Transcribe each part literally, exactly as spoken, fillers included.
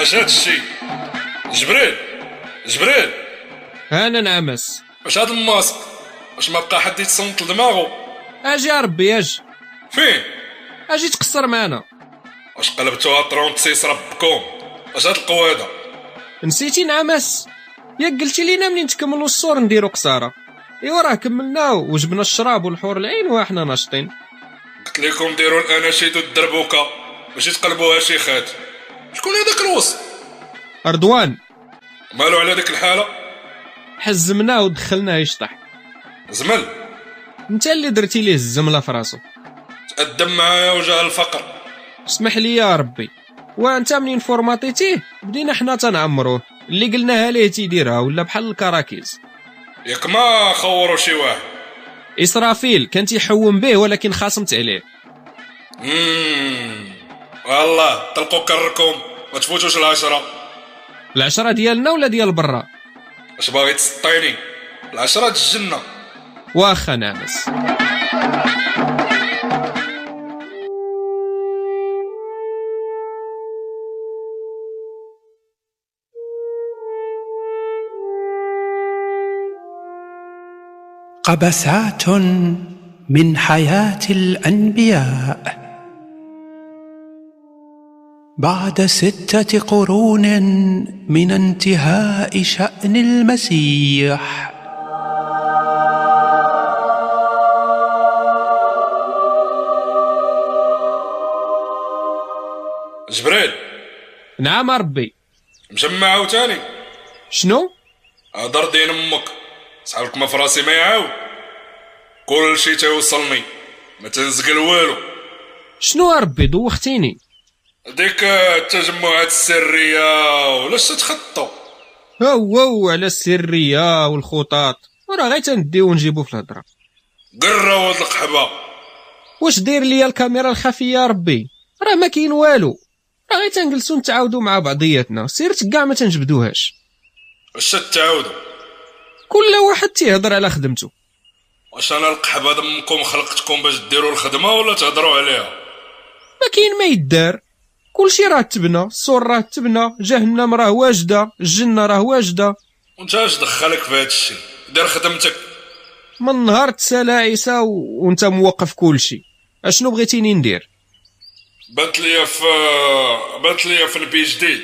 اش هاد الشي؟ جبريل جبريل انا نعمس. واش هاد الماسك؟ واش ما بقى حد يتصنت لدماغو؟ اجي يا ربي اجي فين؟ اجي تقصر معنا. واش قلبتوها طرونتسيس ربكم؟ واش هاد القواده؟ نسيتي نعمس؟ ياك قلتي لينا منين تكملوا الصور نديروا قصاره. ايوا راه كملنا وجبنا الشراب والحور العين وحنا ناشطين. قلت لكم ديروا الاناشيد والدربوكه ماشي تقلبوها شيخات. شكون هذاك الوسط؟ رضوان. مالو على ديك الحاله؟ حزمناه ودخلناه يشطح. زمل انت اللي درتي ليه الزمله في راسو. تقدم معايا وجه الفقر. اسمح لي يا ربي. وانت منين فورماتيتيه بدينا حنا تنعمروه. اللي قلناها ليه تيديرها ولا بحال الكراكيز. ياك ما خوروا شي واحد. اسرافيل كان تيحوم به ولكن خاصمت عليه. اممم والله طلقوا كركم ما تفوتوش العشرة. العشرة ديالنا ولا ديال برا؟ اش باغي تسطيني؟ العشرة د الجنة. واخا نعمس. قبسات من حياة الأنبياء بعد ستة قرون من انتهاء شأن المسيح. جبريل. نعم ربي. مجمع عاوتاني؟ شنو؟ هضر دين امك صحابك ما فراسي ما يعاود. كل شي تيوصلني ما تنزقل والو. شنو ربي دوختيني؟ ديك التجمعات السريه ولاش تتخطوا؟ هو هو على السريه والخطاط وراه غير تنديو ونجيبو في الهضره. قرا ولد القحبه. واش داير ليا الكاميرا الخفيه ربي؟ راه ما كاين والو. راه غير تنجلسو نتعاودوا مع بعضياتنا. سيرت كاع ما تنجبدوهاش. واش تتعاودوا؟ كل واحد تيهضر على خدمته. واش انا القحبه دمكم خلقتكم باش ديروا الخدمه ولا تهضروا عليها؟ ما كاين ما يدار. كلشي راه تبنى. الصور راه تبنى. جهنم راه واجده. الجنه راه واجده. وانت اش دخلك في هذا الشيء؟ دير خدمتك. من نهار تسالى عيسى و... وانت موقف كلشي. اشنو بغيتيني ندير؟ بانت ليا في بانت ليا في البي جديد.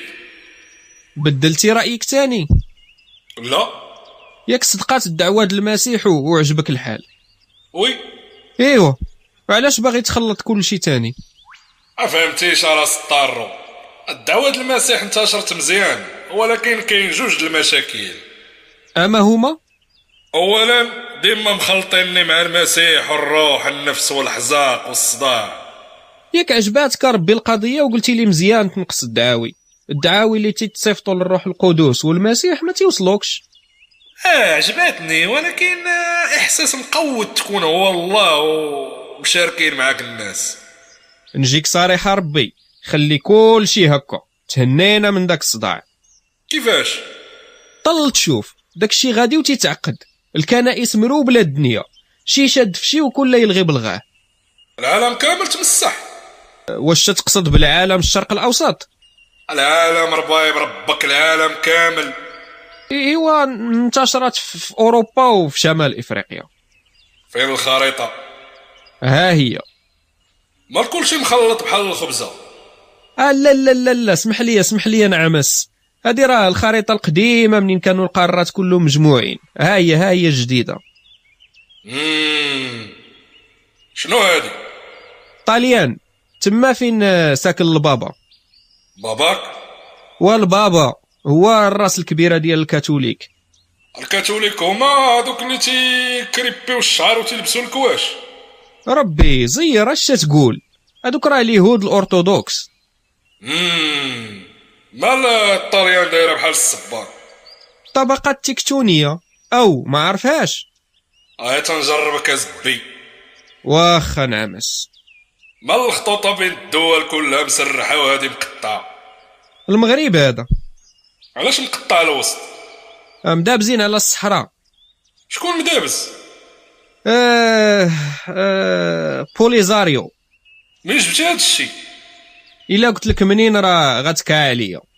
بدلتي رايك تاني؟ لا ياك صدقات الدعوه د المسيح وعجبك الحال؟ وي. ايوا. وعلاش باغي تخلط كلشي تاني؟ ما فهمتيش راس الطارو. الدعوه د المسيح انتشرت مزيان ولكن كاين جوج د المشاكل. اما هما؟ اولا ديما مخلطيني مع المسيح والروح النفس والحزاق والصداع. ياك عجباتك ربي القضيه وقلتي لي مزيان تنقص الدعاوي. الدعاوي اللي تيتصيفطوا للروح القدس والمسيح ما تيوصلوكش. اه عجباتني ولكن احساس مقود تكون هو الله ومشاركين معاك الناس. نجيك صريحه ربي. خلي كل شيء هكا. تهنينا من داك الصداع. كيفاش؟ طل تشوف داك الشيء غادي وتيتعقد. الكنائس مرو بلا الدنيا. شي شاد في شي وكل يلغي بلغاه. العالم كامل تمسح. واش تقصد بالعالم الشرق الاوسط؟ العالم رباي بربك العالم كامل. ايوا انتشرت في اوروبا وفي شمال افريقيا. فين الخريطه؟ ها هي. ما كلشي مخلط بحال الخبزه. آه لا لا لا لا اسمح لي اسمح لي نعمس. هذه راه الخريطه القديمه منين كانوا القارات كلهم مجموعين. ها هي ها هي الجديده. امم شنو هادي؟ طاليان. تما فين ساكن البابا. باباك؟ والبابا هو الراس الكبيره ديال الكاثوليك. الكاثوليك هما هذوك اللي تيكريبيو الشعر وتلبسوا الكواش. ربي زير اش تقول. هذوك راه اليهود الارثوذكس. امم مال الطليان دايره بحال الصبار. الطبقه التكتونيه او ما عرفهاش. اه تنجربك ازبي. واخا نعمس. مال الخطوطه بين الدول كلها مسرحه وهذه مقطعه. المغرب هذا. علاش مقطع الوسط؟ مدابزين على الصحراء. شكون مدابز؟ آه آه بوليزاريو. منين جبتي هاد الشيء؟ الا قلت لك منين راه غتكا عليا.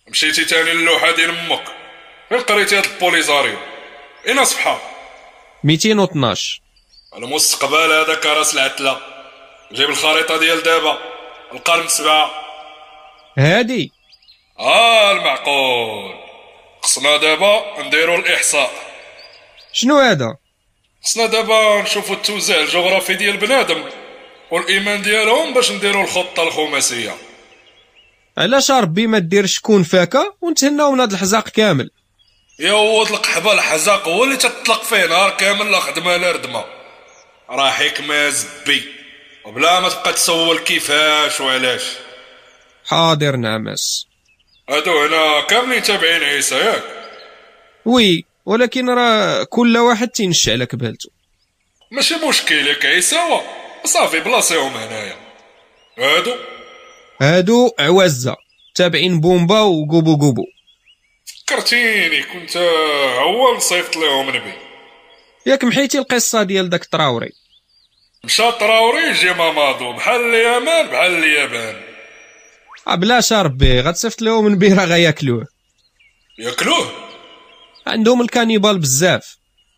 مشيتي تاني اللوحه ديال امك فين قريتي هاد البوليزاريو؟ اين صفحه؟ مئتين واثناش. المستقبل هذاك راس العتله. جيب الخريطه ديال دابا القرن سبعة. هادي اه المعقول. خصنا دابا نديرو الاحصاء. شنو هذا؟ خصنا دابا نشوفو التوزيع الجغرافي ديال بنادم والايمان ديالهم باش نديرو الخطه الخماسيه. علاش ربي ما ديرش كون فاكا ونتهناو من هاد الحزاق كامل؟ يا ود القحبه الحزاق هو اللي تطلق فيه نهار كامل لا خدمه لا ردمه. راه حكمه زبي وبلا ما تبقى تسول كيفاش وعلاش. حاضر نعمس. هادو هنا كاملين تابعين عيسى ياك؟ وي، ولكن راه كل واحد تينشع على كبالته. ماشي مشكل ياك عيسى، صافي بلاصيهم هنايا. هادو هادو عوزة تابعين بومبا وقوبو قوبو. فكرتيني كنت هو نصيفط لهم نبي. ياك محيتي القصة ديال داك تراوري؟ مشى تراوري جي مامادو بحال اليمن بحال اليابان. بلاش ربي غتصيفط لهم نبي راه غياكلوه. ياكلوه؟ عندهم الكانيبال بزاف.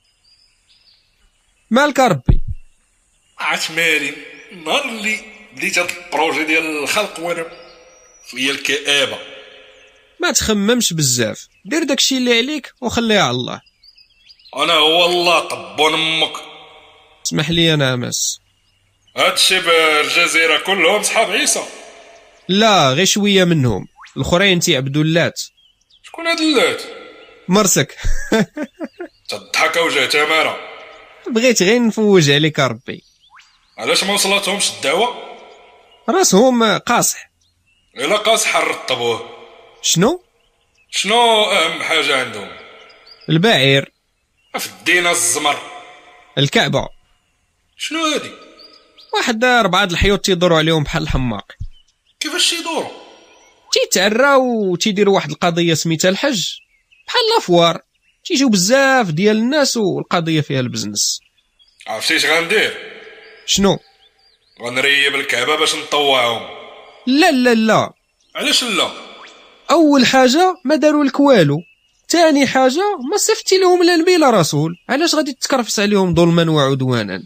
مالك ربي؟ عرفت مالي النهار اللي بديت هاد البروجي ديال الخلق وانا فيا الكآبة. ما تخممش بزاف، دير داكشي اللي عليك وخليها على الله. انا هو الله طبون امك. اسمح لي انا امس. هادشي بالجزيرة كلهم صحاب عيسى؟ لا غير شويه منهم، الاخرين تيعبدوا اللات. شكون هاد اللات؟ مرسك. تضحك وجه تماره. بغيت غير نفوج عليك ربي. علاش ما وصلتهمش الدعوه؟ راسهم قاصح. الا قاصح رطبوه. شنو شنو اهم حاجه عندهم؟ البعير. في الدينا الزمر. الكعبه. شنو هادي؟ واحد ربعه الحيوط تيدوروا عليهم بحال الحماق. كيفاش يدوروا؟ تيتعراو وتيديروا واحد القضيه سميتها الحج بحال لافوار، تيجيو بزاف ديال الناس والقضيه فيها البزنس. عرفتي اش غندير؟ شنو؟ غنريب الكعبه باش نطوعهم. لا لا لا. علاش لا؟ اول حاجه ما داروا لك والو، ثاني حاجه ما صفتي لهم لا نبي لا رسول، علاش غادي تكرفس عليهم ظلما وعدوانا؟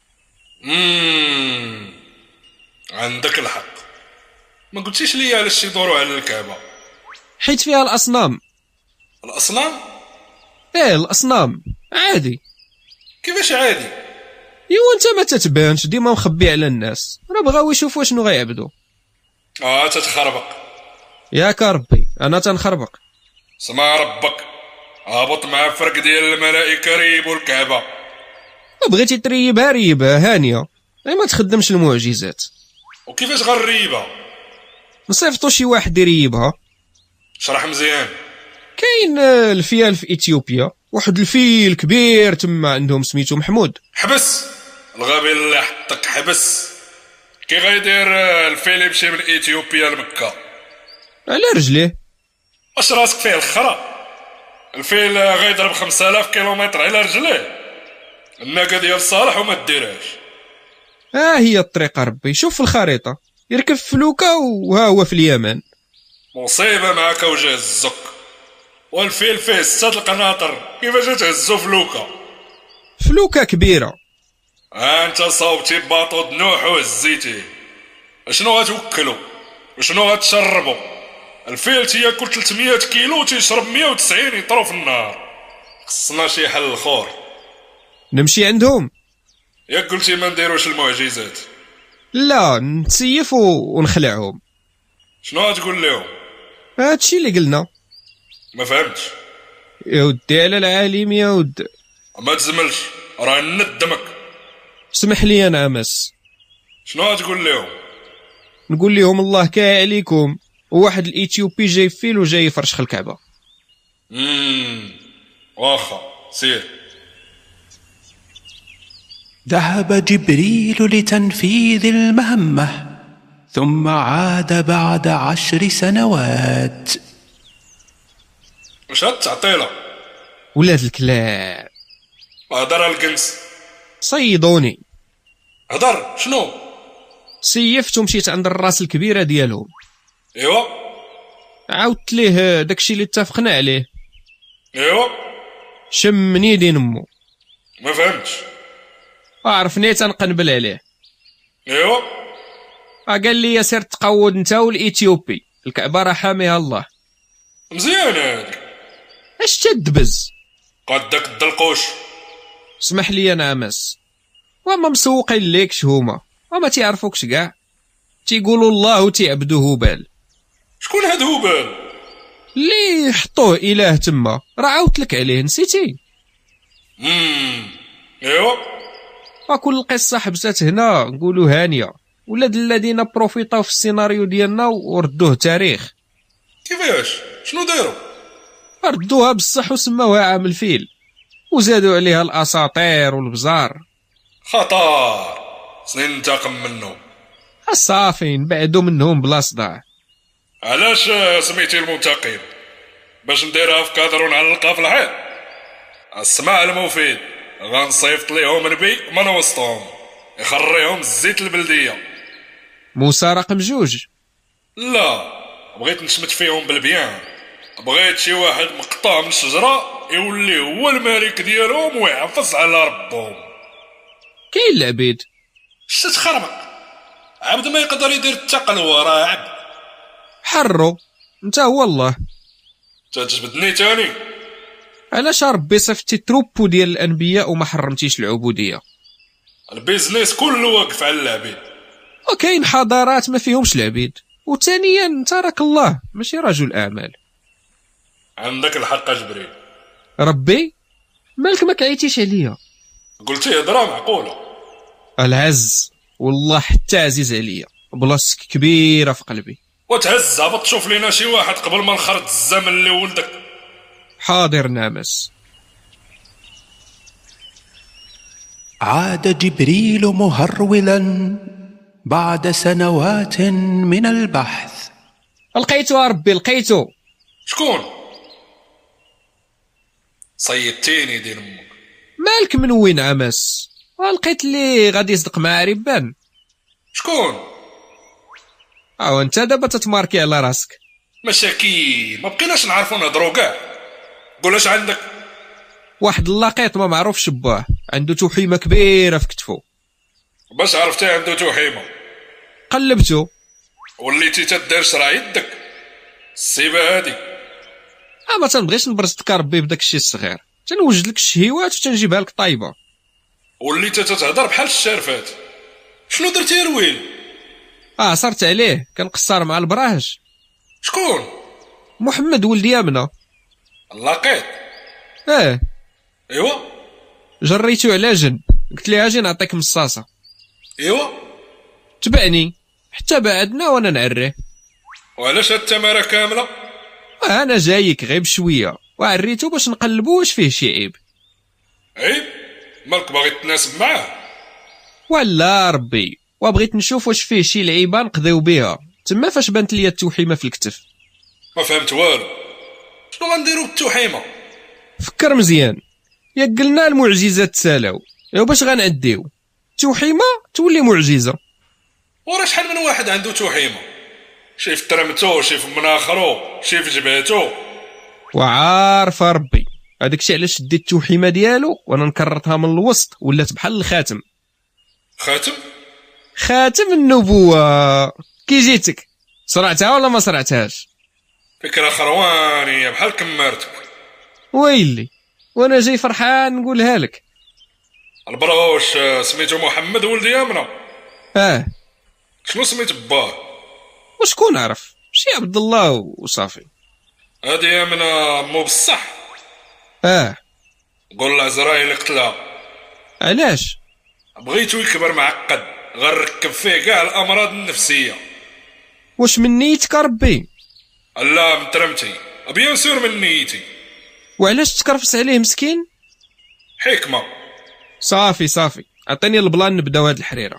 امم عندك الحق. ما قلتيش لي علاش يدوروا على الكعبه؟ حيت فيها الاصنام. الاصنام؟ ايه الاصنام عادي. كيفاش عادي؟ ايوا انت ما تتبانش، ديما مخبي على الناس، راه بغاو يشوفوا شنو غيعبدوا. اه تتخربق ياك ربي انا تنخربق. سمع ربك هابط مع فرق ديال الملائكه ريبوا الكعبه. بغيتي تريبها ريبها هانيه، اي ما تخدمش المعجزات. وكيفاش غنريبها؟ نصيفطوا شي واحد يريبها. شرح مزيان. كاين الفيال في اثيوبيا، واحد الفيل كبير تما عندهم سميتو محمود. حبس الغبي اللي حطك، حبس. كي غيدير الفيل يمشي من اثيوبيا لمكه؟ على رجليه. واش راسك فيه الخرا؟ الفيل غيضرب خمسة آلاف كيلومتر على رجليه. الناقه ديال صالح وما ديرهاش. ها هي الطريقه ربي، شوف في الخريطه، يركب فلوكا وها هو في اليمن. مصيبه معاك وجه الزك. والفيل فيه ستة القناطر، كيفاش تهزو فلوكا؟ فلوكا كبيره. ها انت صوبتي باطو نوح وهزيتيه. شنو غتوكلو وشنو غتشربو؟ الفيل تياكل ثلاثمية كيلو وتيشرب مية وتسعين يطرو في النهار. خصنا شي حل اخر. نمشي عندهم؟ ياك قلتي ما نديروش المعجزات. لا نتسيف ونخلعهم. شنو غتقول لهم؟ هادشي اللي قلنا. ما فهمتش. يا ودي على العالم يا ود. ما تزملش راه ندمك. اسمح لي انا امس. شنو غتقول لهم؟ نقول لهم الله كاع عليكم، وواحد الاثيوبي جاي فيل وجاي يفرشخ الكعبه. امم واخا سير. ذهب جبريل لتنفيذ المهمة ثم عاد بعد عشر سنوات. واش هاد التعطيله؟ ولاد الكلاب. هضر الكنس. صيدوني. هضر شنو؟ سيفت ومشيت عند الراس الكبيره ديالهم. ايوا عاودت ليه داكشي اللي اتفقنا عليه. ايوا شمني دين امو. ما فهمتش. عرفني تنقنبل عليه. ايوا قال لي سير تقود انت والاثيوبي، الكعبه راه حاميها الله. مزيان هادي. اش تدبز قدك الدلقوش. اسمح لي نعمس، وما مسوقين ليكش هما وما تيعرفوكش كاع، تيقولوا الله وتيعبدوه هبال. شكون هاد هبال؟ اللي حطوه اله تما، راه عاودت لك عليه نسيتي. امم ايوا وكل القصه حبسات هنا نقولوا هانيه، ولاد الذين بروفيطاو في السيناريو ديالنا وردوه تاريخ. كيفاش؟ شنو داروا؟ ردوها بصح وسماوها عام الفيل، وزادوا عليها الاساطير والبزار. خطر سنين ننتقم منهم. صافي نبعدوا منهم بلا صداع. علاش سميتي المنتقم؟ باش نديرها في كادر ونعلقها في الحيط؟ اسمع المفيد، غنصيفط ليهم نبي من وسطهم يخريهم الزيت البلديه. موسى رقم جوج. لا بغيت نشمت فيهم بالبيان، بغيت شي واحد مقطع من الشجره يولي هو الملك ديالهم ويعفص على ربهم. كاين العبيد. شتا تخربق عبد ما يقدر يدير التقل، هو راه عبد. حرو انت هو الله. تجبدني تاني. علاش ربي صفتي تروبو ديال الانبياء وما حرمتيش العبوديه؟ البيزنس كله واقف على العبيد. وكاين حضارات ما فيهمش العبيد، وثانيا انت راك الله ماشي رجل اعمال. عندك الحق جبريل. ربي مالك ما كعيتيش عليا؟ قلتي هضره معقوله. العز والله حتى عزيز عليا، بلاصتك كبيره في قلبي. وتهز هبط تشوف لينا شي واحد قبل ما نخرج الزمن اللي ولدك. حاضر نامس. عاد جبريل مهرولا بعد سنوات من البحث. لقيتو يا ربي لقيتو. شكون؟ صيدتيني دين امك. مالك من وين عمس؟ لقيت لي غادي يصدق مع ربان. شكون؟ اه انت دابا تتماركي على راسك. مساكين ما بقيناش نعرفو نهضرو كاع. قول اش عندك؟ واحد اللقيط ما معروفش باه، عنده توحيمه كبيره في كتفو. باش عرفتي عنده توحيمه؟ قلبتو وليتي تدير شرع يدك السيبه هادي. اه ما تنبغيش نبرزتك ربي بداك الشيء الصغير، تنوجد لك الشهيوات وتنجيبها لك طايبه. وليتي تتهضر بحال الشارفات. شنو درتي يا رويل؟ اه صرت عليه كنقصر مع البراهج. شكون؟ محمد ولد يامنه. اللقيط؟ اه ايوا جريتو على جن، قلت ليه اجي نعطيك مصاصه. ايوا تبعني حتى بعدنا وانا نعريه. وعلاش هاد التماره كامله؟ آه انا جايك غير بشويه وعريتو باش نقلبو واش فيه شي عيب. عيب؟ مالك باغي تناسب معاه؟ ولا ربي، وبغيت نشوف واش فيه شي لعيبه نقضيو بها تما فاش بانت ليا التوحيمه في الكتف. ما فهمت والو. شنو غنديرو بالتوحيمه؟ فكر مزيان، يا قلنا المعجزات تسالاو، يا باش غنعديو توحيمه تولي معجزه. ورا شحال من واحد عنده توحيمه؟ شي في ترمتو، شي في مناخرو، شي في جبهتو. وعارف ربي هذاك الشيء علاش شديت التوحيمه ديالو وانا نكررتها من الوسط ولات بحال الخاتم. خاتم؟ خاتم النبوه. كي جيتك صرعتها ولا ما صرعتهاش؟ فكره خروانيه بحال كمارتك. ويلي وانا جاي فرحان نقولها لك. البراوش سميتو محمد ولد يامنه. اه شنو سميت باه؟ وشكون عرف؟ شي عبد الله وصافي. هادي يامنه مو بصح؟ اه قول العزرايل قتلها. علاش؟ بغيتو يكبر معقد، غنركب فيه كاع الامراض النفسيه. واش من نيتك ربي؟ لا من ترمتي، بيان سور من نيتي. وعلاش تكرفس عليه مسكين؟ حكمه. صافي صافي عطيني البلان نبداو هاد الحريره.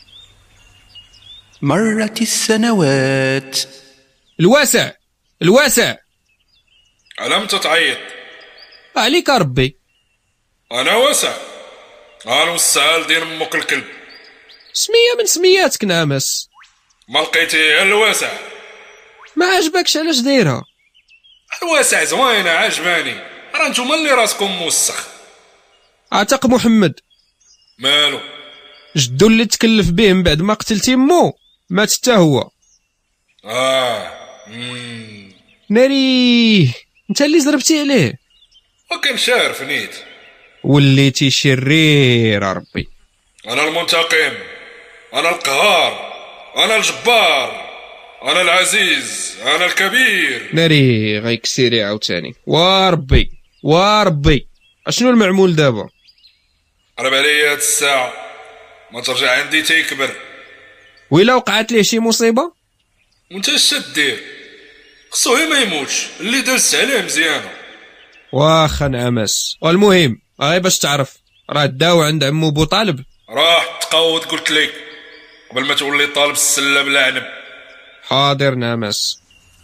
مرت السنوات. الواسع الواسع. على متى تعيط؟ عليك ربي. انا واسع، غنوسع لدين امك الكلب. سميه من سمياتك نامس. ما لقيتي الواسع؟ ما عجبكش علاش دايرها؟ الواسع زوينه عجباني، راه نتوما اللي راسكم موسخ. عتق محمد مالو؟ جدو اللي تكلف به من بعد ما قتلت مو مات حتى هو. اه مم. ناريه انت اللي زربتي عليه. وكان شارف نيت. وليتي شرير ربي. انا المنتقم، انا القهار، انا الجبار، انا العزيز، انا الكبير. ناري غيكسيري عاوتاني. وربي وربي اشنو المعمول دابا؟ قرب عليا هاد الساعه ما ترجع عندي تيكبر. وإلا وقعت ليه شي مصيبه وانت اش دير؟ خصو غير ما يموتش، اللي درست عليه مزيانه. واخا نعمس. والمهم غير باش تعرف راه داو عند عمو بو طالب. راح تقود قلت لك قبل ما تولي طالب السله بلا عنب. حاضر نعمس.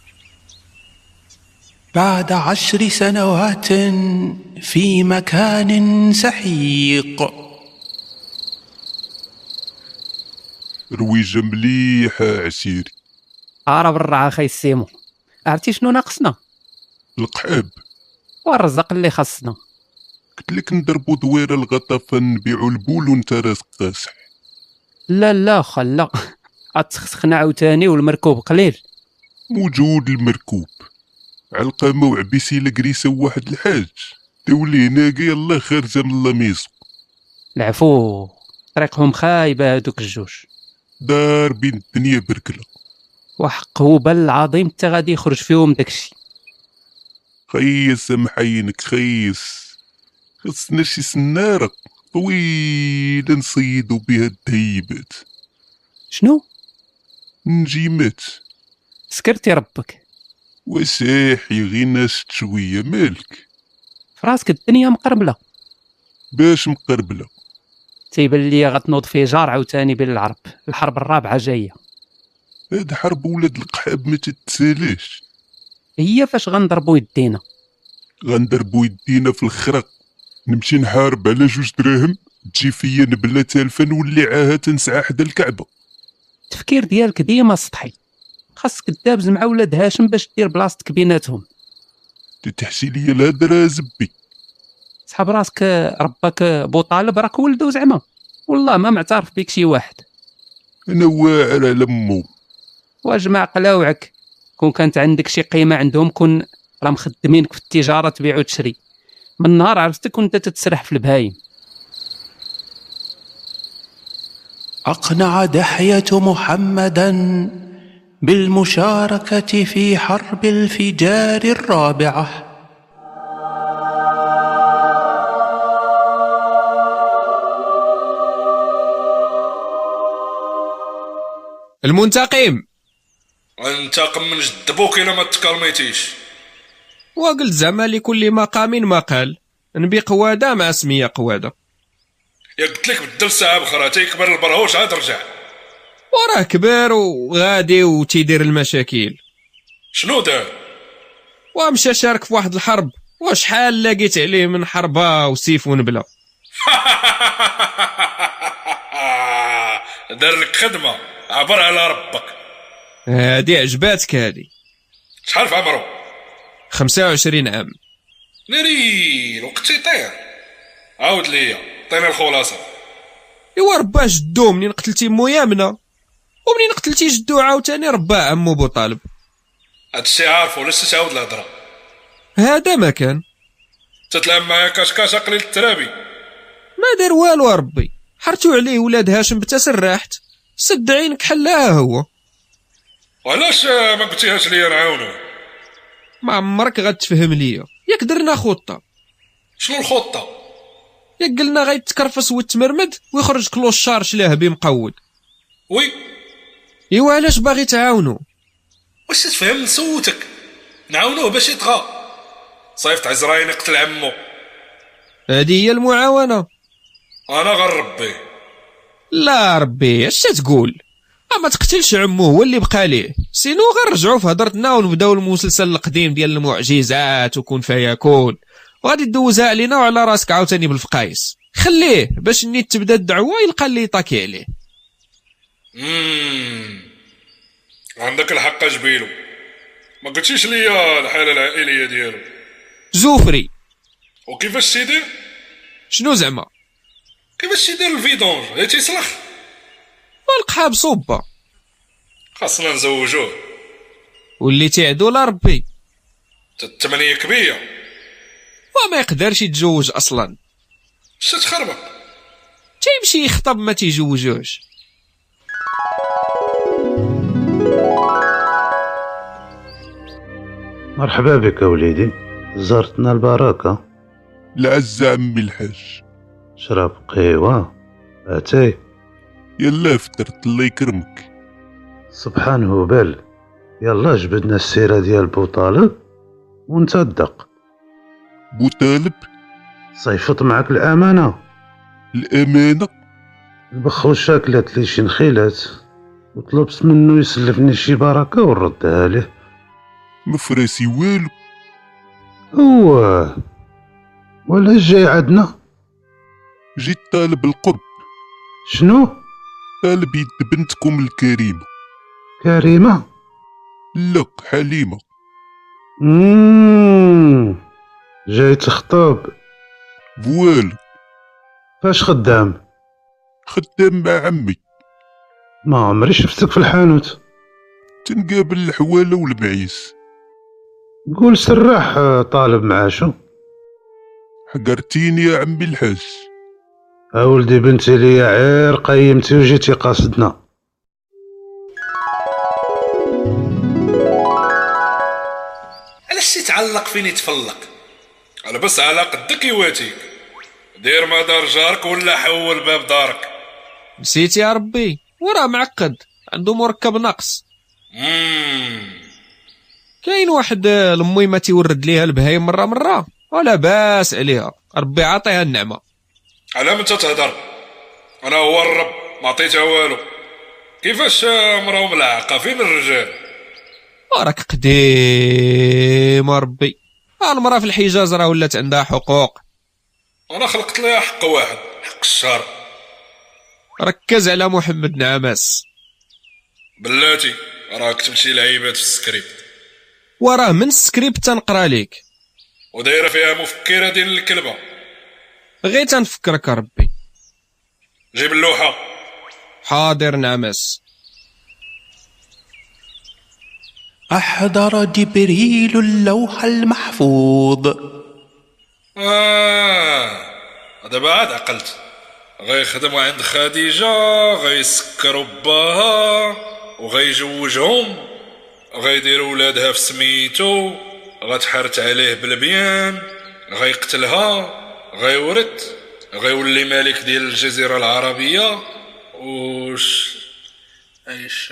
بعد عشر سنوات في مكان سحيق. رويجة مليحة عسيري. عرب الرعا خي السيمو، عرفتي شنو ناقصنا؟ القحاب. والرزق اللي خاصنا. قلت لك نضربو دويره الغطافه نبيعو البول وانت راسك قاصح. لا لا خلا غتسخسخنا عاوتاني والمركوب قليل. موجود المركوب، علقمه وعبيسي لكريسه وواحد الحاج دولي هناك يلا خارجه من لاميسو. العفو طريقهم خايبه هادوك الجوج. دار بين الدنيا بركله. وحق هو بل العظيم حتى غادي يخرج فيهم داكشي. خيس محينك خيس، خصنا شي سناره طويله نصيدو بها الدهيبات. شنو؟ نجيمات. سكرتي ربك. وساحي غي ناشت شويه مالك؟ فراسك الدنيا مقربله. باش مقربله؟ تيبان لي غتنوض فيه جار عاوتاني بين العرب، الحرب الرابعه جايه. هاد حرب ولاد القحاب ما تتسالاش. هي فاش غنضربو يدينا؟ غنضربو يدينا في الخرق. نمشي نحارب على جوج دراهم تجي فيا نبله تالفه نولي عاها تنسعى حدا الكعبه. التفكير ديالك ديما سطحي، خاصك تدابز مع ولاد هاشم باش دير بلاصتك بيناتهم. تتحشي ليا الهدره زبي. سحب راسك ربك بو طالب راك ولدو زعما، والله ما معترف بك شي واحد. انا واعر على مو. واجمع قلاوعك، كون كانت عندك شي قيمه عندهم كون راه مخدمينك في التجاره تبيع وتشري. من نهار عرفتك وانت تتسرح في البهايم. أقنع دحية محمدا بالمشاركة في حرب الفجار الرابعة. المنتقم انتقم من جد بوك الا ما تكلميتيش. وقلت زعما لكل مقام مقال، نبي قواده مع سميه قواده. يا قلت لك بدل ساعه بخرى تيكبر البرهوش عاد رجع. وراه كبر وغادي وتيدير المشاكل. شنو دار؟ ومشى شارك في واحد الحرب، وشحال لقيت عليه من حربه وسيف ونبله. دار لك خدمه عبر على ربك. هادي عجباتك هادي. شحال في عمرو؟ خمسة وعشرين عام. ناري الوقت يطير. عاود ليا عطيني الخلاصه. ايوا رباه جدو منين قتلتي مو يامنه، ومنين قتلتي جدو عاوتاني رباه عمو بو طالب. هادشي عارفو علاش تعاود الهضره. هذا ما كان تتلعب معايا كاشكاش قليل الترابي. ما دار والو ربي، حرتو عليه ولاد هاشم بتسرحت، سد عينك حلاها هو. وعلاش ما قلتيهاش ليا نعاونو؟ ما عمرك غتفهم ليا، ياك درنا خطه. شنو الخطه؟ ياك قلنا غيتكرفس ويتمرمد ويخرج كلوشار شلاهبي مقود. وي ايوا علاش باغي تعاونو؟ واش تفهم من صوتك؟ نعاونوه باش يطغى. صيفط عزراين يقتل عمو. هذه هي المعاونه. انا غنربيه. لا ربي اش تقول؟ ما تقتلش عمو هو اللي بقى ليه، سينو غنرجعوا في هضرتنا ونبداو المسلسل القديم ديال المعجزات وكون فيكون، وغادي دوزها علينا وعلى راسك عاوتاني بالفقايس. خليه باش نيت تبدا الدعوه يلقى اللي يطاكي عليه. امم عندك الحق جبيلو، ما قلتيش ليا الحاله العائليه ديالو. زوفري. وكيفاش تيدير؟ شنو زعما؟ كيفاش تيدير الفيدونج؟ هي تيسلخ؟ والقحاب صوبه. خاصنا نزوجوه. واللي تيعدو لا ربي. الثمانية كبيرة. وما يقدرش يتزوج اصلا. اش تخربق؟ تيمشي يخطب ما تيجوجوش. مرحبا بك وليدي، زرتنا البركة. العز عمي الحاج. شرب قهوة اتاي. يلا فطرت الله يكرمك. سبحانه بل. يلا جبدنا السيرة ديال بوطالب ونتصدق. بوطالب؟ صيفط معك الأمانة. الأمانة؟ البخوش شاكلت لي شي نخيلات وطلبت منه يسلفني شي بركة ونردها ليه. مفراسي والو. اوه ولا جاي عندنا؟ جيت طالب القرب. شنو؟ طالب يد بنتكم الكريمة. كريمة؟ لا حليمة. مم. جاي تخطب؟ فوالو. فاش خدام؟ خدام مع عمي. ما عمري شفتك في الحانوت. تنقابل الحوالة والمعيس. قول سراح طالب معاشو. حقرتيني يا عمي الحاج. اولدي بنتي ليا عير قيمتي وجيتي قاصدنا. علاش تتعلق فيني تفلق؟ على بس على قدك يواتيك. دير ما دار جارك ولا حول باب دارك. نسيتي يا ربي، وراه معقد عنده مركب نقص. مم. كاين واحد لمي ما تيورد ليها البهايم مره مره ولا باس عليها، ربي عطيها النعمه. على من تتهدر؟ انا هو الرب ما عطيتها والو. كيفاش مرا ملعقه؟ فين الرجال؟ وراك قديم ربي، المراه في الحجاز راه ولات عندها حقوق. انا خلقت لها حق واحد، حق الشهر. ركز على محمد نعماس. بلاتي راه كتب شي لعيبات في السكريبت. وراه من السكريبت تنقرا ليك ودايره فيها مفكره ديال الكلبه. غير تنفكرك ربي. جيب اللوحه. حاضر نعماس. أحضر جبريل اللوح المحفوظ. آه دابا عاد عقلت. غيخدم عند خديجة، غيسكروا باها وغيجوجهم، غيديروا ولادها في سميتو، غتحرت عليه بالبيان، غيقتلها، غيورث، غيولي ملك ديال الجزيرة العربية. وش ايش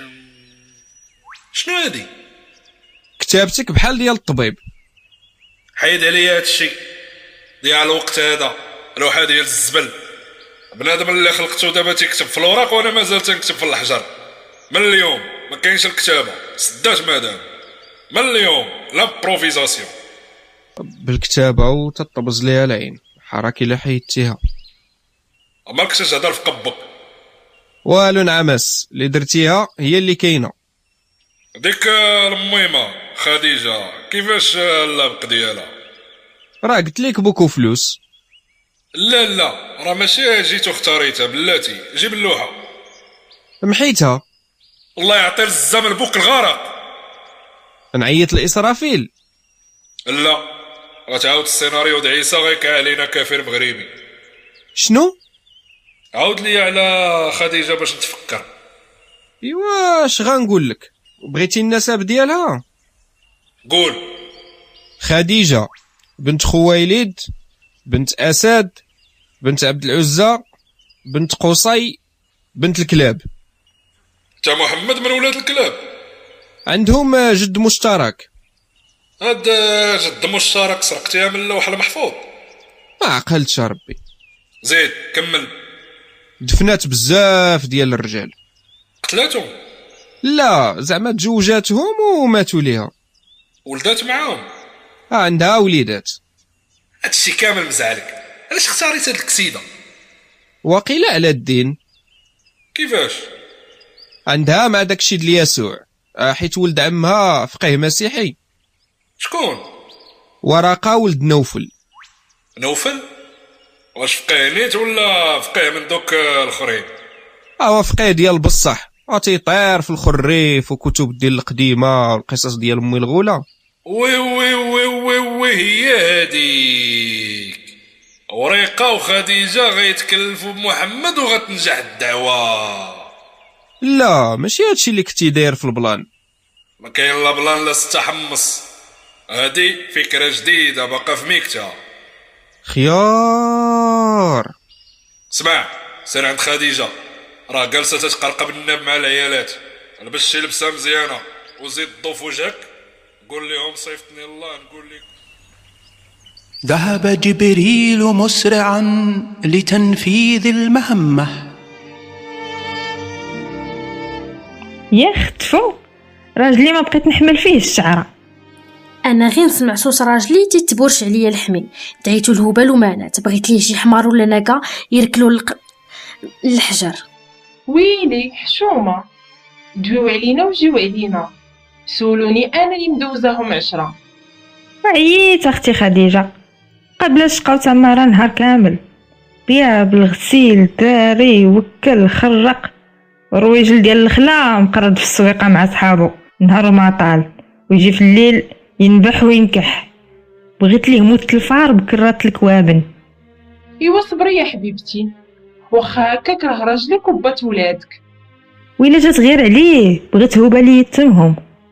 شنو هادي؟ كتابتك بحال ديال الطبيب. حيد عليا هادشي ضيع الوقت هذا، لوحه ديال الزبل. بنادم اللي خلقته دابا تيكتب في الوراق وانا مازال تنكتب في الحجر. من اليوم ما كاينش الكتابه، سدات مادام. من اليوم لا بروفيزاسيون. بالكتابه وتطبز ليها العين، حركه الا حيدتيها. مالك تهضر في قبك. والو نعمس، اللي درتيها هي اللي كاينه. ديك الميمه خديجه كيفاش اللابق ديالها؟ راه قلت لك بوكو فلوس. لا لا راه ماشي جيت واختاريتها بلاتي. جيب اللوحه. محيتها. الله يعطي الزام البوك الغرق. نعيط لإسرافيل. لا غتعاود السيناريو د عيسى غيكا علينا كافر مغربي. شنو؟ عاود لي على خديجه باش نتفكر. ايوا اش غنقول لك؟ بغيتي النسب ديالها؟ قول. خديجه بنت خويلد بنت اسد بنت عبد العزى بنت قصي بنت الكلاب. تا محمد من ولاد الكلاب. عندهم جد مشترك. هاد جد مشترك سرقتيها من اللوح المحفوظ؟ ما عقلتش ربي. زيد كمل. دفنات بزاف ديال الرجال. قتلاتهم؟ لا زعما تزوجاتهم وماتوا ليها. ولدات معاهم؟ اه عندها وليدات. هادشي كامل مزعلك. علاش اختاريت هاد الكسيده؟ وقيل على الدين. كيفاش؟ عندها مع داكشي ديال يسوع، حيت ولد عمها فقيه مسيحي. شكون؟ ورقة ولد نوفل. نوفل؟ واش فقيه نيت ولا فقيه من دوك الاخرين؟ هو فقيه ديال بصح، وتيطير في الخريف وكتب ديال القديمه والقصص ديال امي الغوله. وي وي وي وي وي هي هاديك وريقه وخديجه غيتكلفوا بمحمد وغتنجح الدعوه. لا ماشي هادشي اللي كنتي داير في البلان. ما كاين لا بلان لا استحمص، هادي فكره جديده باقا في ميكتا. خيار. اسمع، سير عند خديجه، راه جالسه تتقرقب الناب مع العيالات. لبس شي لبسه مزيانه وزيد الضو في وجهك، قول لهم صيفطني الله نقول لك. ذهب جبريل مسرعا لتنفيذ المهمة. يا ختفو راجلي ما بقيت نحمل فيه الشعره. انا غير نسمع صوت راجلي تيتبورش عليا الحمي، دعيتو الهبال ومانات، بغيت ليه شي حمار ولا ناقه يركلوا الق... الحجر. ويلي حشومه، دويو علينا وجيو علينا، سولوني انا اللي مدوزاهم عشرة. عييت اختي خديجه، قبل شقاو تماره نهار كامل، طياب الغسيل داري وكل خرق، رويجل ديال الخلا مقرد في السويقه مع صحابو نهار ما طال، ويجي في الليل ينبح وينكح. بغيت ليه موت الفار بكرات الكوابن. ايوا صبري يا حبيبتي، واخا هكاك راه راجلك وبات ولادك. ويلا جات غير عليه بغيت هو بالي يتمهم.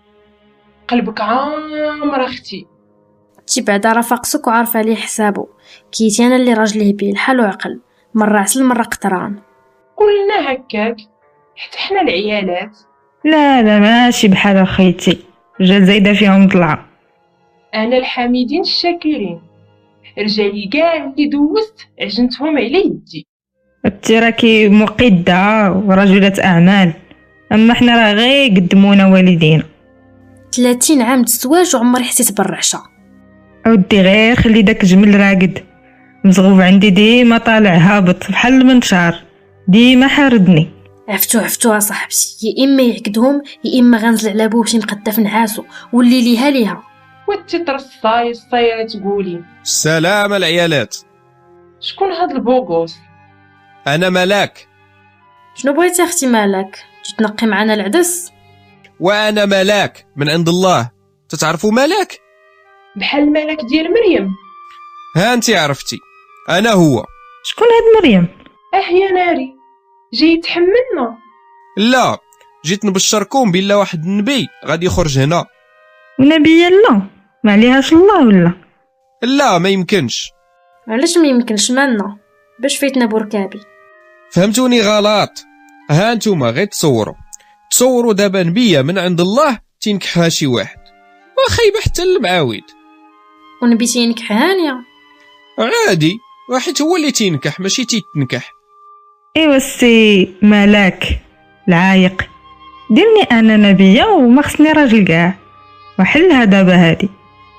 قلبك عامر اختي. تي بعدا راه فاقسك وعارفه ليه حسابو، كيتي انا اللي راجليه بيه الحال وعقل، مره عسل مره قطران. قلنا هكاك حتى حنا العيالات. لا لا ماشي بحال خيتي، رجال زايده فيهم طلعه. انا الحامدين الشاكرين، رجالي كاع اللي دوزت عجنتهم على يدي. انتي راكي مقده ورجلة اعمال، اما حنا راه غير قدمونا والدينا. ثلاثين عام تزواج وعمري حسيت بالرعشه. اودي غير خلي داك الجمل راقد، مزغوب عندي ديما طالع هابط بحال المنشار، ديما حاردني. عفتو عفتو صاحبتي، يا اما يعقدهم يا اما غنزل على بوه باش نقدا في نعاسو واللي ليها ليها. والتتر الصاي الصايره تقولي السلام العيالات. شكون هاد البوغوس؟ انا ملاك. شنو بغيتي اختي مالك؟ جيت تنقي معنا العدس؟ وانا ملاك من عند الله. تتعرفوا ملاك؟ بحال الملك ديال مريم. ها انتي عرفتي، انا هو. شكون هاد مريم؟ اه يا ناري، جاي تحملنا؟ لا، جيت نبشركم بلا واحد النبي غادي يخرج هنا. ونبي لا ما عليهاش الله ولا؟ لا ما يمكنش. علاش ما يمكنش؟ مالنا باش فايتنا بركابي؟ فهمتوني غلط. ها انتوما غير تصوروا تصوروا دابا نبيه من عند الله تينكحها شي واحد، وخايبه حتى المعاود. ونبي تينكح هانيه عادي، وحيت هو اللي تينكح ماشي تيتنكح. ايوا السي ملاك العايق، ديرني انا نبيه وما خصني راجل كاع، وحلها دابا هادي.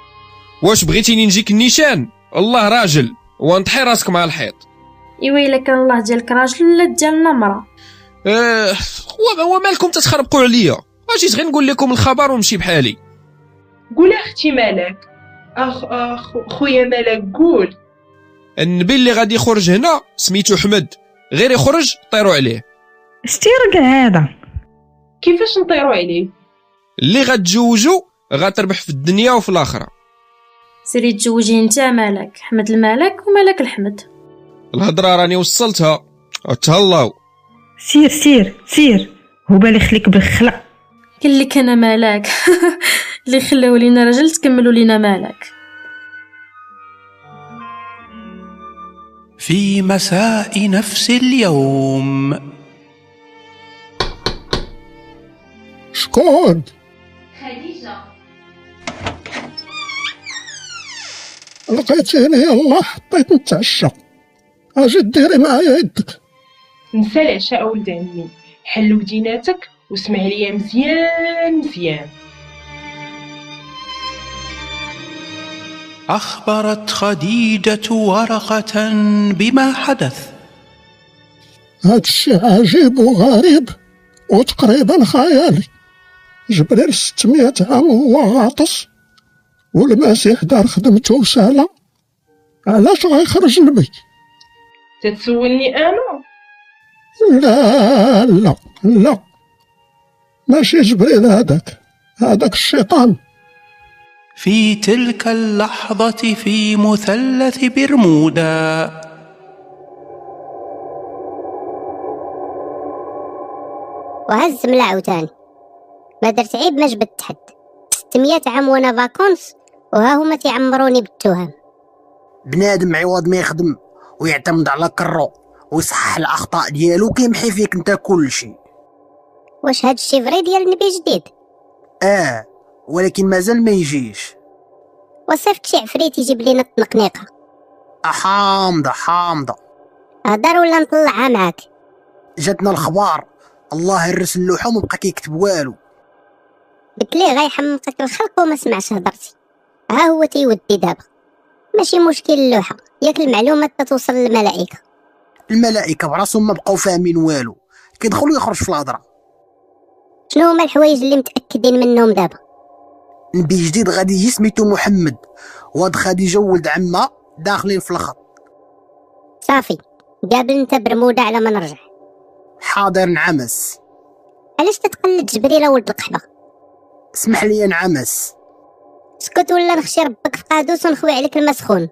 واش بغيتيني نجيك النيشان؟ الله راجل ونطحي راسك مع الحيط. ايوا الا كان الله ديالك راجل ولا ديالنا مرا. اه هو مالكم تتخربقوا عليا؟ اجيت غير نقول لكم الخبر ونمشي بحالي. قول اختي مالك. اخ اخ خويا مالك قول. النبي اللي غادي يخرج هنا سميتو حمد، غير يخرج طيروا عليه. شتي رجع هذا؟ كيفاش نطيروا عليه؟ اللي غتجوجو غتربح في الدنيا وفي الاخره. سيري تزوجي انت مالك، حمد الملك وملك الحمد. الهضره راني وصلتها، تهلاو. سير سير سير، هو بالي خليك بالخلق. قال لك انا مالك اللي خلاو لينا رجل تكملوا لينا مالك. في مساء نفس اليوم. شكون؟ خديجة. لقيتيني يلا حطيت نتعشى، اجي ديري معايا يدك. نسى العشاء ولد عمي، حل وديناتك واسمع ليا مزيان مزيان. أخبرت خديجة ورقة بما حدث. هاد الشي عجيب وغريب وتقريبا خيالي. جبريل ستمية عام وهو غاطس والمسيح دار خدمته سهلة، علاش غيخرج نبي؟ تتسولني انا؟ لا لا لا، ماشي جبريل هذاك، هذاك الشيطان. في تلك اللحظة في مثلث برمودا. وهز ملا عاوتاني، ما درت عيب ما جبدت حد. ستمية عام وانا فاكونس وها هما تيعمروني بالتهم. بنادم عوض ما يخدم ويعتمد على كرو ويصحح الاخطاء ديالو كيمحي فيك انت كل شيء. واش هاد الشي فري ديال النبي جديد؟ اه ولكن مازال ما يجيش. وصيفط شي عفريت يجيب لينا التنقنيقه. حامضه حامضه، هضر ولا نطلعها معاك؟ جاتنا الخبار، الله هرس اللوحه وما بقى كيكتب والو. قلت ليه غيحمقك الخلق وما سمعش هضرتي. ها هو تيودي دابا، ماشي مشكل اللوحه، ياك المعلومات تتوصل للملائكه. الملائكه براسهم ما بقاو فاهمين والو، كيدخلوا يخرج في الهضره. شنو هما الحوايج اللي متاكدين منهم دابا؟ نبي جديد غادي يجي سميتو محمد، وهاد خديجه ولد عمها داخلين في الخط. صافي، قابل انت برمودا على ما نرجع. حاضر نعمس. علاش تتقلد جبريل ولد القحبه؟ اسمح لي نعمس. اسكت ولا نخشي ربك في قادوس ونخوي عليك المسخون.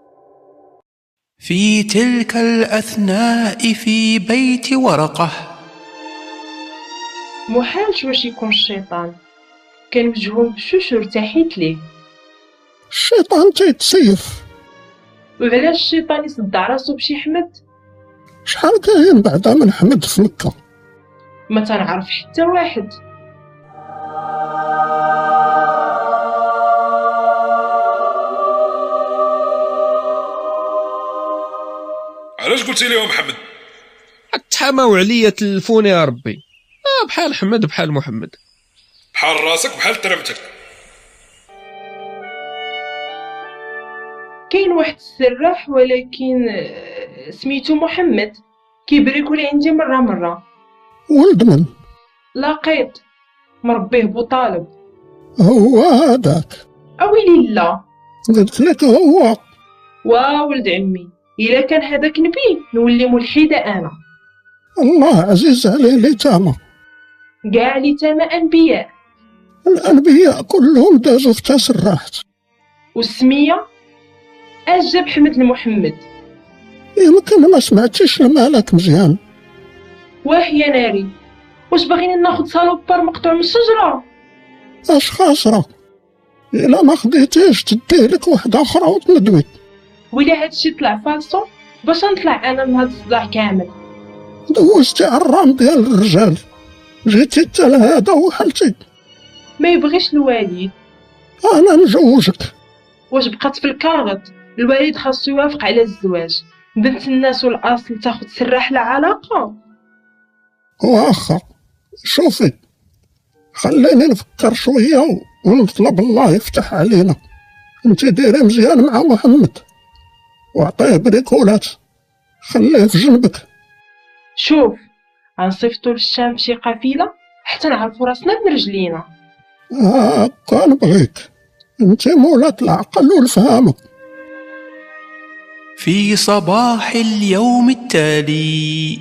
في تلك الأثناء في بيت ورقة. محالش واش يكون الشيطان، كان وجههم بشوش ارتاحيت ليه. الشيطان تيتسيف. وعلاش الشيطان يصدع راسو بشي حمد؟ شحال كاين بعدا من حمد في مكة؟ ما تنعرف حتى واحد. علاش قلتي ليهم محمد؟ تحاماو عليا تلفوني يا ربي. آه بحال حمد بحال محمد، بحال راسك بحال ترمتك. كاين واحد السراح ولكن سميتو محمد، كيبريكولي عندي مره مره. ولد من؟ لقيط مربيه بوطالب. هو هذاك؟ اويلي لا، قلت لك هو. وا ولد عمي، الا كان هذاك نبي نولي ملحده انا. الله عزيز عليه اليتامى. كاع اليتامى انبياء. الانبياء كلهم دازوا في تسرحت. والسميه اش جاب حمد لمحمد؟ يمكن ما سمعتيش المالك مزيان. واه يا ناري، واش باغيين ناخذ صالوبار مقطوع من الشجره؟ اش خاسره؟ الا ما خديتيش تديه لك وحده اخرى وتندوي. ولا هادشي طلع فالصو باش نطلع انا من هاد الصداع كامل. دوزتي عالرام ديال الرجال، جيتي حتى لهذا وحلتي. ما يبغيش الوالد. انا نجوزك. واش بقات في الكارط؟ الوالد خاصو يوافق على الزواج. بنت الناس والاصل تاخذ سراح لا علاقه. واخا شوفي، خليني نفكر شويه ونطلب الله يفتح علينا. انت ديري مزيان مع محمد وعطيه بريكولات، خليه في جنبك. شوف، غنصيفطو للشام بشي قافله حتى نعرفو راسنا من رجلينا. هاكا نبغيك، انت مولات العقل والفهم. في صباح اليوم التالي.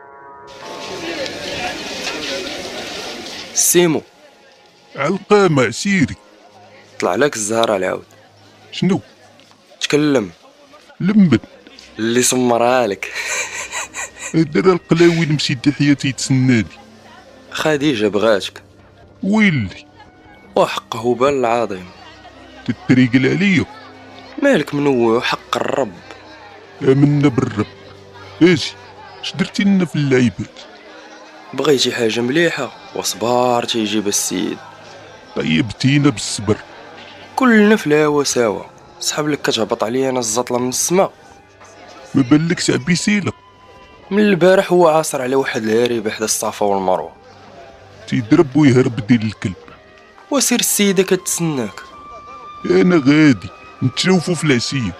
سيمو علقامة سيري. طلع لك الزهرة العود. شنو؟ تكلم. لمن اللي صمرها لك. درا القلاوي نمشي حياتي يتسناني. خديجة بغاتك. ويلي وحقه بال العظيم. تتريقل عليا؟ مالك منوع حق الرب. آمنا بالرب. اجي اش درتي لنا في اللعيبات؟ بغيتي حاجة مليحة وصبار تيجيب السيد. طيبتينا بالصبر. كلنا في الهوا سوا. سحب لك كتهبط علينا الزطلة من السماء. ما بالكش عبيسيلة. من البارح هو عاصر على واحد الهاري بحدا الصافا والمروة. تيضرب ويهرب ديال الكلب. وسير السيدة كتسناك. انا غادي نتشوفو في العشية.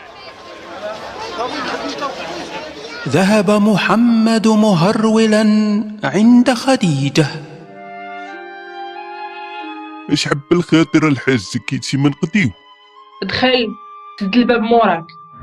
ذهب محمد مهرولا عند خديجة. اش حب الخاطر الحاج سكيتي ما نقضيو. دخل سد الباب موراك.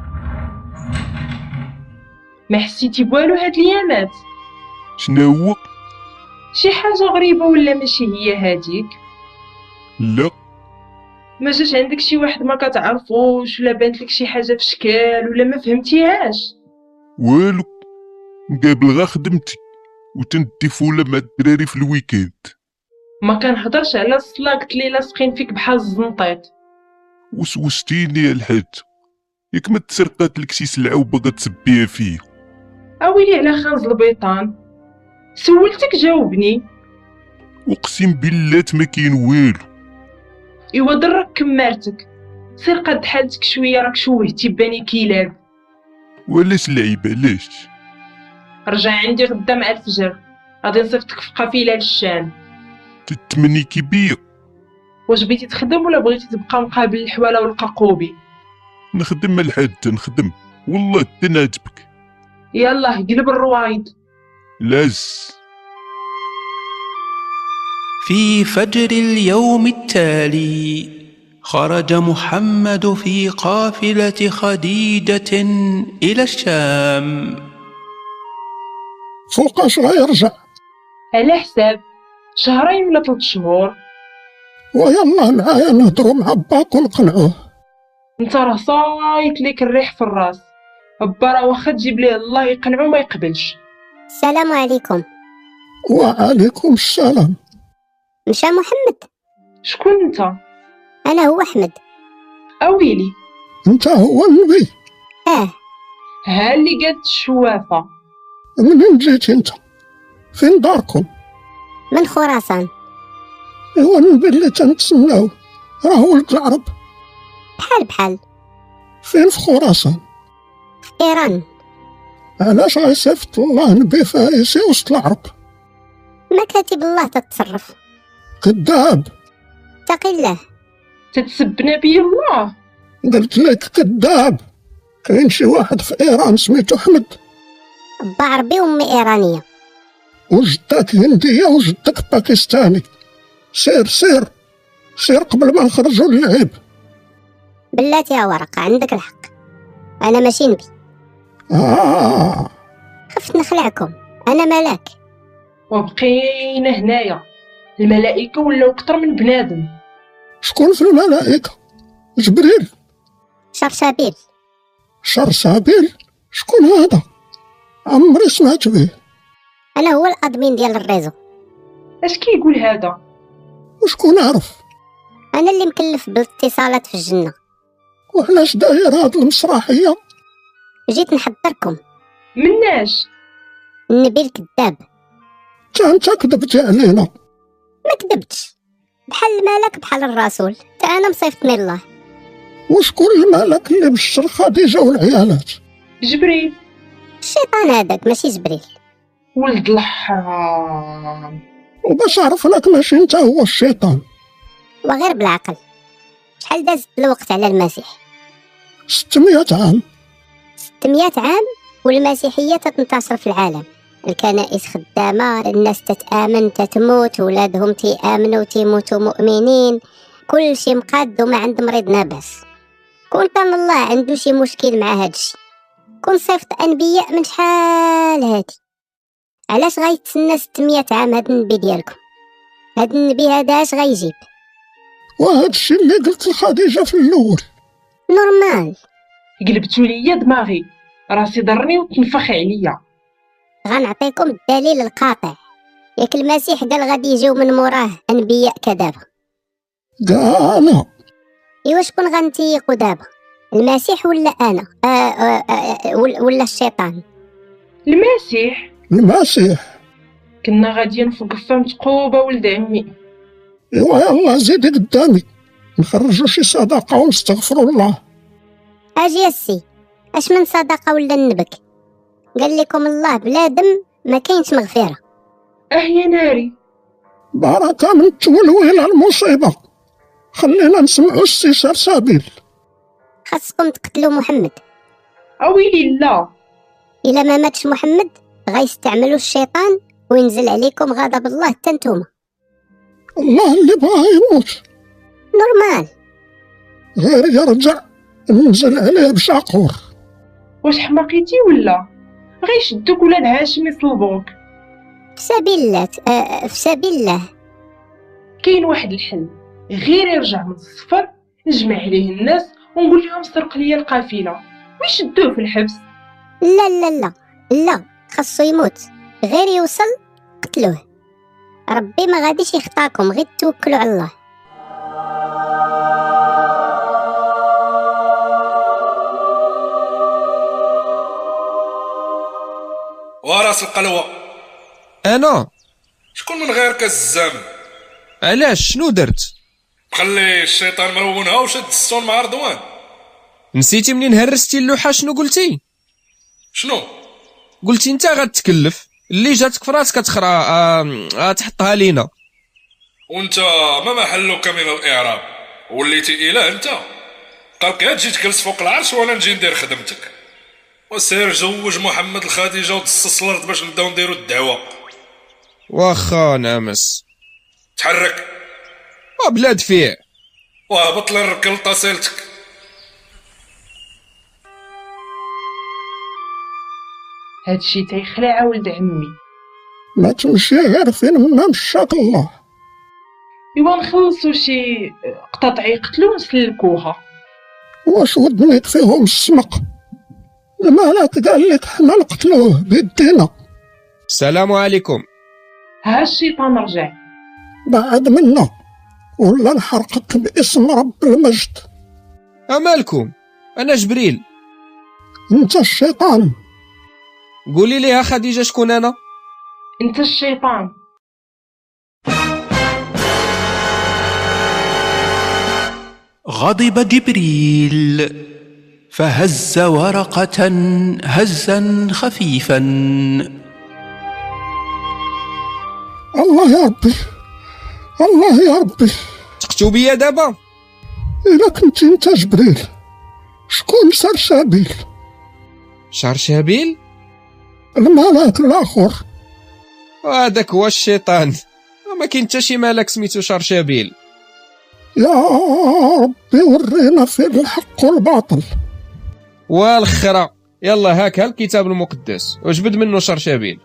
ما حسيتي بوالو هاد الايامات؟ شنو هو؟ شي حاجه غريبه ولا ماشي هي هاديك؟ لا. ما جاش عندك شي واحد ما كتعرفوش ولا بانت لك شي حاجه في شكال ولا ما فهمتيهاش؟ والو، مقابل غا خدمتي وتندي فوله مع الدراري في الويكيند. ما كنهضرش على الصلاه، قلت لي لاصقين فيك بحال الزنطيط. وسوستيني يا الحاج، ياك ما تسرقات لك شي سلعه وباغا تسبيها فيا. اويلي على خانز البيطان، سولتك جاوبني. اقسم بالله ما كاين والو. ايوا درك كمارتك، سير قد حالتك شويه، راك شوهتي باني كيلاب. ولاش العيب علاش؟ رجع عندي غدا مع الفجر، غادي نصيفطك في قافله للشام. تتمنيكي بيا؟ واش بغيتي تخدم ولا بغيتي تبقى مقابل الحواله والقاقوبي؟ نخدم الحاج، نخدم والله حتى نعجبك. يلا قلب الروايد. لاز. في فجر اليوم التالي خرج محمد في قافلة خديجة إلى الشام. فوقاش غيرجع؟ على حساب شهرين ولا ثلاث شهور. ويلا معايا نهضروا مع باك ونقنعوه. انت راه صايت ليك الريح في الراس، با راه واخا تجيب ليه الله يقنعو ما يقبلش. السلام عليكم. وعليكم السلام. مشى محمد؟ شكون انت؟ انا هو احمد. اويلي انت هو النبي؟ اه. ها اللي قالت الشوافه. منين جيتي انت؟ فين داركم؟ من خراسان. ايوا النبي اللي تنتسناو راه ولد العرب. بحال بحال. فين في خراسان؟ في ايران. علاش غيصيفط الله نبي فارسي وسط العرب؟ ما كاتب الله تتصرف. كذاب. اتقي الله. تتسب نبي الله؟ قلت لك كذاب. كاين شي واحد في ايران سميتو احمد. با عربي وامي ايرانيه. وجدك هنديه وجدك باكستاني. سير سير سير قبل ما نخرجوا للعيب. بلاتي يا ورقه عندك الحق، انا ماشي نبي. آه. خفت نخلعكم، انا ملاك. وبقينا هنايا، الملائكه ولاو اكثر من بنادم. شكون في الملائكه؟ جبريل؟ شرشابيل. شرشابيل؟ شكون هذا؟ عمري سمعت به. انا هو الادمين ديال الريزو. اش كيقول هذا؟ وشكون عرف؟ انا اللي مكلف بالاتصالات في الجنه. وعلاش داير هاد المسرحيه؟ جيت نحضركم. مناش؟ النبي الكذاب. تا انت كذبتي علينا. ما كذبتش، بحال الملك بحال الرسول، تا انا مصيفطني الله. وشكون الملك اللي بشر خديجه والعيالات؟ جبريل. الشيطان هذاك ماشي جبريل. ولد الحرام. وباش عرف لك ماشي انت هو الشيطان. وغير بالعقل، شحال دازت الوقت على المسيح؟ ستمية عام. ستمية عام والمسيحيه تتنتشر في العالم، الكنائس خدامه، الناس تتامن تتموت، ولادهم تيامنوا تيموتوا مؤمنين، كل شيء مقاد وما عند مريض نابس. كون كان الله عنده شي مشكل مع هادشي كون صيفط انبياء من شحال هادي. علاش غيتسنى ستمية عام هاد النبي ديالكم؟ هاد النبي هذا اش غيجيب؟ وهادشي اللي قلت لخديجه في الاول. نورمال. قلبتو ليا دماغي، راسي ضرني وتنفخ عليا. غنعطيكم الدليل القاطع، ياك المسيح قال غادي يجيو من موراه انبياء كذابه. قال ايوا شكون غنتيقوا دابا، المسيح ولا انا آه آه آه ولا الشيطان؟ المسيح. المسيح. كنا غاديين فوق فم تقوبه ولد عمي. ايوا يلا زيدي قدامي نخرجوا شي صدقه ونستغفروا الله. اجي السي، اش من صدقه ولا النبك؟ قال لكم الله بلا دم ما كاينش مغفره. اه يا ناري. بركه من التولويل المصيبه. خلينا نسمعوا السي سرسابيل. خاصكم تقتلوا محمد. اويلي لا، الا ما ماتش محمد غيستعملوا الشيطان وينزل عليكم غضب الله حتى نتوما. الله اللي بغا يموت نورمال، غير يرجع ننزل عليه بشاقور. واش حماقيتي ولا غيشدوك ولاد هاشم يصلبوك؟ في سبيل الله آه في سبيل الله. كاين واحد الحل، غير يرجع من الصفر نجمع عليه الناس ونقول لهم سرق ليا القافله ويشدوه في الحبس. لا لا لا لا، خاصو يموت، غير يوصل قتلوه. ربي ما غاديش يخطاكم، غير توكلوا على الله. وراس القلوه انا شكون من غيرك الزام؟ علاش شنو درت؟ خلي الشيطان مرونها وشد السون مع رضوان. نسيتي منين هرستي اللوحه شنو قلتي؟ شنو قلتي انت غتكلف اللي جاتك فراسك تخرا آه... آه... تحطها لينا. وانت ما محلك من الاعراب، وليتي اله انت. قالك تجي تجلس فوق العرش وانا نجي ندير خدمتك. وسير جوج محمد الخديجه ودصص الارض باش نبداو نديرو الدعوه. واخا نامس تحرك وبلاد فيه وهبط لي نركل طاسيلتك. هادشي تيخلع ولد عمي. ما تمشي غير فين ما مشاك الله. ايوا نخلصو شي قطاطع يقتلو ونسلكوها. واش ودني فيهم السمق؟ المالك قال لك حنا نقتلوه بيدينا. السلام عليكم. ها الشيطان رجع. بعد منا ولا نحرقك باسم رب المجد. امالكم؟ انا جبريل. انت الشيطان. قولي ليها خديجه شكون انا؟ انت الشيطان. غضب جبريل فهز ورقة هزا خفيفا. الله يا ربي، الله يا ربي، تقتو بيا دابا؟ إلا كنت انت جبريل شكون سرسابيل؟ شرشابيل؟ الملاك الاخر. هذاك هو الشيطان، ما كاين حتى شي ملاك سميتو شرشابيل. يا ربي ورينا فين الحق والباطل. والخرا يلا هاك الكتاب المقدس وجبد منه شرشابيل.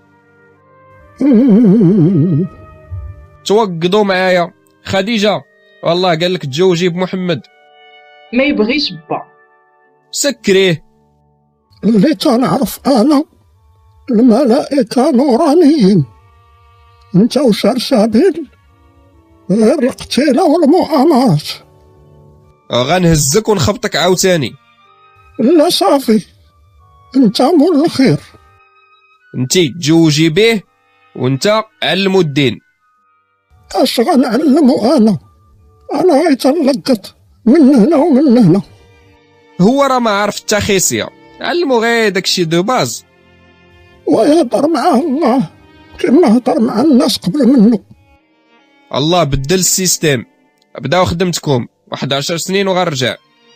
توقدوا معايا. خديجه والله قال لك تجوجي بمحمد. ما يبغيش با. سكريه. اللي تنعرف انا الملائكه نورانيين، انت وشرشابيل غير القتيله والمؤامرات. غنهزك ونخبطك عاوتاني. لا صافي، انت مول الخير. انتي تجوجي به وانت علمو الدين. اش غنعلمو انا؟ انا غيتلقط من هنا ومن هنا. هو راه ما عارف التخيسيه، علمو غير داكشي دو باز. ويهضر معاه الله كما هضر مع الناس قبل منه. الله بدل السيستيم. بداو خدمتكم واحد عشر سنين وغنرجع.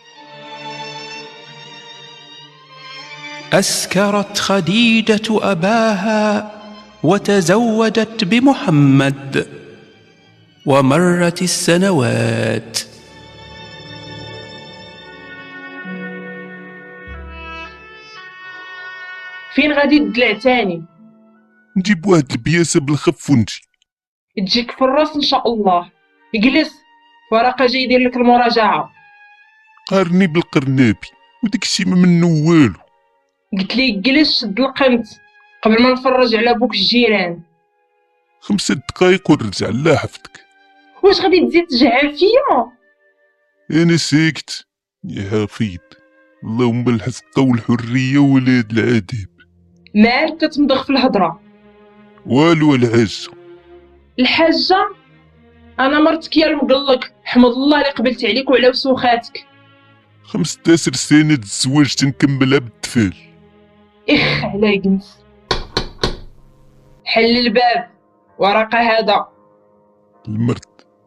أسكرت خديجة أباها وتزوجت بمحمد، ومرت السنوات. فين غادي تدلع تاني؟ نجيب واحد البياسه بالخف ونجي. تجيك في الراس ان شاء الله. اجلس، ورقه جاي يدير لك المراجعه. قارني بالقرنابي وداك الشيء ما منه والو. قلت لي جلس شد القنت قبل ما نفرج على بوك الجيران. خمسة دقايق ونرجع. الله حفظك. واش غادي تزيد تجعل فيا؟ انا ساكت يا حفيظ. اللهم الحق والحريه ولاد العذاب. مالك كتمضغ في الهضره؟ والو الحاجه. الحاجه انا مرتك يا المقلق، حمد الله اللي قبلت عليك وعلى وسوخاتك. خمسطاش سنه الزواج تنكملها بالطفال. اخ على جنس. حل الباب، ورقه هذا المرد.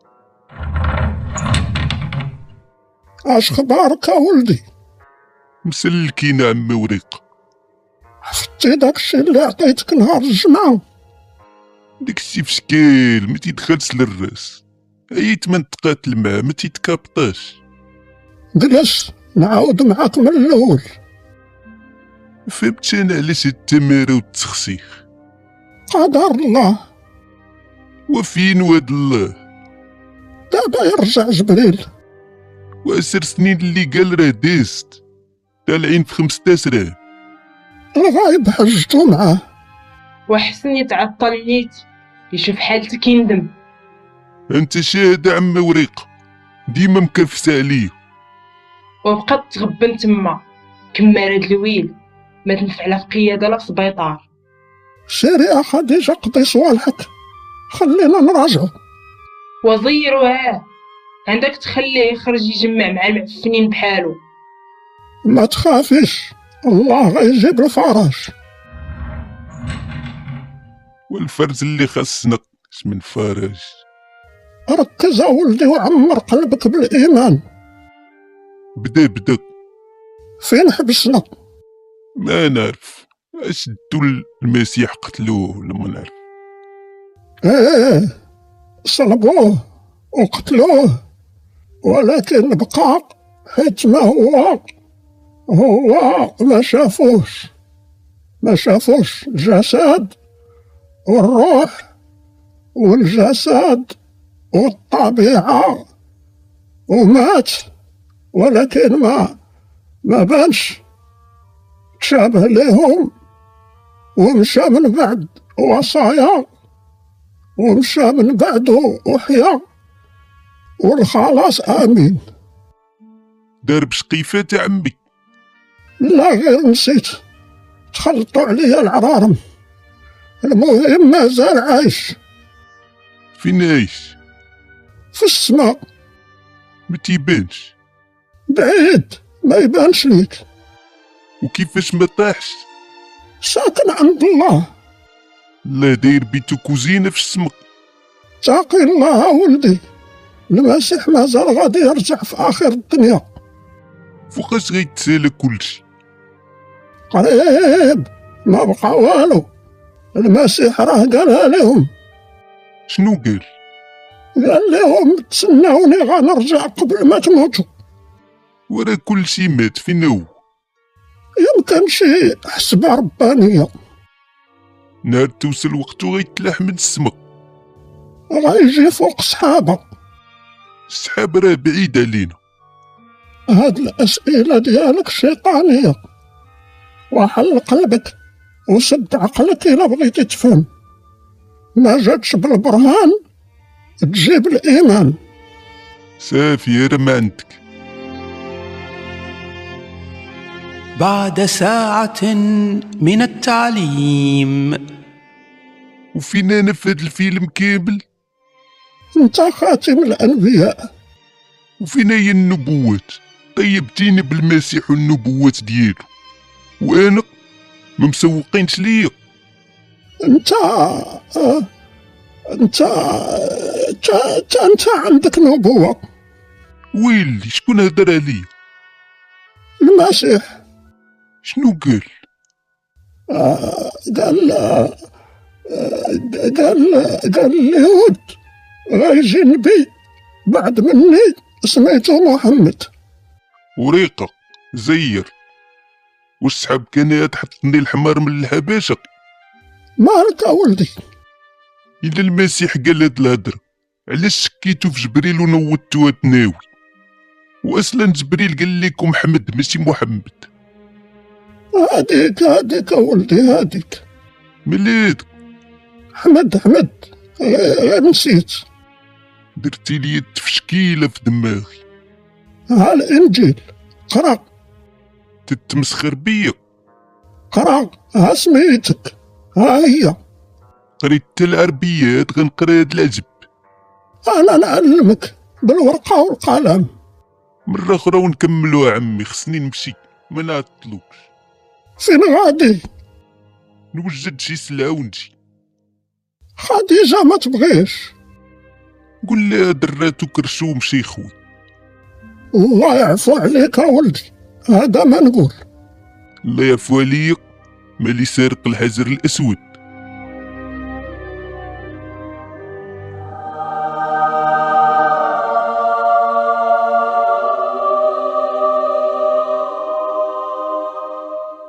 اش خبارك يا ولدي؟ مسلكين عمي وريق. حفظتي داكشي اللي عطيتك نهار الجمعة؟ داكشي في شكال ما تيدخلش للراس. أيت من تقاتل معاه ما تيتكابطاش. جلس نعاود معاك من الأول. فهمت أنا علاش هاد التمارة والتسخسيخ. قدر الله. وفين واد الله؟ دابا يرجع جبريل. وعشر سنين اللي قال راه دازت، طالعين في خمسطاش عام. الغايب حجتو معاه. وحسن يتعطل نيت يشوف حالتك يندم. انت شاهد عم وريقة ديما مكرفسة عليه. وبقات تغبن تما كمار هاد الويل ما تنفع لا في قيادة لا في سبيطار. سيري يا خديجة قضي صوالحك، خلينا نراجعو. وزيروها عندك تخليه يخرج يجمع مع المعفنين بحالو. ما تخافيش الله غيجيب الفرج. والفرج اللي خاصنا اش من فرج. ركز ولدي وعمر قلبك بالإيمان. بدا بدا. فين حبسنا؟ ما نعرف، اش دو المسيح قتلوه ولا ما نعرف. ايه صلبوه وقتلوه، ولكن بقى حيت ما هو هو ما شافوش ما شافوش الجسد والروح والجسد والطبيعة، ومات ولكن ما ما بانش، تشابه لهم ومشى من بعد وصايا ومشى من بعده وحيا والخلاص آمين. دار بشقيفات يا عمي. لا غير نسيت، تخلطوا عليا العرارم. المهم مازال عايش. فين عايش؟ في السماء. ما تيبانش. بعيد ما يبانش ليك. وكيفاش ما طاحش؟ ساكن عند الله. الله داير بيتو كوزينة في السما. تاقي الله ولدي، المسيح مازال غادي يرجع في آخر الدنيا. فوقاش غيتسالى كلشي؟ قريب ما بقى والو، المسيح راه قالها لهم. شنو قال؟ قال لهم تسناوني غنرجع قبل ما تموتوا. ورا كلشي مات، فين هو؟ يمكن شي حسبة ربانية. نهار توصل وقتو غيتلاح من السما. غيجي فوق صحابة. السحاب راه بعيد علينا. هاد الأسئلة ديالك شيطانية، وحل قلبك وسد عقلك إلا بغيتي تفهم. ما جاتش بالبرهان تجيب الإيمان. صافي راه ما عندك. بعد ساعة من التعليم. وفين أنا في هاد الفيلم كامل؟ انت خاتم الأنبياء. وفين هي النبوات؟ طيبتيني بالمسيح والنبوات ديالو، وأنا ما مسوقينش ليا. انت آه. انت انت انت, انت عندك نبوة. ويلي شكون هدر عليا؟ المسيح. شنو قال؟ آه قال آه قال قال اليهود غيجي نبي بعد مني سميتو محمد. وريقة زير. واش صحاب كان تحطني الحمار من الحباشة؟ مالك ولدي؟ إلا المسيح قال هاد الهدرة علاش شكيتو في جبريل ونوضتو تناوي؟ واصلا جبريل قال لكم محمد ماشي محمد. هاديك هاديك ولدي هاديك مليت حمد حمد غير نسيت. درتي لي التفشكيلة في دماغي. ها الإنجيل قرا. تتمسخر بيا؟ قرا ها سميتك ها هي. قريت العربيات غنقرا هاد العجب. أنا نعلمك بالورقة والقلم. مرة أخرى ونكملو عمي، خصني نمشي ما نعطلوكش. فين غادي؟ نوجد شي سلعة ونجي. خديجة ما تبغيش. قول لها دراتو كرشو ومشي خوي. الله يعفو عليك يا ولدي، هذا ما نقول. الله يعفو عليا، مالي سارق الحجر الأسود.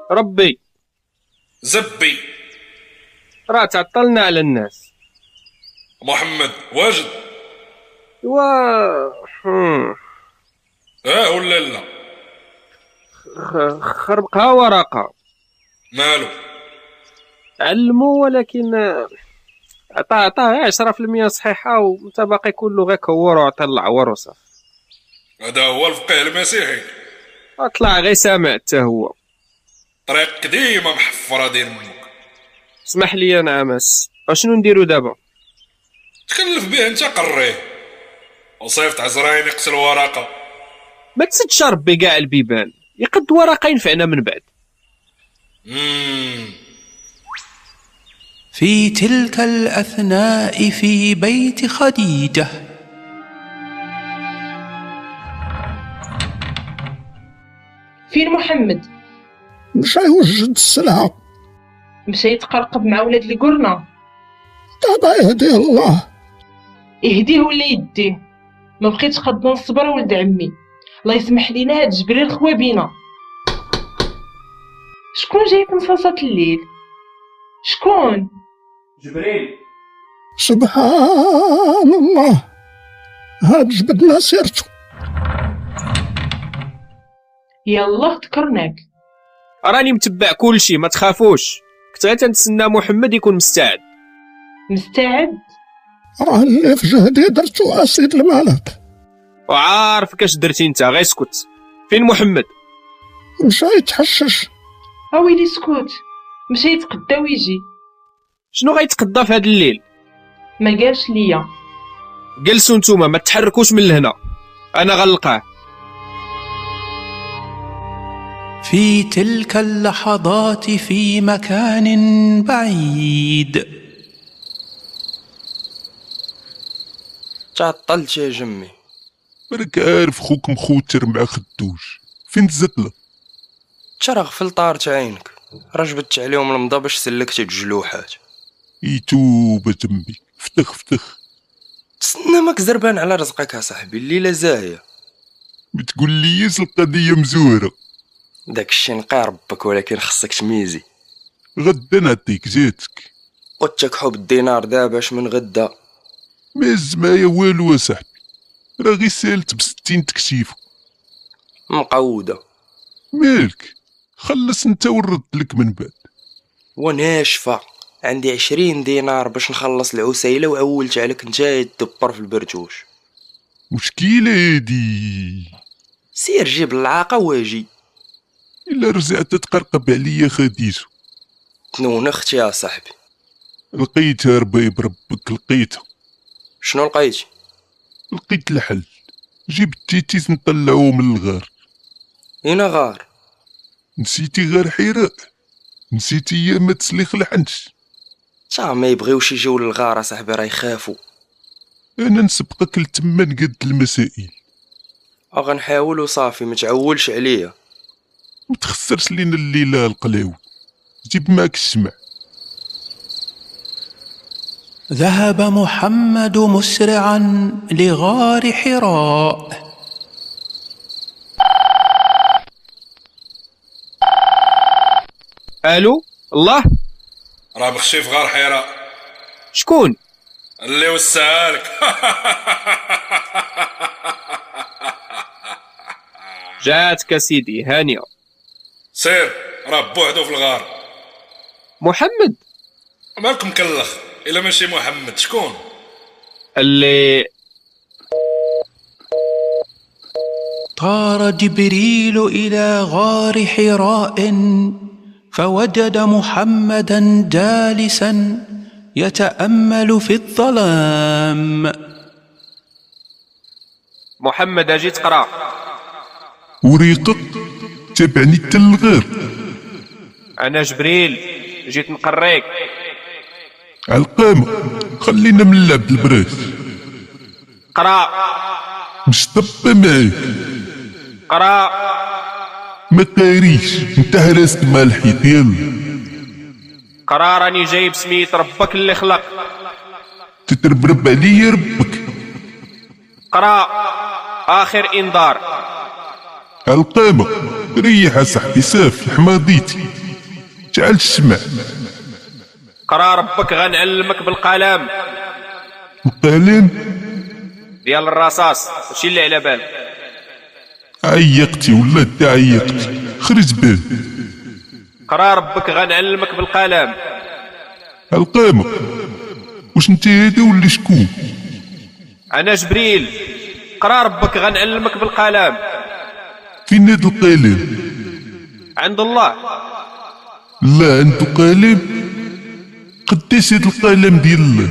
ربي زبي راه تعطلنا على الناس. محمد واجد و هم. اه ولا لا؟ خربقها ورقة. مالو؟ علمو ولكن عطاه عطاه عشرة في المية صحيحة وانت باقي كله غير كور وعطى العور وصافي. هذا هو الفقيه المسيحي. اطلع غير سامع حتى هو. طريق ديما محفرة ديال منك. اسمح لي نعمس، اشنو نديرو دابا؟ تكلف به انت قريه وصيفط عزراين يقتل ورقة. ما تسدش ربي كاع البيبان، يقد ورقة ينفعنا من بعد. مم. في تلك الأثناء في بيت خديجة. فين محمد؟ مشى يوجد السلعة. مشى يتقرقب مع ولاد اللي قرنا. دابا يهديه الله. يهديه ولا يديه، ما بقيتش قد نصبر ولد عمي. الله يسمح لينا هاد جبريل خوابينا. شكون جاي في نصاصة الليل؟ شكون؟ جبريل. سبحان الله، هاد جبدنا سيرتو. يالله ذكرناك. راني متبع كلشي ما تخافوش، كنت غير تنتسنى محمد يكون مستعد. مستعد؟ راه اللي في جهدي درتو اسيد الملك. وعارفك اش درتي انت، غير اسكت. فين محمد؟ مشى يتحشش. اويلي سكوت، مشى يتقدا ويجي. شنو غيتقدا في هاد الليل؟ ما قالش ليا. جلسوا نتوما ما تحركوش من لهنا، انا غلقاه. في تلك اللحظات في مكان بعيد. تعطلت يا جمي. راك عارف خوك مخوتر مع خدوش. فين الزتلة؟ ترى في طارت عينك، راه جبدت عليهم المضا باش سلكت الجلوحات. يتوب تمي، فتخ فتخ. تسنى ماك زربان على رزقك يا صاحبي، الليله زاهيه. بتقول لي القضيه مزوره. داك الشي نقي ربك، ولكن خصك تميزي. غدا نعطيك جاتك. قلتلك حب الدينار دابا اش من غدا. ماز معايا والو اصاحبي، راه غير سالت بستين تكشيفو. مقوده. مالك خلص انت ونرد لك من بعد. وناشفه، عندي عشرين دينار باش نخلص العسيله وعولت عليك انت يدبر في البرتوش. مشكله هادي. سير جيب العاقه واجي. الا رجعت تقرقب عليا خديجه. تنون اختي يا صاحبي. لقيتها ربي بربك، لقيتها. شنو لقيتي؟ لقيت الحل، جبت تيتيس نطلعوه من الغار. هنا غار؟ نسيتي غار حراء؟ نسيتي ايام تسليخ الحنش؟ تا ما يبغيوش يجيو للغار صاحبي، راه يخافوا. انا نسبقك لتما نقد المسائل. غنحاول وصافي، ما تعولش عليا. ما تخسرش لينا الليله القلاوي، جيب معك الشمع. ذهب محمد مسرعا لغار حراء. الو الله، راه مخشي في غار حراء. شكون اللي وسعالك؟ جاتك سيدي هانيه. سير، راه بوحدو في الغار. محمد؟ مالك مكلخ؟ الا ماشي محمد شكون؟ اللي طار جبريل إلى غار حراء فوجد محمدا جالسا يتأمل في الظلام. محمد اجي تقرا. وريقة تابعني حتى للغار. انا جبريل جيت نقريك. علقامة خلينا من اللعب البراس. قرا. مش طبة معاك. قرا. ما قاريش، انت هرست مع الحيط. يلا قرا، راني جايب سميت ربك اللي خلق. تتربرب عليا ربك. قرا. اخر انذار. علقامة ريح يا صاحبي، صافي حماضيتي. تعال تسمع. قرا ربك غنعلمك بالقلم. القلم ديال الرصاص ماشي اللي على بالك. عيقتي ولا انت عيقتي؟ خرج به. قرا ربك غنعلمك بالقلم. القامة واش انت هذا ولا شكون؟ انا جبريل. قرا ربك غنعلمك بالقلم. فين هاد القلم؟ عند الله. لا عنده قلم؟ قداش هاد القلم ديال الله؟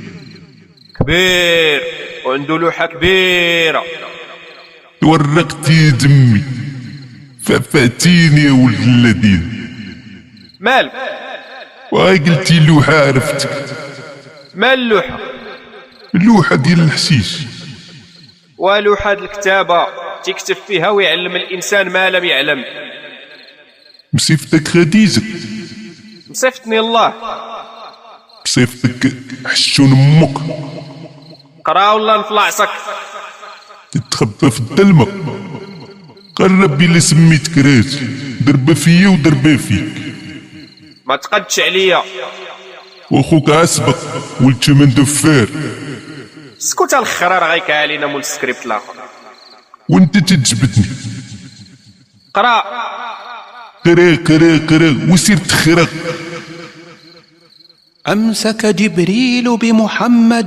كبير وعنده لوحة كبيرة. ورقتي دمي فعفعتيني يا ولد الذين. مالك؟ وهاي قلتي لوحة عرفتك. مال اللوحة؟ اللوحة ديال الحشيش. ولوحة الكتابة تكتب فيها ويعلم الإنسان ما لم يعلم. مصيفتك خديجة. مصيفتني الله. مصيفتك حشون امك. قرا ولا نفلعصك. تتخبى في الظلمة. قرب اللي سميتك رات. دربة فيا ودربة فيك. ما تقدش عليا. واخوك عسبق ولد من دفار. سكوت الخرار غيك علينا مول السكريبت الاخر. وانت تجبدني. قرا قرا قرا قرا وسير تخرق. أمسك جبريل بمحمد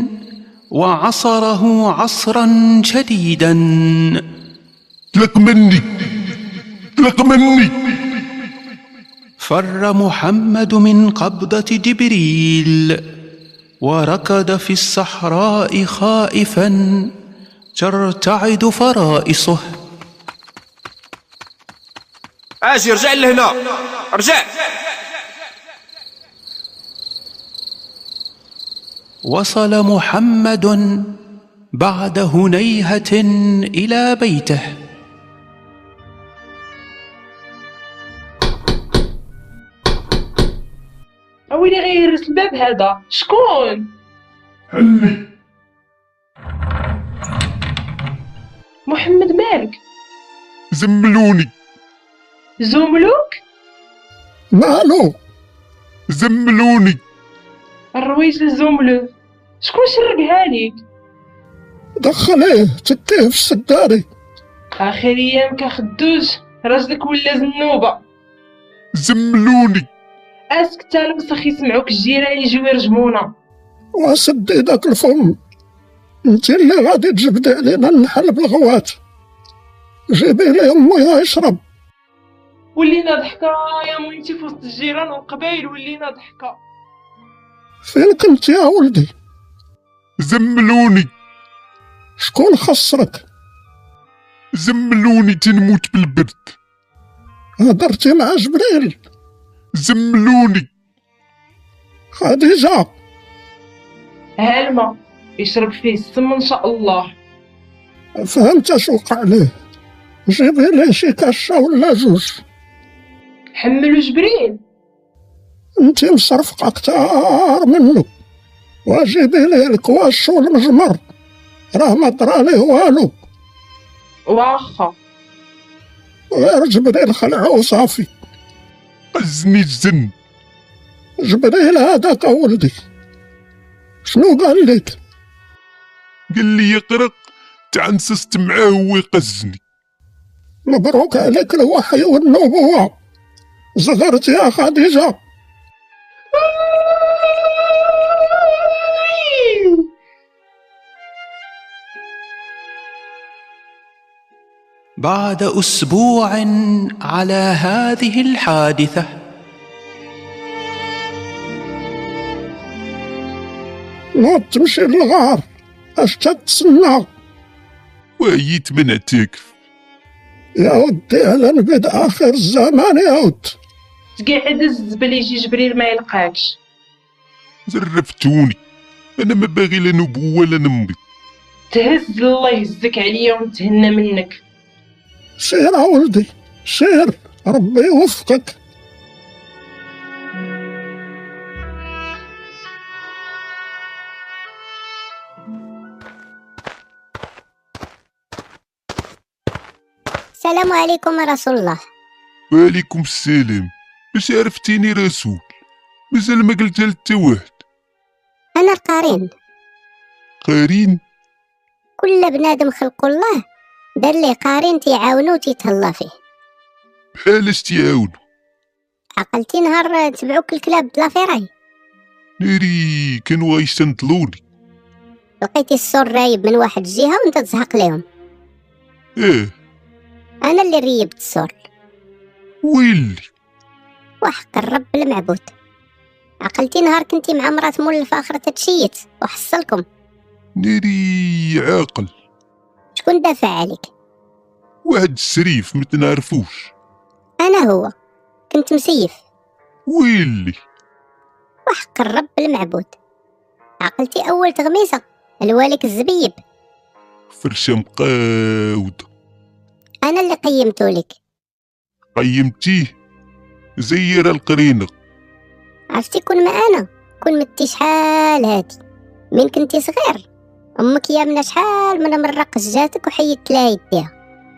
وعصره عصرا شديدا. اطلق مني اطلق مني. فر محمد من قبضة جبريل وركض في الصحراء خائفا ترتعد فرائصه. اجي رجع لهنا رجع. وصل محمد بعد هنيهة إلى بيته. اويلي غير الباب هذا شكون؟ هلي محمد مالك؟ زملوني. زملوك؟ مالو؟ زملوني. الرويج للزملو شكون شرقها ليك؟ دخليه تكيه في السداري. اخر ايامك خدوج راجلك ولا زنوبه. زملوني. اسكت المسخ يسمعوك الجيران يجيو يرجمونا. وسدي داك الفم. انت اللي غادي تجبدي علينا النحل بالغوات. جيبي لي امي يشرب. ولينا ضحكه يا موينتي في وسط الجيران والقبايل ولينا ضحكه. فين كنت يا ولدي؟ زملوني. شكون خسرك؟ زملوني تنموت بالبرد. هدرتي مع جبريل؟ زملوني. خديجة ها الماء يشرب فيه السم ان شاء الله. فهمت اش وقع ليه. جيبي ليه شي كاشة ولا جوج. حملو جبريل. انت مصرفقة كتار منه. وجيبي ليه الكواش والمجمر راه ما طرا ليه والو. واخا غير جبريل خلعه وصافي. قزني الزن. جبريل هذاك ولدي شنو قال لك؟ قال لي يقرق تعنسست معاه ويقزني. مبروك عليك الوحي والنبوة. زغرت يا خديجة. بعد أسبوع على هذه الحادثة نوض تمشي للغار اش تتسنى. وعييت من عتاكف. يا ودي على نبيد اخر الزمان يا ود. تقعد الزبل يجي جبريل ما يلقاكش. زرفتوني انا ما باغي لا نبوة لا نمضي. تهز الله يهزك عليا ونتهنى منك. سير يا ولدي سير ربي يوفقك. السلام عليكم يا رسول الله. وعليكم السلام. باش عرفتيني رسول؟ مازال ما قلتها لتا واحد. انا القرين. قارين؟ كل بنادم خلقو الله دار ليه قارين تيعاونو وتيتهلا فيه. بحال اش تيعاونو؟ عقلتي نهار تبعوك الكلاب بلافيراي؟ ناري كانوا غيشتنطلوني. لقيتي السور رايب من واحد الجهه وانت تزهق ليهم. اه انا اللي ريبت السور. ويلي وحق الرب المعبود. عقلتي نهار كنتي مع مرات مولف اخر تتشيت وحصلكم. ناري عاقل. شكون دافع عليك؟ واحد السريف متنعرفوش. انا هو كنت مسيف. ويلي وحق الرب المعبود. عقلتي اول تغميسه الوالك الزبيب. فرشه مقاوده. انا اللي قيمتو لك. قيمتيه؟ زير القرينه. عرفتي كون ما انا كون متي شحال هادي من كنتي صغير امك يامنا شحال من مرق جاتك وحيدت لها يديها.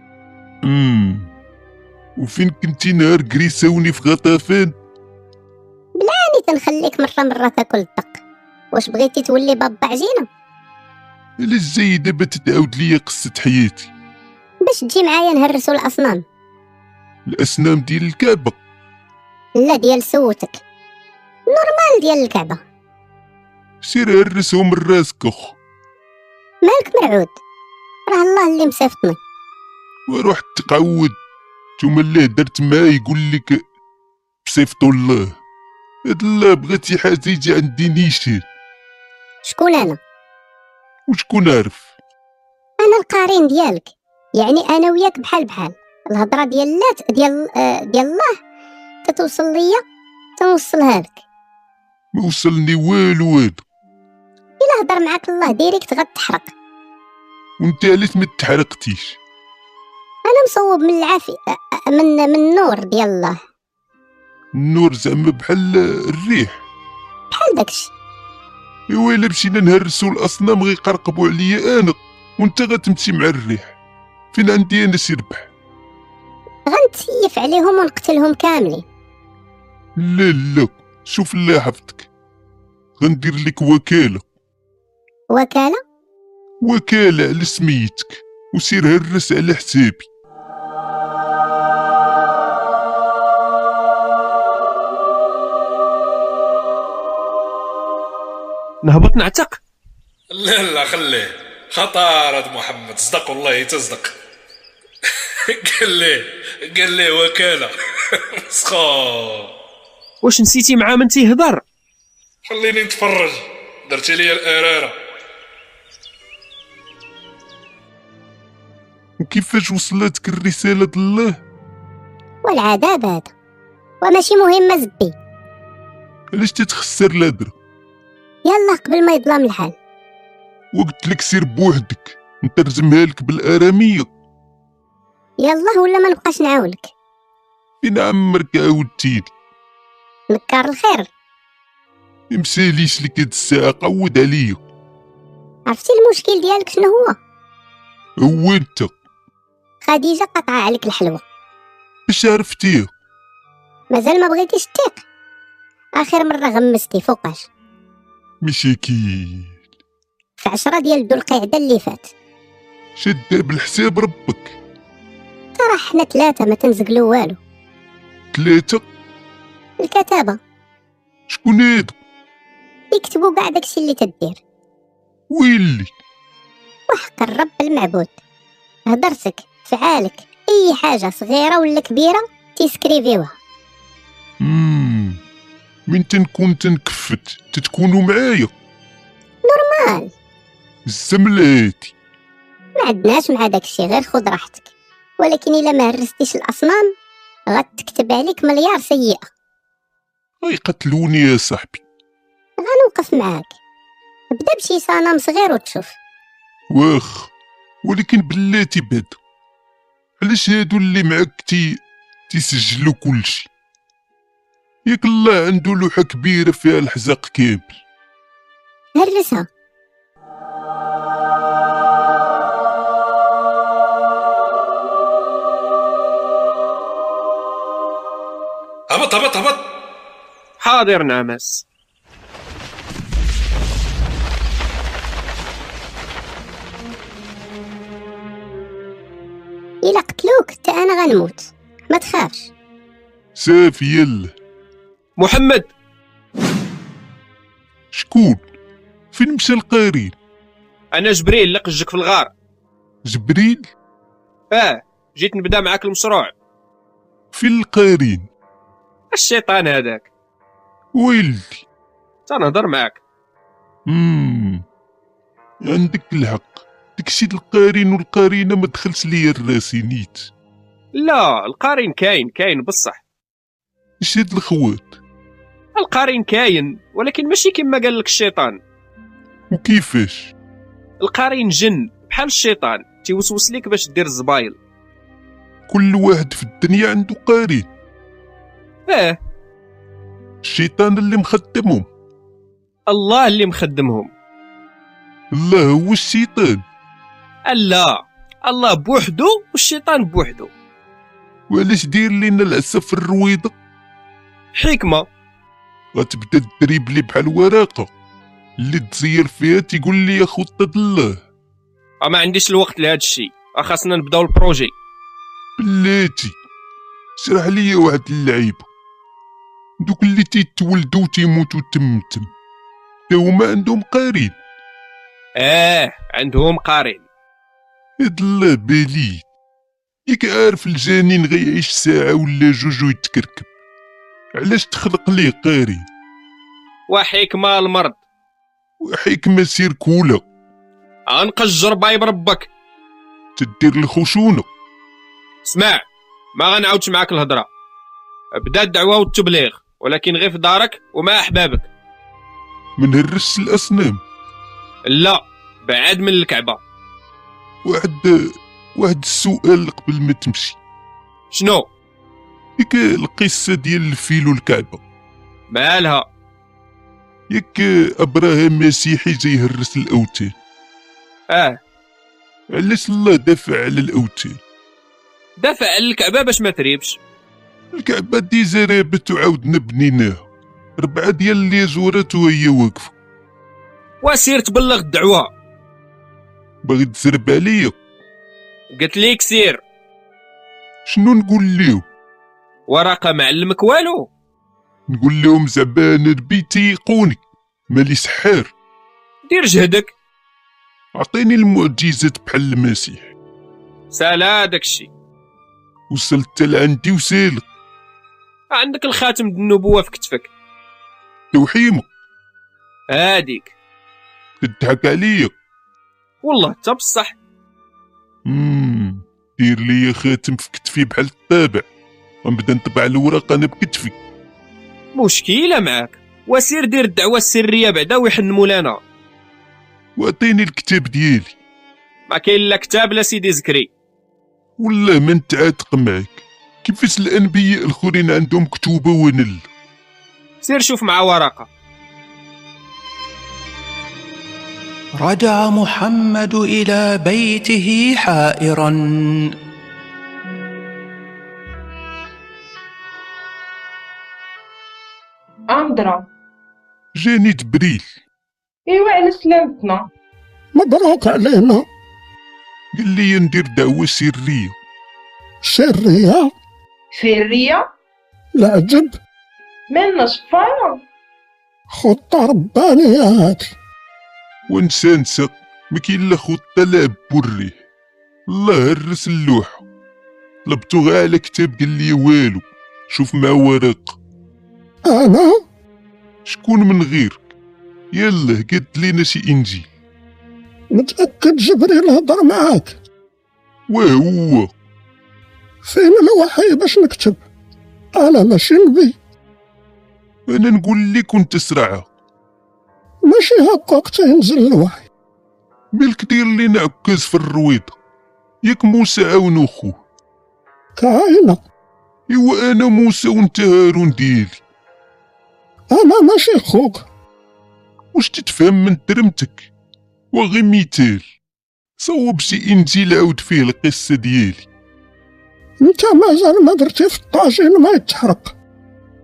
امم وفين كنتي نهار كريساوني في غطافان؟ بلاني تنخليك مره مره تاكل الدق. واش بغيتي تولي باب عجينه؟ علاش جاي دابا تتعاود ليا قصه حياتي؟ باش تجي معايا نهرسو الاصنام. الاسنام ديال الكعبه؟ لا ديال سوتك نورمال ديال الكعبه. سير هرسهم من راسك اخ. مالك مرعود؟ راه الله اللي مصيفطني. وروح تقعود. نتوما اللي هدرت معاه يقول لك بصيفطو الله. هاد الله بغاتي حاجه يجي عندي نيشان. شكون انا؟ وشكون عارف؟ انا القارين ديالك، يعني انا وياك بحال بحال. الهضره ديال لات ديال آه ديال الله تتوصل ليا تنوصلها لك. ما وصلني والو والو. الا هضر معاك الله ديريكت غتحرق. وانت علاش ما تحرقتيش؟ انا مصوب من العافيه من من النور ديال الله. النور زعما بحال الريح؟ بحال داكشي. ايوا الا مشينا نهرسو الاصنام غيقرقبوا عليا انا وانت غتمشي مع الريح. فين عندي انا سي ربح؟ غنتسيف عليهم ونقتلهم كاملين. لا لا شوف الله حفظك، غندير لك وكاله. وكاله؟ وكاله على سميتك وسير هرس على حسابي. نهبط نعتق؟ لا لا خليه خطر هاد محمد، صدق والله تصدق. قال ليه قال ليه وكاله. مسخو. واش نسيتي معاه من تيهضر؟ خليني نتفرج، درتي لي الاراره. وكيفاش وصلتك الرساله الله؟ والعذاب هذا وماشي مهمه زبي. علاش تتخسر الهدره؟ يلا قبل ما يظلم الحال. وقلت لك سير بوحدك نترجمها لك بالاراميه. يلا ولا ما نبقاش نعاونك. فين عمرك عاودتيني؟ نكار الخير. مساليش لك هاد الساعه، قود عليا. عرفتي المشكل ديالك شنو هو؟ هو انت. خديجه قطعه عليك الحلوه. اش عرفتيه؟ مازال ما بغيتيش تيق؟ اخر مره غمستي فوقاش؟ مشاكل في عشرة ديال ذو القعده اللي فات. شد بالحساب ربك. ترى حنا ثلاثه ما تنزقلو والو. ثلاثه؟ الكتابه. شكون هادو؟ يكتبوا كاع داكشي اللي تدير. ويلي وحق الرب المعبود. هضرتك فعالك اي حاجه صغيره ولا كبيره تيسكريفيوها. امم من تنكون تنكفت تتكونوا معايا نورمال. الزمل هادي ما عندناش مع داكشي، غير خذ راحتك. ولكن الا ما هرستيش الاصنام غتكتب عليك مليار سيئه. غيقتلوني يا صاحبي. غنوقف معاك. بدا بشي صنم صغير وتشوف. واخ ولكن بلاتي بعد علاش هادو اللي معاك تي تيسجلوا كلشي؟ ياك الله عنده لوحه كبيره فيها الحزاق كامل. هرسها. هبط هبط هبط هبط. حاضر نعمس. إلا قتلوك حتى أنا غنموت، ما تخافش. صافي يلا. محمد. شكون؟ فين مشى القارين؟ أنا جبريل لقجك في الغار. جبريل؟ اه جيت نبدا معاك المشروع. فين القارين؟ الشيطان هذاك. ويلي تنهضر معاك. امم عندك الحق، داكشي د القارين والقارينه ما دخلش ليا الراسي نيت. لا القارين كاين كاين بصح. اش هاد الخوات؟ القارين كاين ولكن ماشي كما قال لك الشيطان. وكيفاش؟ القارين جن بحال الشيطان تيوسوس ليك باش دير الزبايل. كل واحد في الدنيا عنده قارين. اه الشيطان اللي مخدمهم. الله اللي مخدمهم. الله هو الشيطان؟ لا الله بوحدو والشيطان بوحدو. وعلاش دير لينا العسى في الرويضه؟ حكمه. غتبدا تدريب لي بحال ورقه اللي تزير فيها تيقول لي خطه الله. ما عنديش الوقت لهذا الشيء، خاصنا نبداو البروجي. بلاتي شرح لي واحد اللعيبه، دوك اللي تيتولدوا تيموتوا تمتم تا هما عندهم قارين؟ اه عندهم قارين. هاد الله باليد، ياك عارف الجنين غيعيش ساعه ولا جوج ويتكركب، علاش تخلق ليه قارين؟ وحكمه المرض. وحكمه سير كولا. غنقجر بايب ربك. تدير الخشونه. اسمع ما غنعاودش معاك الهضره، بدا الدعوه والتبليغ ولكن غير في دارك ومع احبابك. من هرس الاصنام؟ لا بعد من الكعبه. واحد واحد السؤال قبل ما تمشي. شنو؟ ياك القصه ديال الفيل والكعبه مالها؟ ياك ابراهيم مسيحي جاي يهرس الاوتان. اه علاش الله دافع على الاوتان؟ دافع على الكعبه باش ما تريبش. الكعبه ديجا رابت وعاودنا بنيناها، ربعه ديال لي زورات وهي واقفه. وسير تبلغ الدعوه. باغي تزرب عليا؟ قلت ليك سير. شنو نقول ليه؟ ورقه معلمك والو. نقول لهم زعما انا ربيتي يقوني مالي سحار. دير جهدك. عطيني المعجزات بحال المسيح. سالا داكشي. وصلت لعندي وسالك. عندك الخاتم د النبوه في كتفك. توحيمه هاديك. تضحك عليا والله حتى بصح. امم دير لي خاتم في كتفي بحال الطابع، غنبدا نطبع الورق انا بكتفي. مشكله معاك، وسير دير الدعوه السريه بعدا ويحنموا لنا. واعطيني الكتاب ديالي. ما كاين لا كتاب لا سيدي زكري. والله ما نتعاتق معاك، كيفاش الانبياء الاخرين عندهم كتوبه وانا لا؟ سير شوف مع ورقه. رجع محمد إلى بيته حائرا. أندرا جاني جبريل. إيوا على سلامتنا. مبروك علينا. قال لي ندير دعوة سرية. سرية؟ سرية؟ العجب. مالنا شفايا. خطة ربانية هادي. ونسى نسى ما كاين لا خطة لا بريه. الله هرس اللوحة، طلبتو غا على كتاب قال لي والو، شوف مع ورق. أنا؟ شكون من غيرك؟ يلا قد لينا شي إنجيل. متأكد جبريل هضر معاك؟ وهو فين الوحي باش نكتب؟ أنا ماشي نبي. أنا نقول لك كنت تسرعها. ماشي هكاك تينزل الوحي. مالك دير لينا عكاز في الرويضة، ياك موسى عاونو خوه. كاينة. إوا أنا موسى وانت هارون ديالي. أنا ماشي خوك. واش تتفهم من درمتك؟ وغي مثال، صوب شي إنجيل عاود فيه القصة ديالي. انت مازال ما درتي في الطاجين ما يتحرق.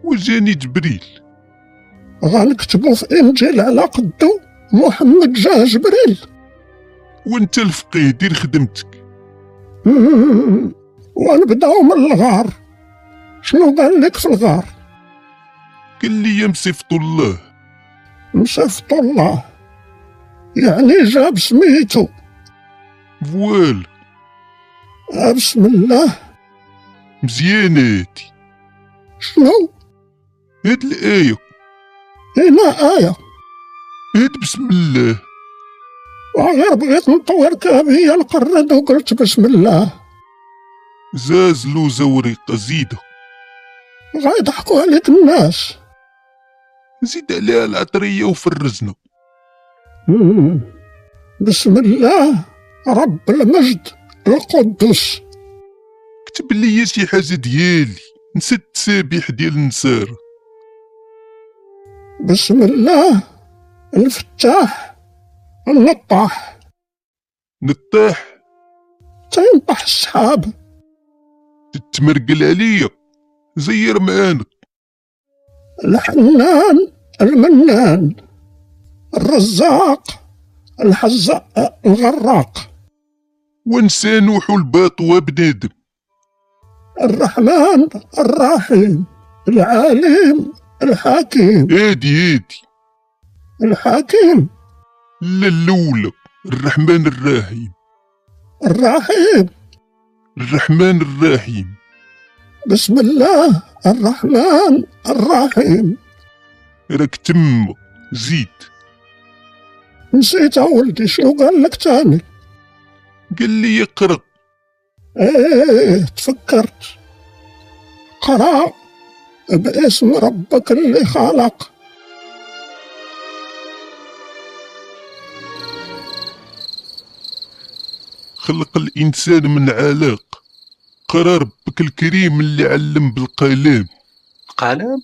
وجاني جبريل. غنكتبو في انجيل على قدو محمد جاه جبريل. وانت الفقيه دير خدمتك. مم. ونبداو من الغار. شنو قال لك في الغار؟ قال لي مصيفط الله. مصيفط الله يعني جاب سميتو. فوال. آه بسم الله. مزياناتي. شنو؟ هاد الآية. هنا آية. هاد بسم الله. وغير بغيت نطور كابية القرد وقلت بسم الله. زاز لوزة وريقة زيدة. غيضحكوا عليك الناس. زيد عليها العطرية وفرزنا. مم. بسم الله رب المجد القدس. كتب لي شي حاجة ديالي، نسيت التسابيح ديال النسار. بسم الله الفتاح النطاح. نطاح تينطح السحاب. تتمرقل عليا، زير معانا. الحنان المنان الرزاق الحزاق الغراق. ونسى نوح الباطوة بنادم. الرحمن الرحيم العليم الحكيم. هادي هادي الحكيم. لا الأولى الرحمن الرحيم. الرحيم. الرحمن الرحيم. بسم الله الرحمن الرحيم. راك تما زيد. نسيت ولدي شنو قال لك تاني؟ قال لي اقرا. ايه تفكرت. قرا باسم ربك اللي خلق. خلق الإنسان من علق. قرا ربك الكريم اللي علم بالقلم. قلم؟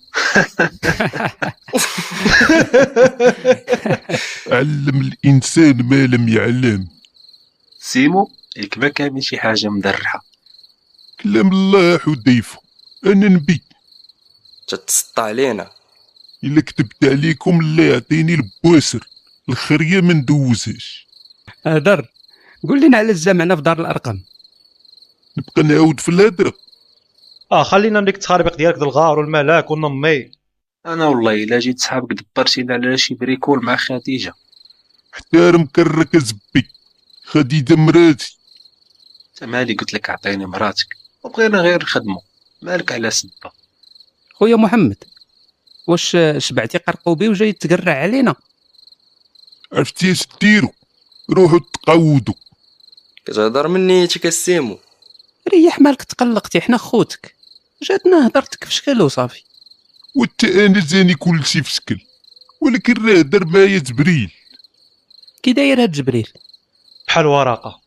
علم الإنسان ما لم يعلم. سيمو ياك ما كامل شي حاجة مدرحة. كلام الله حذيفة، أنا نبي. تتسطى علينا. إلا كتبت عليكم الله يعطيني البواسر، الخرية ما ندوزهاش. هدر قول لنا على الزمانة في دار الأرقم. نبقى نعاود في الهدرة. اه خلينا من ديك التخاربيق ديالك د الغار والملاك والنمي. انا والله الا جيت صحابك دبرتينا على شي بريكول مع خديجه. احترم كرك زبي، خديجه مراتي. مالي قلت لك اعطيني مراتك وبغينا غير نخدمو، مالك على سبه. خويا محمد واش شبعتي قرقوبي وجاي تقرع علينا؟ عرفتي اش ديرو؟ روحوا تقودوا. كتهضر من نيتك السيمو. ريح مالك تقلقتي، حنا خوتك جاتنا هضرتك في شكل وصافي. وانت انا زاني كلشي في شكل، ولكن راه دار معايا جبريل. كي داير هاد جبريل؟ بحال ورقه.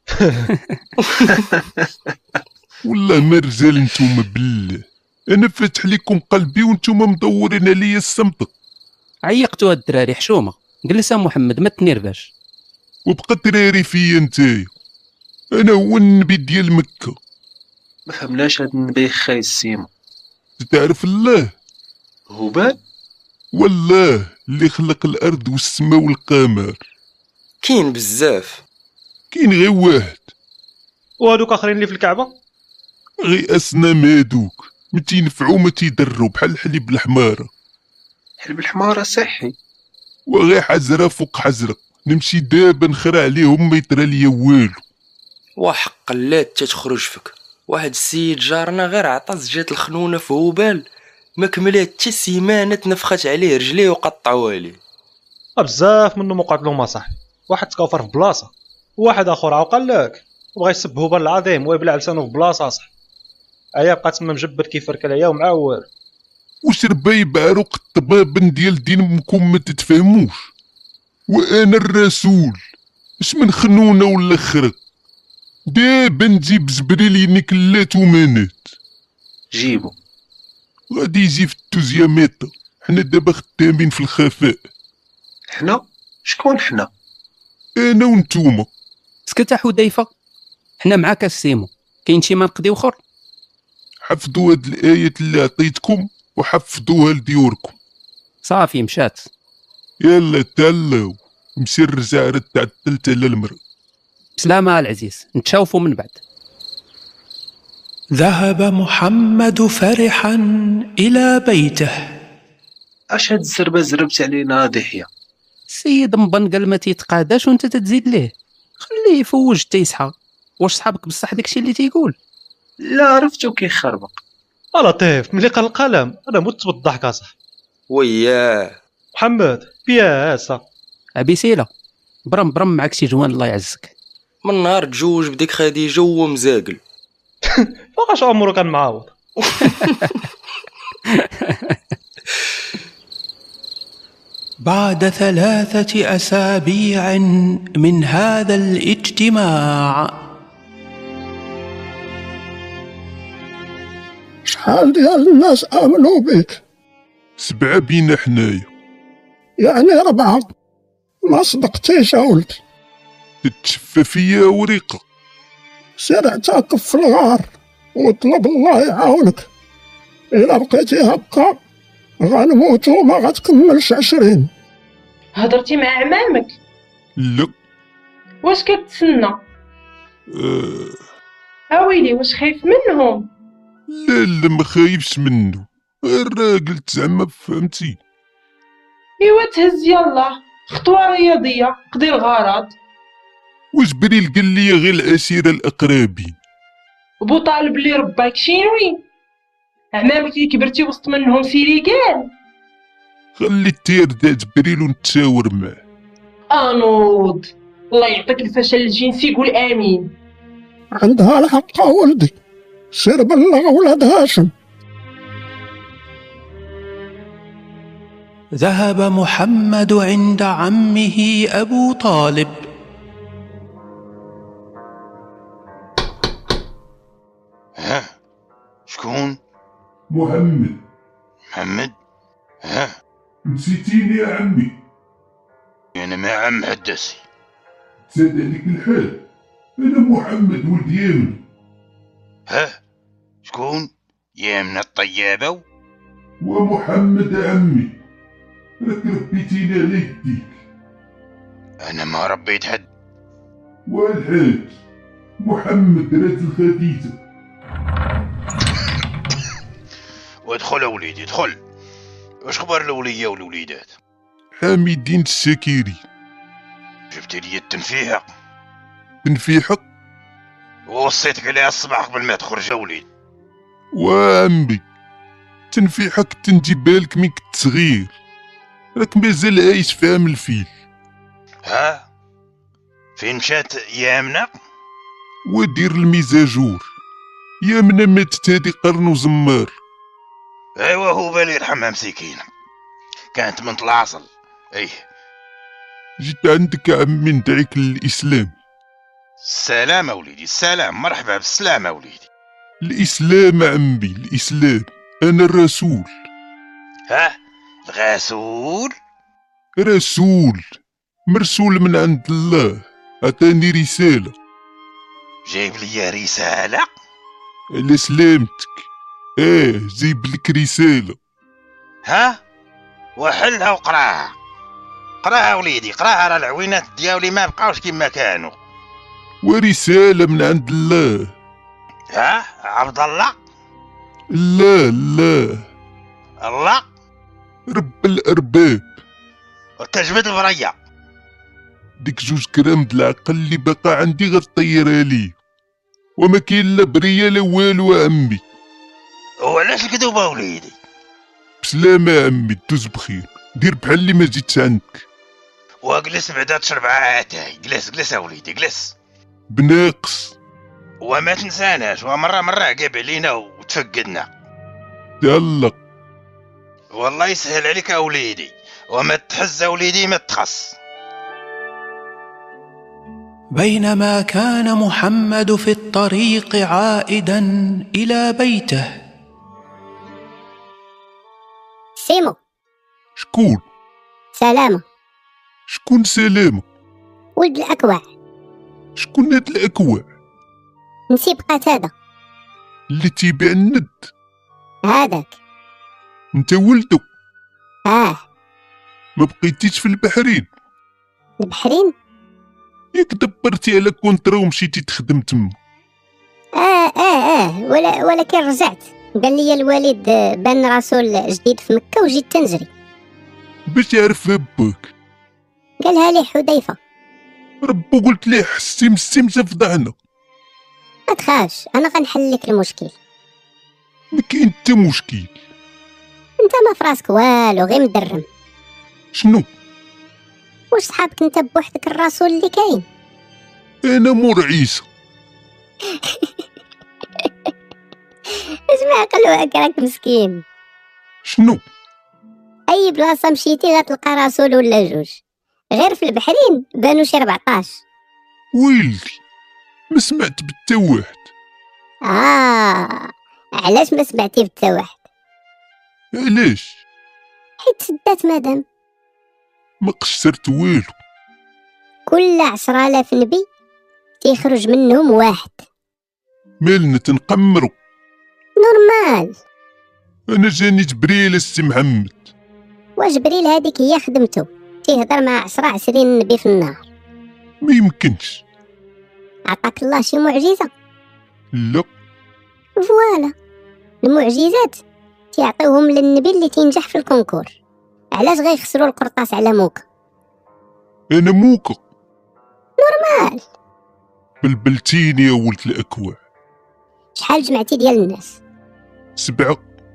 والله ما رجال نتوما بالله، انا فاتح لكم قلبي وانتوما مدورين عليا السمطه. عيقتوا هاد الدراري حشومه. جلس محمد ما تنيرفاش. وبقى تراري فيا نتايا، انا هو النبي ديال مكه. ما فهمناش هاد النبي خايس سيمو. تعرف الله؟ هبال؟ والله اللي خلق الارض والسماء والقمر. كاين بزاف. كاين غير واحد. وهادوك اخرين اللي في الكعبه؟ غي اصنام هادوك ما تينفعو ما تيضرو، بحال الحليب الحماره. الحليب الحماره صحي. وغير حزره فوق حزره، نمشي دابا نخرع عليهم ما يطرى ليا والو. وحق اللات تتخرج فيك. واحد السيد جارنا غير عطى زجاج الخنونه في هبال، ما كملات حتى سيمانه تنفخت عليه رجليه وقطعوا عليه. بزاف منهم وقعت ما صح. واحد تكوفر في بلاصه، واحد اخر عاقل لك بغى يسب هبال العظيم ويبلع لسانه في بلاصه صح. ايا بقى تما مجبد كيف ركلايا ومعاور. واش ربايب عروق الطبابن ديال دينكم ما تتفهموش؟ وانا الرسول اش من خنونه ولا خرق؟ دابا نجيب جبريل ينكلات ومانات. جيبو. غادي يجي في التوزياميطا، حنا دابا خدامين في الخفاء. حنا؟ شكون حنا؟ انا ونتوما. سكت حذيفه، حنا معاك السيمو. كاين شي ما نقضيو اخر؟ حفظوا هاد الايات اللي عطيتكم وحفظوها لديوركم. صافي مشات. يلا تهلاو، مشي الرجع رد تعدلت على المرأة. بسلامة العزيز، نتشاوفوا من بعد. ذهب محمد فرحا إلى بيته. اش هاد الزربه زربت علينا ضحيه؟ السيد مبن قال ما تيتقاداش وانت تتزيد ليه، خليه يفوج تيسحى. واش صحابك بصح داكشي اللي تيقول؟ لا عرفتو كيخربق. لطيف ملي قال القلم انا مت بالضحك اصاحبي. وياه محمد بياسه ابي سيله برم برم معك شي جوان الله يعزك. من نهار تزوج بديك خديجه وهو مزاقل. فوقاش عمرو كان معاوض. بعد ثلاثة أسابيع من هذا الاجتماع. شحال ديال الناس آمنوا بك؟ سبعة بينا حنايا. يعني ربعة. ما صدقتيش أولدي. تتشفى فيا وريقة. سير اعتكف في الغار وطلب الله يعاونك. إلا بقيتي هكا غنموت وما غتكملش عشرين. هضرتي مع عمامك؟ لا. واش كتسنى؟ أه... اويلي واش خايف منهم؟ لا لا ما خايفش منه، الراجل زعما فهمتي. ايوا تهز يلا خطوه رياضيه قضي الغرض. وجبريل قال لي غير العشيره الاقربين. بو طالب اللي رباك شينوي عمامك اللي كبرتي وسط منهم سيري قال. خلي التير دا جبريل ونتشاور معاه. انوض الله يعطيك الفشل الجنسي قول امين. عندها الحق ولدي، سير بلغ ولاد هاشم. ذهب محمد عند عمه أبو طالب. ها شكون؟ محمد. محمد؟ ها نسيتيني يا عمي؟ انا ما عم حدثي. تساد عليك الحال، انا محمد ولد يامن. ها شكون؟ يامن الطيابة؟ ومحمد عمي، راك ربيتيني على يديك. انا ما ربيت حد. والحاج محمد راجل خديجة. وادخل وليدي ادخل. واش خبر الولية والوليدات؟ حامدين الشاكرين. جبتي لي التنفيحة؟ تنفيحة؟ ووصيتك عليها الصباح قبل ما تخرج وليد. وعمي تنفيحة كنت نجيبها لك من كنت صغير، راك مازال عايش فاهم الفيل. ها فين مشات يامنة؟ ودير الميزاجور. يامنة ماتت هادي قرن وزمار. ايوا هو بالي يرحمها مسكينة، كانت من طلاصل. ايه جيت عندك عمي ندعيك للإسلام. السلام وليدي السلام، مرحبا بالسلامة وليدي. الإسلام عمي الإسلام، أنا الرسول. ها الغسول؟ رسول مرسول من عند الله، عطاني رسالة. جايب لي رسالة؟ على سلامتك. اه جايب لك رسالة. ها وحلها وقراها. قراها وليدي قراها، راه العوينات ديالي ما بقاوش كما كانوا. ورسالة من عند الله. ها عبد الله؟ لا لا الله رب الأرباب. وتجبد البرية. ديك جوج كرام د العقل اللي بقى عندي غطيرها لي، وما كاين لا بريه لا والو عمي. وعلاش الكذوبه وليدي؟ بسلامة عمي، دوز بخير، دير بحال اللي ما جيتش عندك. وجلس بعدا تشرب عاتاي. جلس جلس وليدي جلس. بناقص. وما تنساناش، ومره مره قاب علينا وتفقدنا. يلا والله يسهل عليك وليدي، وما تحز وليدي ما تخص. بينما كان محمد في الطريق عائدا إلى بيته. سيمو. شكون؟ سلامة. شكون سلامة؟ ولد الأكوع. شكون هاد الأكوع؟ نسيب قتادة اللي تيبيع الند. هذاك. انت ولدو؟ اه. ما بقيتيش في البحرين؟ البحرين؟ ياك دبرتي على كونترا ومشيتي تخدم تما؟ اه اه اه ولا ولكن رجعت. قال لي الوالد بان رسول جديد في مكة وجيت تنجري. باش يعرف باك؟ قالها لي حذيفة. ربو قلت ليه حسي مسي متفضحنا. ما تخافش انا غنحل لك المشكل. ما كاين حتى مشكل. انت ما فراسك والو غير مدرم. شنو؟ واش صحابك انت بوحدك الرسول اللي كاين؟ انا مور عيسى. اسمع قلوعك راك مسكين. شنو؟ اي بلاصه مشيتي غتلقى رسول ولا جوج. غير في البحرين بانوا شي ربعطاش. ويلي ما سمعت بتا واحد. اه علاش ما سمعتي بتا واحد؟ علاش؟ حيت سدات مدام. ما قشرت والو. كل عشرة آلاف نبي تيخرج منهم واحد. مالنا تنقمرو؟ نورمال. انا جاني جبريل السي محمد. وجبريل هذيك هي خدمته، تيهضر مع عشرة عشرين نبي في النهار. ما يمكنش. عطاك الله شي معجزة؟ لا. فوالا المعجزات تيعطيوهم للنبي اللي تينجح في الكونكور. علاش غيخسروا القرطاس على موكا؟ انا موكا نورمال. بلبلتيني يا ولد الاكواع. شحال جمعتي ديال الناس؟ سبعة.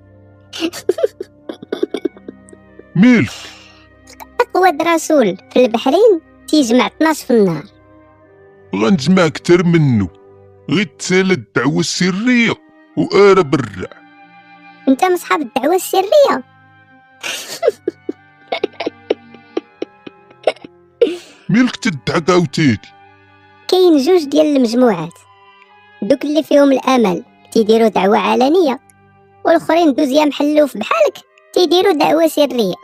مالك؟ اقوى رسول في البحرين تيجمع اثناش في النهار. غنجمع كتر منه، غير تسالى الدعوة السرية وآرة برع. انت من صحاب الدعوة السرية؟ مالك تضحك عاوتاني؟ كاين جوج ديال المجموعات، دوك اللي فيهم الامل تيديروا دعوة علنية، والاخرين دوزيام حلوف بحالك تيديروا دعوة سرية.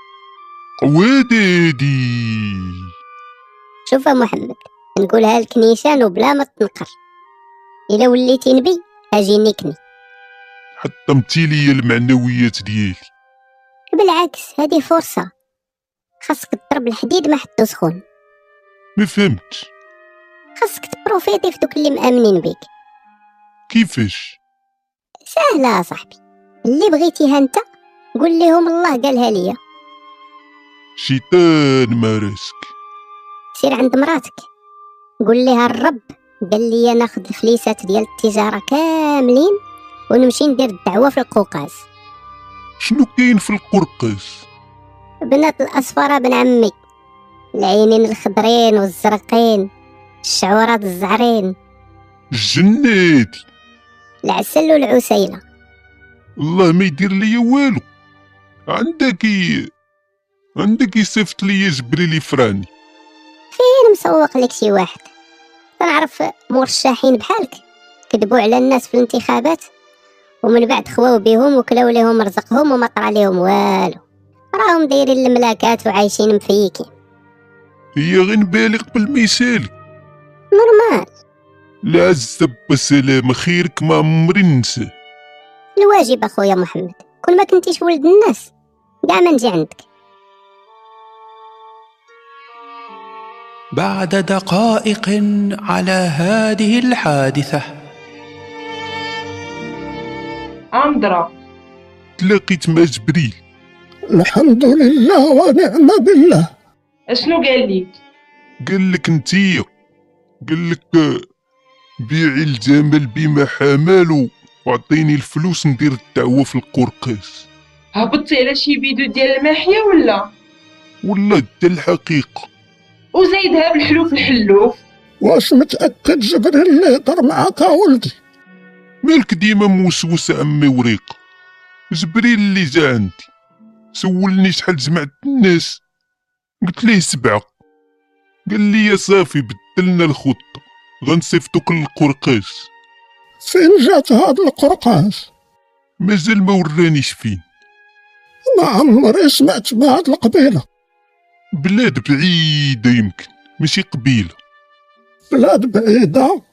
ودادي شوف محمد، نقولها لك نيشان وبلا ما تنقر، الا وليتي نبي اجي نكني. حطمتي لي المعنويات ديالي. بالعكس هذه فرصة، خاصك تضرب الحديد ما حدو سخون. ما فهمتش. خاصك تبروفيتي في دوك اللي مأمنين بيك. كيفاش؟ سهلة صاحبي، اللي بغيتيها انت قول لهم الله قالها ليا. شيطان مارسك. سير عند مراتك قول لها الرب قال لي ناخذ الفليسات ديال التجارة كاملين ونمشي ندير الدعوة في القوقاز. شنو كاين في القرقاز؟ بنات الأصفر بن عمي، العينين الخضرين والزرقين، الشعورات الزعرين، الجناتي، العسل والعسيلة. الله ما يدير ليا والو. عندك عندك يصيفط ليا جبريل يفراني. فين مسوق لك شي واحد؟ تنعرف مرشحين بحالك كذبوا على الناس في الانتخابات ومن بعد خواو بهم وكلاو ليهم رزقهم وما طرا ليهم والو، راهم دايرين الملاكات وعايشين مفيكين. هي غير نبالغ بالمثال. نورمال. لا عزب بسلام خيرك ما عمري ننساه. الواجب اخويا محمد، كل ما كنتيش ولد الناس كاع ما نجي عندك. بعد دقائق على هذه الحادثة. أندرا تلاقيت مع جبريل. الحمد لله ونعم بالله. اشنو قال لي؟ قال لك انتيا، قال لك بيعي الجمل بما حمل وعطيني الفلوس ندير الدعوة في القرقاس. هبطتي على شي فيديو ديال الماحية ولا؟ والله حتى الحقيقة. وزايدها بالحلوف الحلوف. واش متأكد جبريل اللي يهضر معاك ولدي؟ مالك ديما موسوس عمي وريق؟ جبريل اللي جا عندي سولني شحال جمعت الناس، قلت ليه سبعة. قال لي يا صافي بدلنا الخطة، غنصيفطوك للقرقاس. فين جات هاد القرقاس؟ مازال ما ورانيش فين. ما عمري سمعت بهاد القبيلة. بلاد بعيدة يمكن، ماشي قبيلة. بلاد بعيدة؟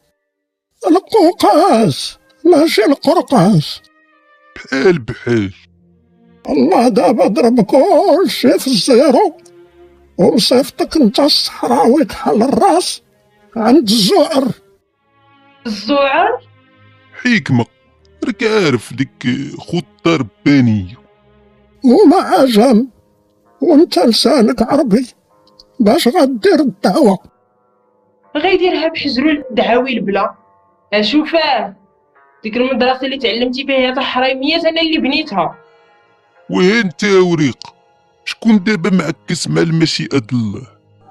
القوقاس ماشي القرقاس. بحال بحال. الله دابا ضرب كلشي في الزيرو ومصيفطك انت الصحراوي كحل الراس عند الزعر. الزعر؟ حكمة، راك عارف ديك خطة ربانية. وما عجم وانت لسانك عربي باش غدير الدعوة؟ غيديرها بحجرو الدعاوي البلا. اشوفاه ديك المدرسة اللي تعلمتي فيها هاد الحريميات انا اللي بنيتها. وين انت يا وريق؟ شكون دابا معكس مع المشيئة الله؟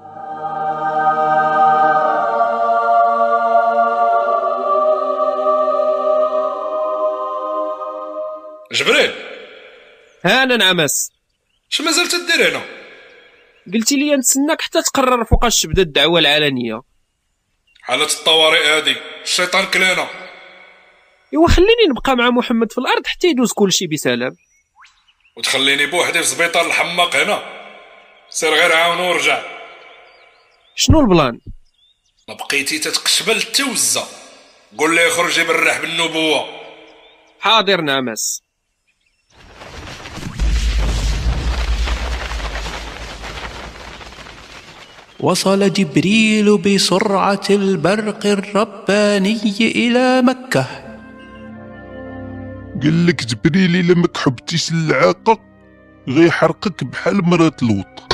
جبريل، ها انا نعمس. اش مازال تدير هنا؟ قلتي لي نتسناك حتى تقرر فوقاش تبدا الدعوه العلنيه. حالة الطوارئ هادي الشيطان كلانا. ايوا خليني نبقى مع محمد في الارض حتى يدوز كلشي بسلام. وتخليني بوحدي في سبيطار الحماق هنا؟ سير غير عاون ورجع. شنو البلان؟ ما بقيتي تتقشبل توزه، قول لي يخرج يبرح بالنبوه. حاضر نعمس. وصل جبريل بسرعة البرق الرباني إلى مكة. قال لك جبريل إلا ما كحبتيش العاقة غيحرقك بحال مرات لوط.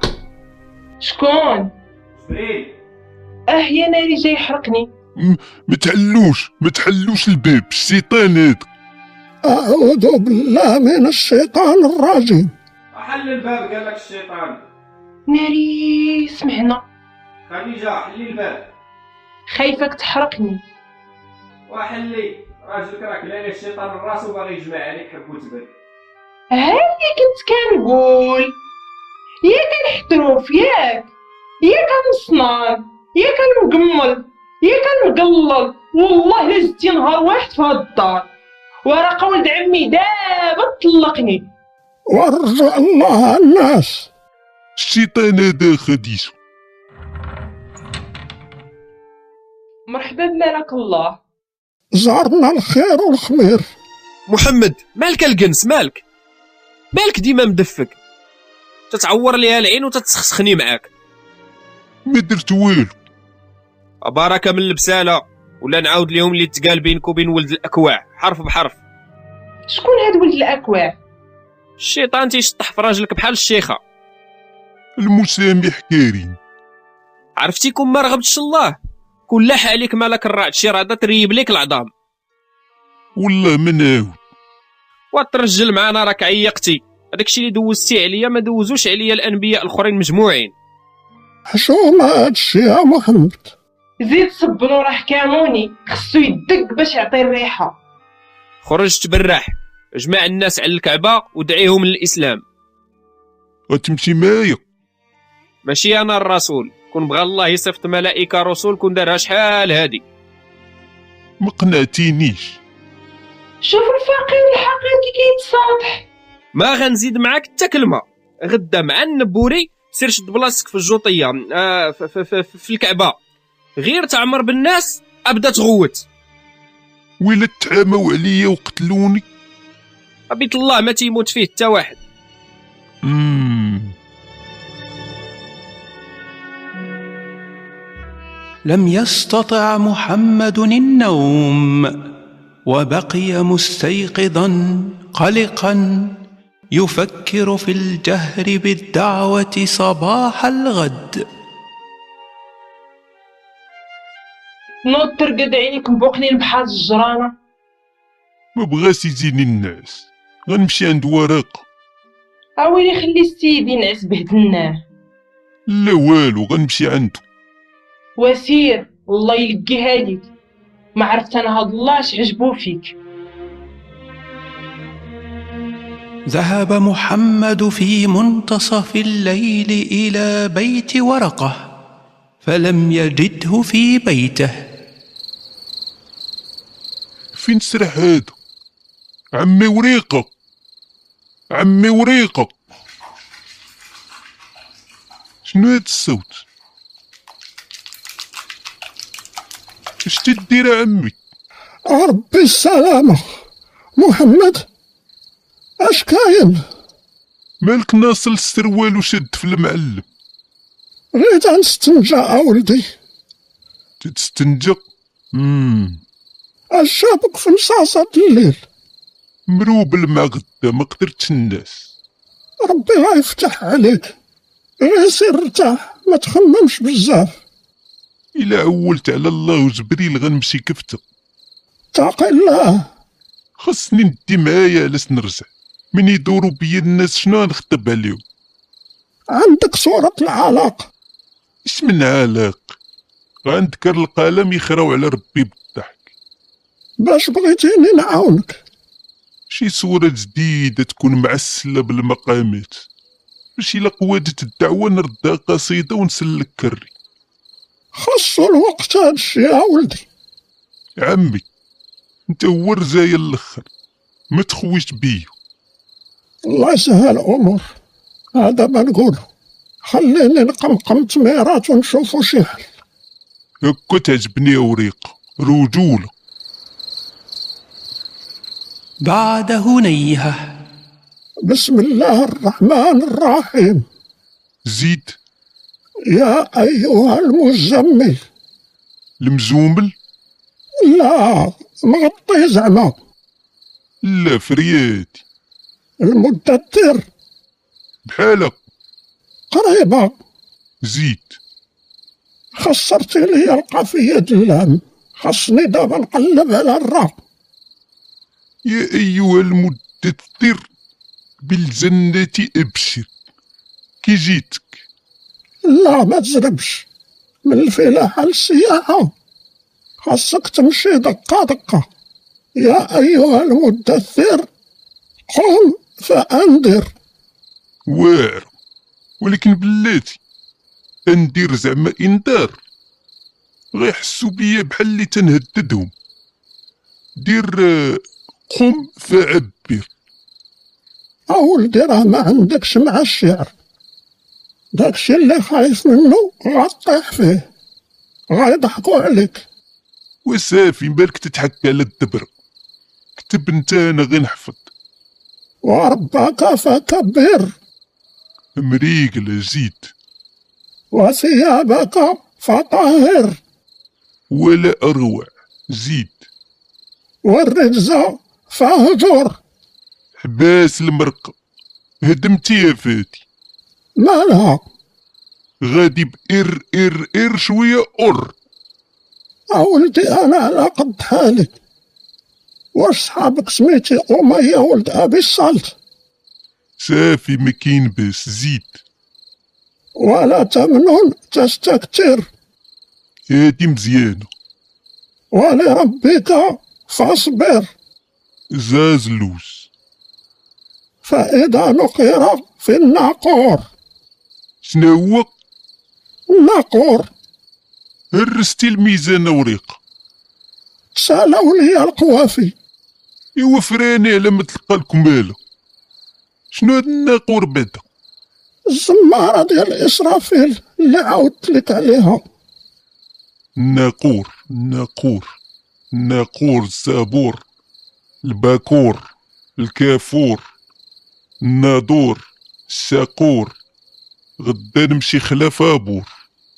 شكون؟ جبريل. اه يا ناري جاي يحرقني. ما تحلوش ما تحلوش الباب، الشيطان هذا. أعوذ بالله من الشيطان الرجيم. حل الباب قال لك الشيطان. ناري سمعنا. خديجة حلي الباب. خايفك تحرقني. وحلي راجلك راك لاني الشيطان الراس وباغي يجمع عليك حب وتبل. هادي كنت كنقول يا كنحتروف ياك يا كنصنان يا كنمقمل يا كنمقلل. والله لا زدتي نهار واحد في هاد الدار وراه ولد عمي دابا طلقني. ورجع الله الناس. الشيطان هذا خديجة. مرحبا بمالك الله. زارنا الخير والخمير. محمد مالك الجنس؟ مالك مالك ديما مدفك؟ تتعور ليها العين وتتسخسخني معاك. ما درت والو. بركه من البساله ولا نعاود لهم اللي تقال بينك وبين ولد الاكواع حرف بحرف. شكون هاد ولد الاكواع؟ الشيطان تيشطح في راجلك بحال الشيخه. المسامح كريم. عرفتي كون ما رغبتش الله كون لاح عليك مالك الرعد شي رعده تريب ليك العظام. والله ما ناوي. وترجل معانا راك عيقتي. هذاكشي اللي دوزتي عليا ما دوزوش عليا الانبياء الاخرين مجموعين. حشومه هادشي يا محمد. زيد صبنو راه حكاموني خصو يدق باش يعطي الريحه. خرج تبرح، جمع الناس على الكعبه ودعيهم للاسلام. غتمشي معايا؟ ماشي انا الرسول، كون بغى الله يصيفط ملائكه رسول كون دارها شحال هادي. ما قنعتينيش. شوف الفقير الحقيقي كيتصالح. ما غنزيد معاك حتى كلمه. غدا مع النبوري سير شد بلاصتك في الجوطيه آه في, في, في, في الكعبه، غير تعمر بالناس ابدا تغوت. ويلا تعاموا عليا وقتلوني. بيت الله ما تيموت فيه حتى واحد. مم. لم يستطع محمد النوم وبقي مستيقظا قلقا يفكر في الجهر بالدعوة صباح الغد. نوض ترقد عينيك مبوقنين بحال الجرانة. ما بغاش يجيني الناس، غنمشي عند ورقة. اويلي خلي السيد ينعس بهدلناه. لا والو غنمشي عنده. وسير الله يلقيها ليك. ما عرفت انا هاد الله اش عجبو فيك. ذهب محمد في منتصف الليل إلى بيت ورقة فلم يجده في بيته. فين سرح هذا؟ عمي وريقة، عمي وريقة، شنو هاد الصوت؟ اش تدير عمي؟ ربي السلامة. محمد اش كاين؟ مالك ناصل السروال وشد في المعلم؟ غير تنستنجى اولدي. تتستنجى؟ امم اش جابك في مصاصة الليل؟ مروبل مع غدا ما قدرتش الناس. ربي غيفتح عليك، غير سير ارتاح ما تخممش بزاف. الا عولت على الله وجبريل غنمشي كفته. اتقي الله. خصني ندي معايا علاش نرجع، من يدوروا بيا الناس شنو غنخطب عليهم؟ عندك صورة العلاقة. اش من علاق؟ غنذكر القلم يخراو على ربي بالضحك. باش بغيتيني نعاونك؟ شي صورة جديدة تكون معسلة بالمقامات، باش إلا قوادت الدعوة نردها قصيدة ونسلك كري. خصو الوقت هادشي يا ولدي. عمي انت هو الرزايا الاخر، ما تخويش بيا. الله يسهل الامور، هذا ما نقولو. خليني نقمقم تميرات ونشوفو شي حل. هكا تعجبني وريقة رجولة. بعد هنيهة. بسم الله الرحمن الرحيم. زيد. يا أيها المزمل. المزومل؟ لا مغطي زعما. لا فرياتي. المدثر. بحالك. قريبة. زيد. خسرتي لي القافية اللام، خصني دابا نقلب على الراء. يا أيها المدثر بالجنة أبشر. كي جيتك؟ لا ما تزربش، من الفلاحة للسياحة خاصك تمشي دقة دقة. يا أيها المدثر قم فأنذر. واعر، ولكن بلاتي أندير زعما إنذار غيحسو بيا بحال اللي تنهددهم. دير قم فعبر. أولدي راه ما عندكش مع الشعر، داكشي اللي خايف منه غطيح فيه، غيضحكوا عليك. وصافي بالك تتحكى على الدبر، كتب انت انا غير نحفظ. وربك فكبر. مريقل زيد. وثيابك فطهر. ولا أروع زيد. والرجز فاهجر. حباس المرقة هدمتي يا فاتي. مالها؟ غادي بإر إر إر شوية أر. أولدي أنا على قد حالي. واش صحابك سميتي أمية ولد أبي الصلت؟ صافي مكين باس زيد. ولا تمنن تستكتر. هادي مزيانة. ولربك فاصبر. زازلوس. فإذا نقر في الناقور. شنو هو؟ الناقور. هرستي الميزان وريقة. تسالاو ليا القوافي. إوا فراني على ما تلقى الكمالة. شنو هاد الناقور بعدا؟ الزمارة ديال إسرافيل اللي عاودت لك عليها. الناقور الناقور الناقور الزابور الباكور الكافور النادور الشاقور. غدا نمشي خلاف ابور.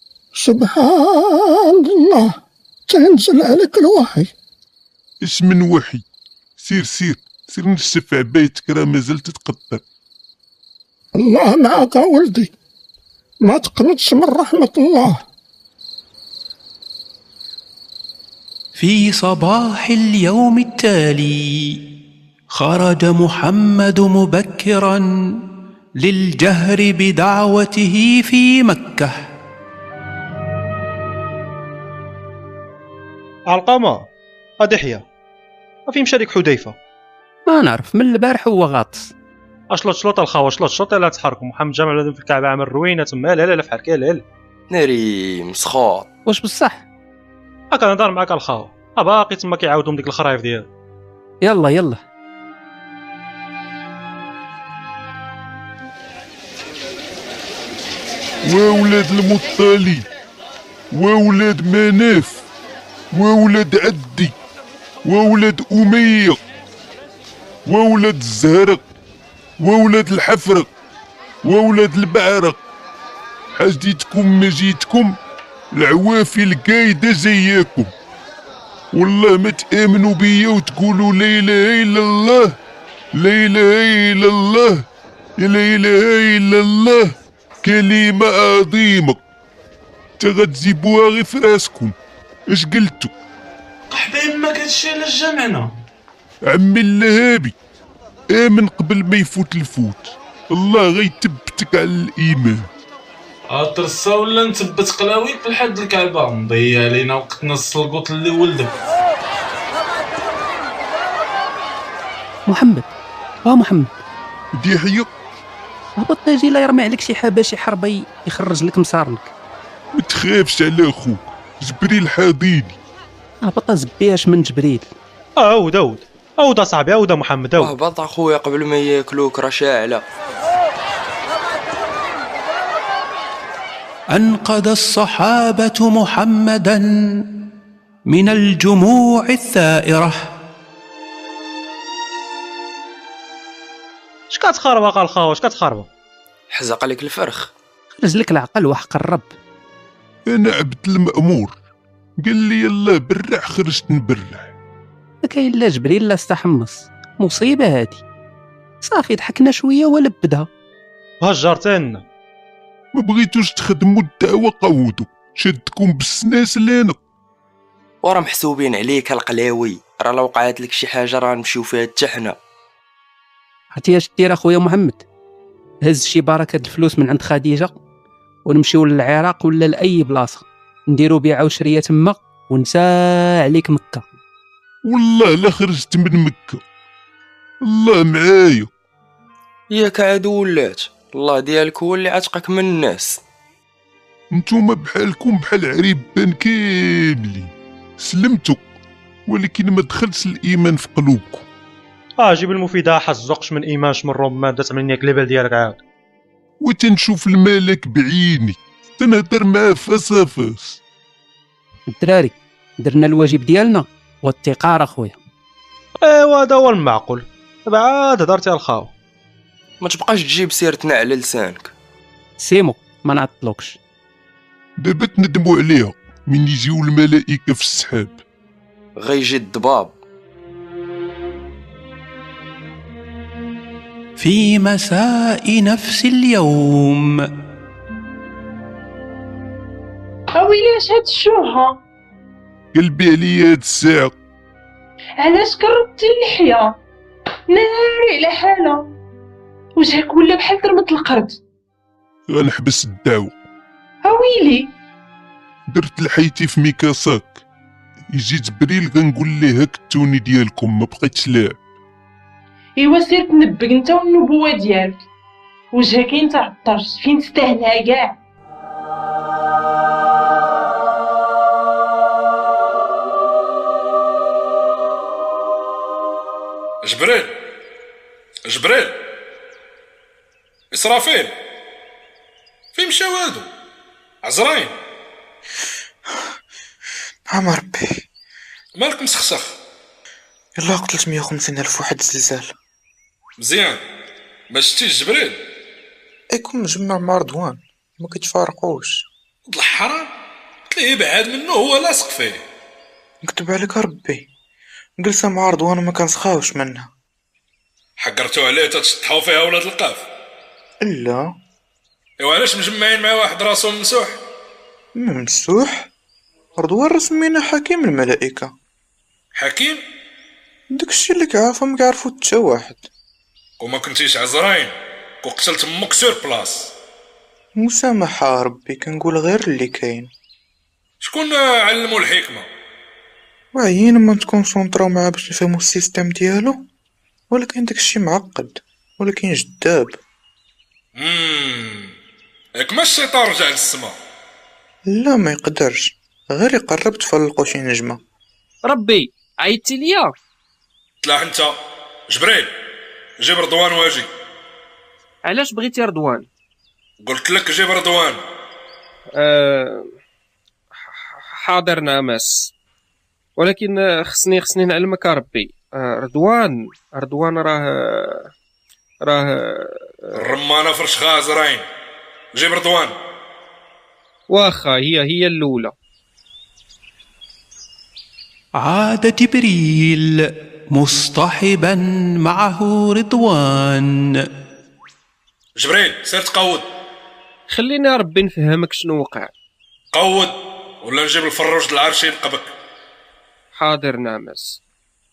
سبحان الله، تنزل عليك الوحي. اش من وحي؟ سير سير سير نشف عبايتك راه مازال تتقدر. الله معاك ولدي، ما تقنطش من رحمة الله. في صباح اليوم التالي خرج محمد مبكرا للجهر بدعوته في مكة. علقمة غادي حيا فين مشى ديك حذيفة؟ ما نعرف، من البارح هو غاطس. اشلوط شلوط الخاوه شلوط شلوط لا تحركوا. محمد جامع بلادهم في الكعبة عامل روينة تما. لا لا لا فحال كاين. لا لا ناري مسخوط. واش بصح؟ هاكا نهضر معاك الخاوه باقي تما كيعاودهم ديك الخرايف ديال. يلا يلا وولاد المطلب وولاد مناف وولاد عدي وولاد أمية وولاد الزهرة وولاد الحفرة وولاد البعرة، حاجتكم ما جيتكم العوافي القايدة جاياكم. والله ما تآمنوا بيا وتقولوا لا إله إلا الله، لا إله إلا الله، لا إله إلا الله، كلمة عظيمة تا غتجيبوها غير في راسكم. اش قلتو؟ قحبة يماك هادشي علاش جمعنا؟ عمي اللهابي، آمن قبل ما يفوت الفوت، الله غيثبتك على الإيمان. أترسا ولا نثبت قلاويك في الحد الكعبة، نضيع علينا وقتنا السلقوط اللي ولدك. محمد اه محمد ديحية هبط ناجي لا يرمي عليك شي حباشي حربي يخرج لك مصارنك. ما تخافش على خوك، جبريل حاضيني. هبط زبياش من جبريل. اه عود عود عود اصاحبي، عود محمد عود. هبط اخويا قبل ما ياكلوك راه شاعله. أنقذ الصحابة محمدا من الجموع الثائرة. اش كتخربق الخاوه، اش كتخربق؟ حزق عليك الفرخ. خرج لك العقل وحق الرب. انا عبد المأمور، قال لي يلا برع، خرجت نبرع. ما كاين لا جبريل لا استحمص، مصيبه هادي. صافي ضحكنا شويه ولبدها. هجرتنا. ما بغيتوش تخدموا الدعوه، قودوا شدكم بالسناس لينا. ورا محسوبين عليك القلاوي، راه لو وقعت لك شي حاجه راه نمشيو فيها حتى حنا. عرفتي اش دير اخويا محمد؟ هز شي بركه الفلوس من عند خديجه ونمشيو للعراق ولا لاي بلاصه، نديرو بيعه وشريه تما ونسى عليك مكه. والله لا خرجت من مكه، الله معايا. ياك عادو ولات، الله ديالك هو اللي عتقك من الناس. نتوما بحالكم بحال عريبان كاملين، سلمتوا ولكن ما دخلش الايمان في قلوبكم. اه جيب المفيدة، حزقش من ايمانش من رمان دات من ياك ليبل ديالك عاد. وتنشوف الملك بعيني، تنهضر معاه فاس فاس. الدراري درنا الواجب ديالنا والتقار اخويا. ايوا هذا هو المعقول، بعد هضرتي الخاو. ما تبقاش تجيب سيرتنا على لسانك. سيمو ما نعطلوكش. دابا تندموا عليها من يجيو الملائكه في السحاب. غيجي الضباب. في مساء نفس اليوم. اويلي اش هاد الشوهة؟ قلبي عليا هاد الساعة. علاش كربتي اللحية؟ ناري على حالة، وجهك ولا بحال درمة القرد. غنحبس الدعوة. اويلي درت لحيتي في ميكاساك، يجي جبريل غنقول ليه هاك التوني ديالكم ما بقيتش لاعب. ايوا سير تنبق انت والنبوة ديالك، وجهك انت عطرت فين تستاهلها كاع. جبريل جبريل إسرافيل، فين مشاو هادو؟ عزراين. نعم ربي. مالك مسخسخ؟ يلا قتلت مية وخمسين ألف واحد الزلزال. مزيان، ما شتيش جبريل؟ ايكم مجمع مع رضوان ما كيتفارقوش. ولد الحرام، تلاقيه بعاد منه هو لاصق فيه. نكتب عليك ربي، جلسة مع رضوان وما كنسخاوش منها. حقرتو عليه تتشطحو فيها ولاد القاف؟ لا. ايوا علاش مجمعين مع واحد راسو ممسوح؟ ممسوح؟ رضوان رسمينا حكيم الملائكة. حكيم؟ داكشي اللي كعارفو ما كيعرفو حتى واحد. وما كنتيش عزراين كو قتلت امك سور بلاص. مسامحة ربي، كنقول غير اللي كاين. شكون علمو الحكمة؟ واعيين ما نتكونسونطراو معاه باش نفهمو السيستم ديالو، ولكن داكشي معقد ولكن جذاب. امم ياك ما الشيطان رجع للسما؟ لا ما يقدرش، غير يقرب تفلقو شي نجمة. ربي عيطتي ليا؟ طلع انت جبريل، جيب رضوان واجي. علاش بغيتي رضوان؟ قلت لك جيب رضوان. أه... حاضر نامس، ولكن خصني خصني نعلمك ربي. أه رضوان رضوان راه راه الرمانه فرش خازرين. جيب رضوان. واخا هي هي الاولى. عاد جبريل مصطحبا معه رضوان. جبريل سير تقود. خليني ربي نفهمك شنو وقع. قود ولا نجيب الفروج العرشي ينقبك. حاضر نامس.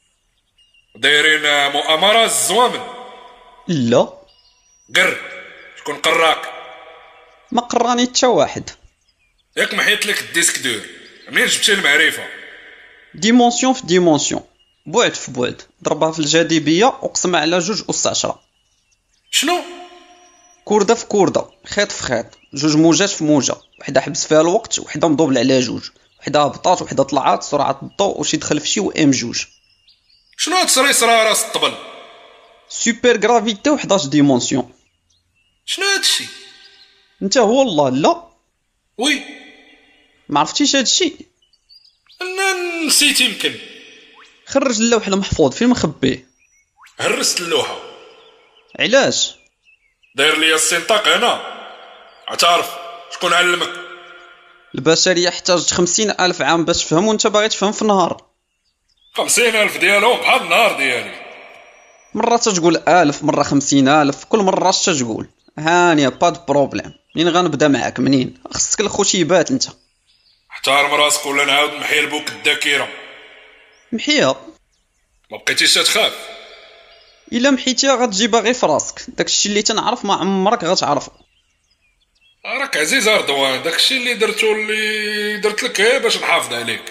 دايرين مؤامره الزوامل؟ لا. قر شكون قراك؟ ما قراني حتى واحد. ياك محيت لك الديسك دور. منين جبتي المعرفه؟ ديمونسيون في ديمونسيون، بعد في بعد، ضربها في الجاذبيه وقسمها على جوج أس عشرة. شنو؟ كورده في كورده، خيط في خيط، جوج موجات في موجه، وحده حبس فيها الوقت وحده مضوبل على جوج، وحده هبطات وحده طلعات، سرعه الضوء وشي دخل في شي وام جوج. شنو هاد صريصرا راس الطبل؟ سوبر غرافيتي وحداش ديمونسيون. شنو هادشي؟ انت هو الله لا وي ما عرفتيش هادشي؟ انا نسيت يمكن. خرج اللوح المحفوظ فين مخبيه؟ هرست اللوحه. علاش؟ داير ليا السنطاق هنا. عتعرف شكون علمك؟ البشريه احتاجت خمسين الف عام باش تفهم، وانت باغي تفهم في نهار. خمسين الف ديالهم بحال النهار ديالي. مرة تقول ألف، مرة خمسين ألف، كل مرة اش تقول. هانية باد بروبليم. منين غنبدا معاك؟ منين؟ خصك الخشيبات انت. احترم راسك ولا نعاود نحيا لبوك الذاكره. محيا؟ ما بقيتيش تخاف؟ الا محيتيها غتجيبها غير في راسك. داكشي اللي تنعرف ما عمرك غتعرفه. راك عزيز رضوان، داكشي اللي درتو اللي درت لك غير باش نحافظ عليك.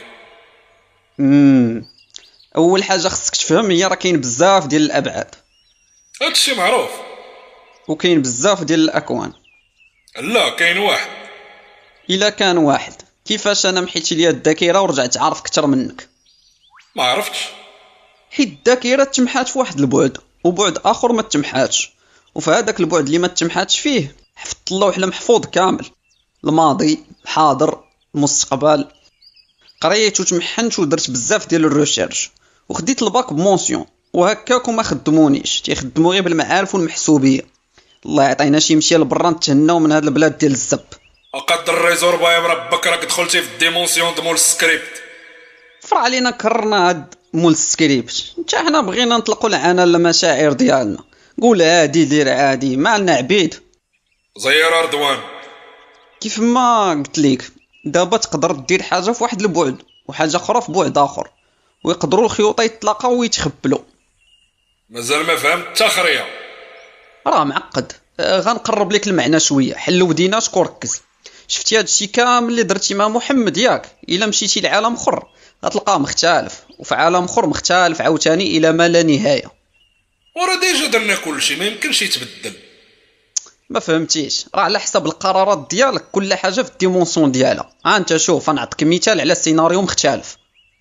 امم اول حاجه خصك تفهم هي راه كاين بزاف ديال الابعاد. هادشي معروف. وكاين بزاف ديال الاكوان. لا كاين واحد. الا كان واحد كيفاش انا محيت ليا الذاكره ورجعت عارف اكثر منك؟ ما عرفتش. حيت الذاكره تمحات في واحد البعد وبعد اخر ما تمحاتش، وفي هذاك البعد اللي ما تمحاتش فيه حفظت اللوح المحفوظ كامل، الماضي، الحاضر، المستقبل. قريت وتمحنت ودرت بزاف ديال الريشيرش وخديت الباك بمونسيون، وهكاك وما خدمونيش، تيخدموا غير بالمعارف والمحسوبيه. الله يعطينا شي مشيه لبرا نتهناو من هاد البلاد ديال الزب. وقد الريزور بايا بربك راك دخلتي في الديمونسيون د مول السكريبت. فرع علينا كررنا هاد مول السكريبت، حتى حنا بغينا نطلقوا العنان المشاعر ديالنا. قول عادي دير عادي، ما عندنا عبيد. زير رضوان كيف ما قلت لك دابا تقدر دير حاجه في واحد البعد وحاجه اخرى في بعد اخر، ويقدروا الخيوط يتلاقاو ويتخبلوا. مازال ما فهمت التخريه. راه معقد. آه غنقرب لك المعنى شويه. حل وديناتك وركز. شفتي هادشي كامل اللي درتي مع محمد ياك؟ الا مشيتي لعالم اخر غتلقاه مختلف، وفي عالم اخر مختلف عاوتاني الى ما لا نهايه. ورا ديجا درنا كلشي، ما يمكنش يتبدل. ما فهمتيش؟ راه على حسب القرارات ديالك كل حاجه في الديمونسيون ديالها. ها انت شوف، نعطيك مثال على سيناريو مختلف.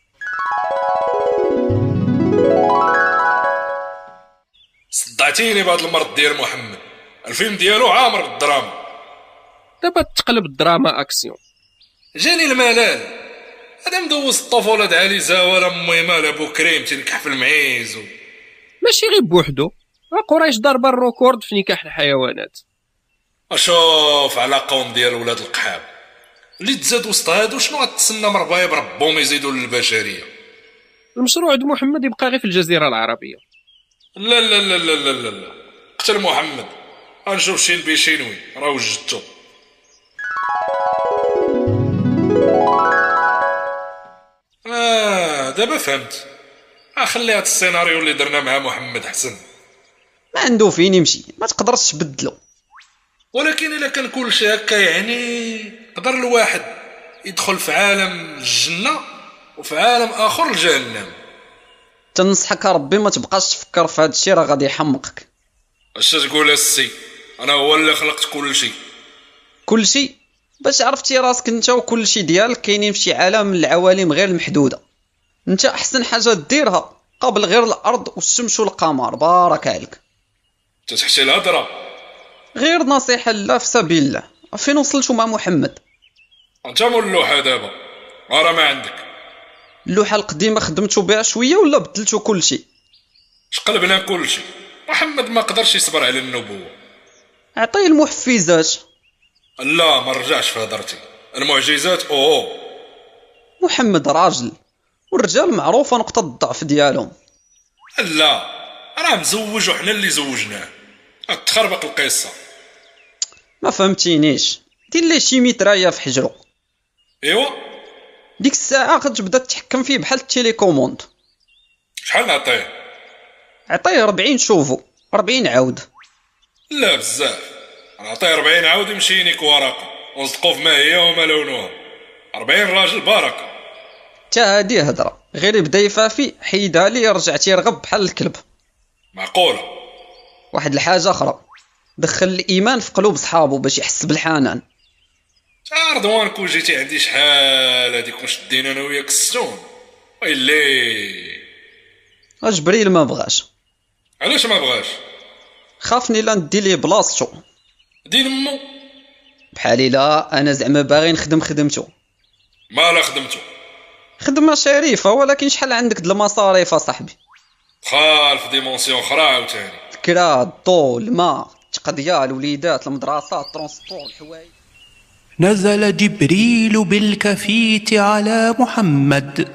صدعتيني بهذا المرض ديال محمد. الفيلم ديالو عامر بالدراما. دابا تقلب الدراما اكسيون. جاني الملال. هذا مدوز الطفوله د علي زاوله امي مال ابو كريم تنكح في المعيز و... ماشي غير بوحدو، قريش ضرب الريكورد في نكاح الحيوانات. اشوف على قوم ديال ولاد القحاب اللي تزاد وسط هادو. شنو غتسنى مربايا بربهم يزيدوا للبشريه؟ المشروع د محمد يبقى غير في الجزيره العربيه. لا لا لا لا لا لا, لا. قتل محمد. غنشوف شين بشينوي راه وجدتو. اه دابا فهمت. اخلي هاد السيناريو اللي درنا مع محمد حسن. ما عنده فين يمشي، ما تقدرش تبدلو. ولكن الا كان كلشي هكا يعني قدر الواحد يدخل في عالم الجنه وفي عالم اخر الجهنم. تنصحك ربي ما تبقاش تفكر في هذا الشيء، راه غادي يحمقك. اش تقول السي؟ انا هو اللي خلقت كل شيء. كل شيء؟ باش عرفتي راسك انت وكل شيء ديالك كاينين في شي عالم من العوالم غير المحدوده. انت احسن حاجه ديرها قبل غير الارض والشمس والقمر. بارك عليك. تتحشي الهضره. غير نصيحه لله في سبيل الله. فين وصلتوا مع محمد؟ انت مول اللوحه دابا راه ما عندك. اللوحه القديمه خدمتوا بها شويه ولا بدلتوا كل شيء؟ شقلبنا كل شيء. محمد ما قدرش يصبر على النبوة. عطيه المحفزات. لا ما رجعش في هضرتي. المعجزات اوه. محمد راجل والرجال معروفة نقطة الضعف ديالهم. لا راه مزوج وحنا اللي زوجناه. تخربق القصة. ما فهمتينيش. دير ليه شي ميترايا في حجرو. ايوا ديك الساعة غتبدا تحكم فيه بحال التيليكوموند. شحال نعطيه؟ عطيه ربعين شوفو ربعين عاود. لا بزاف. نعطيه ربعين عاود يمشي ينيك ورقة ونصدقو في ما هي وما لونها. ربعين راجل بركة. تا هادي هضرة غير يبدا يفافي حيدها لي رجع تيرغب بحال الكلب. معقولة. واحد الحاجة أخرى دخل الإيمان في قلوب صحابه باش يحس بالحنان. تا رضوان كون جيتي عندي شحال هاديك وشدينا انا وياك السون ويلي. جبريل ما بغاش. علاش ما بغاش؟ خافني لا ندي ليه بلاصتو. دين مو بحالي لا انا زعما باغي نخدم خدمته. مالا خدمته؟ خدمه شريفه ولكن شحال عندك د المصاريف اصاحبي؟ خالف ديمونسيون اخرى عاوتاني. الكرا الضو الماء التقضيه الوليدات المدرسه الترونسبور الحوايج. نزل جبريل بالكفيت على محمد.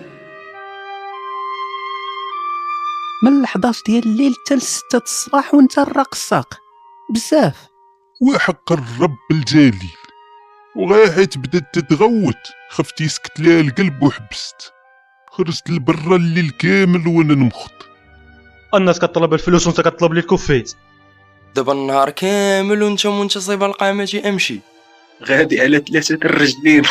من الحداش ديال الليل حتى لستة الصباح وانت الرقصاق بزاف. وحق الرب الجليل وغا حيت بدات تتغوت خفت يسكت ليها القلب وحبست. خرجت لبرا الليل كامل وانا نمخط. الناس كطلب الفلوس وانت كطلب لي الكوفيت. دابا النهار كامل وانت منتصب القامه امشي غادي على ثلاثه الرجلين.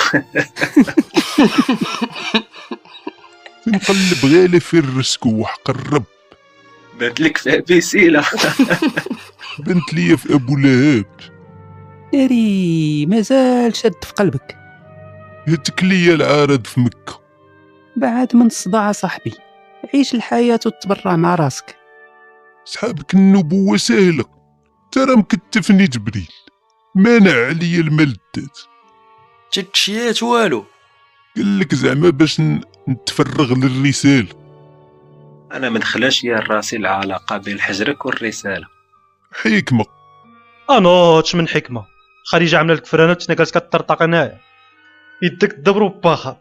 نقلب غالي في الرسكو وحق الرب. بانت لك في بيسيله. بنت لي في ابو لهب. ناري مازال شاد في قلبك. هتك ليا العارض في مكة. بعد من الصداع صاحبي عيش الحياة وتبرع مع راسك. سحابك النبوة سهلة ترى مكتفني جبريل مانع عليا الملدات. تتشيات والو. قالك زعما باش نتفرغ للرسالة. انا ما دخلاش يا راسي العلاقة بين حجرك والرسالة. حكمة. انوتش من حكمة. خديجة عامله لك فرانات حنا جالس كطرطق هنايا يدك تدبرو باخا.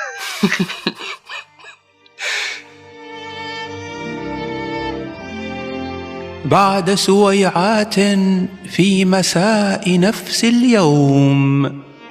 بعد سويعات في مساء نفس اليوم.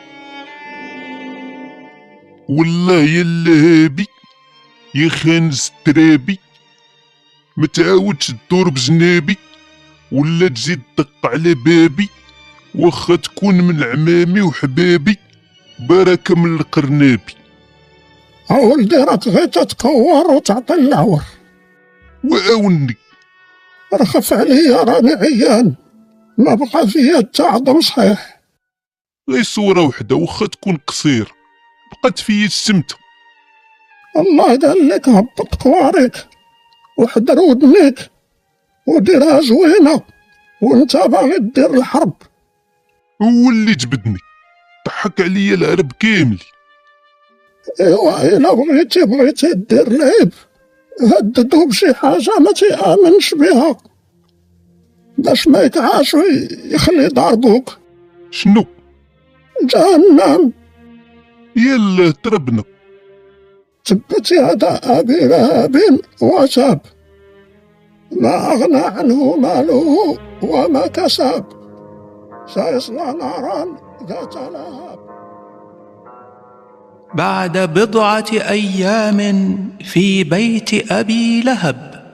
والله يا اللهابي يا خانز الترابي متعاودش تدور بجنابي ولا تجي تدق على بابي واخا تكون من عمامي وحبابي بركة من القرنابي. ولدي راك غير تتكور وتعطي العور. وأوني رخف عليا راني عيان ما بقى فيا التعظم صحيح. غير صورة وحدة واخا تكون قصيرة بقات فيا السمتة. الله يدير لك هبط كواريك وحضر ودنيك وديرها زوينة وانت باغي دير الحرب. هو اللي جبدني ضحك عليا العرب كامل. ايوا الا بغيتي بغيتي دير لعيب هددو بشي حاجة ما تيامنش بها باش ما يتعاش ويخلي ضربوك. شنو؟ جهنم. يلا تربنا. تبت يدا أبي لهب وتب ما أغنى عنه ماله وما كسب سيصلى نارا ذات لهب. بعد بضعة أيام في بيت أبي لهب.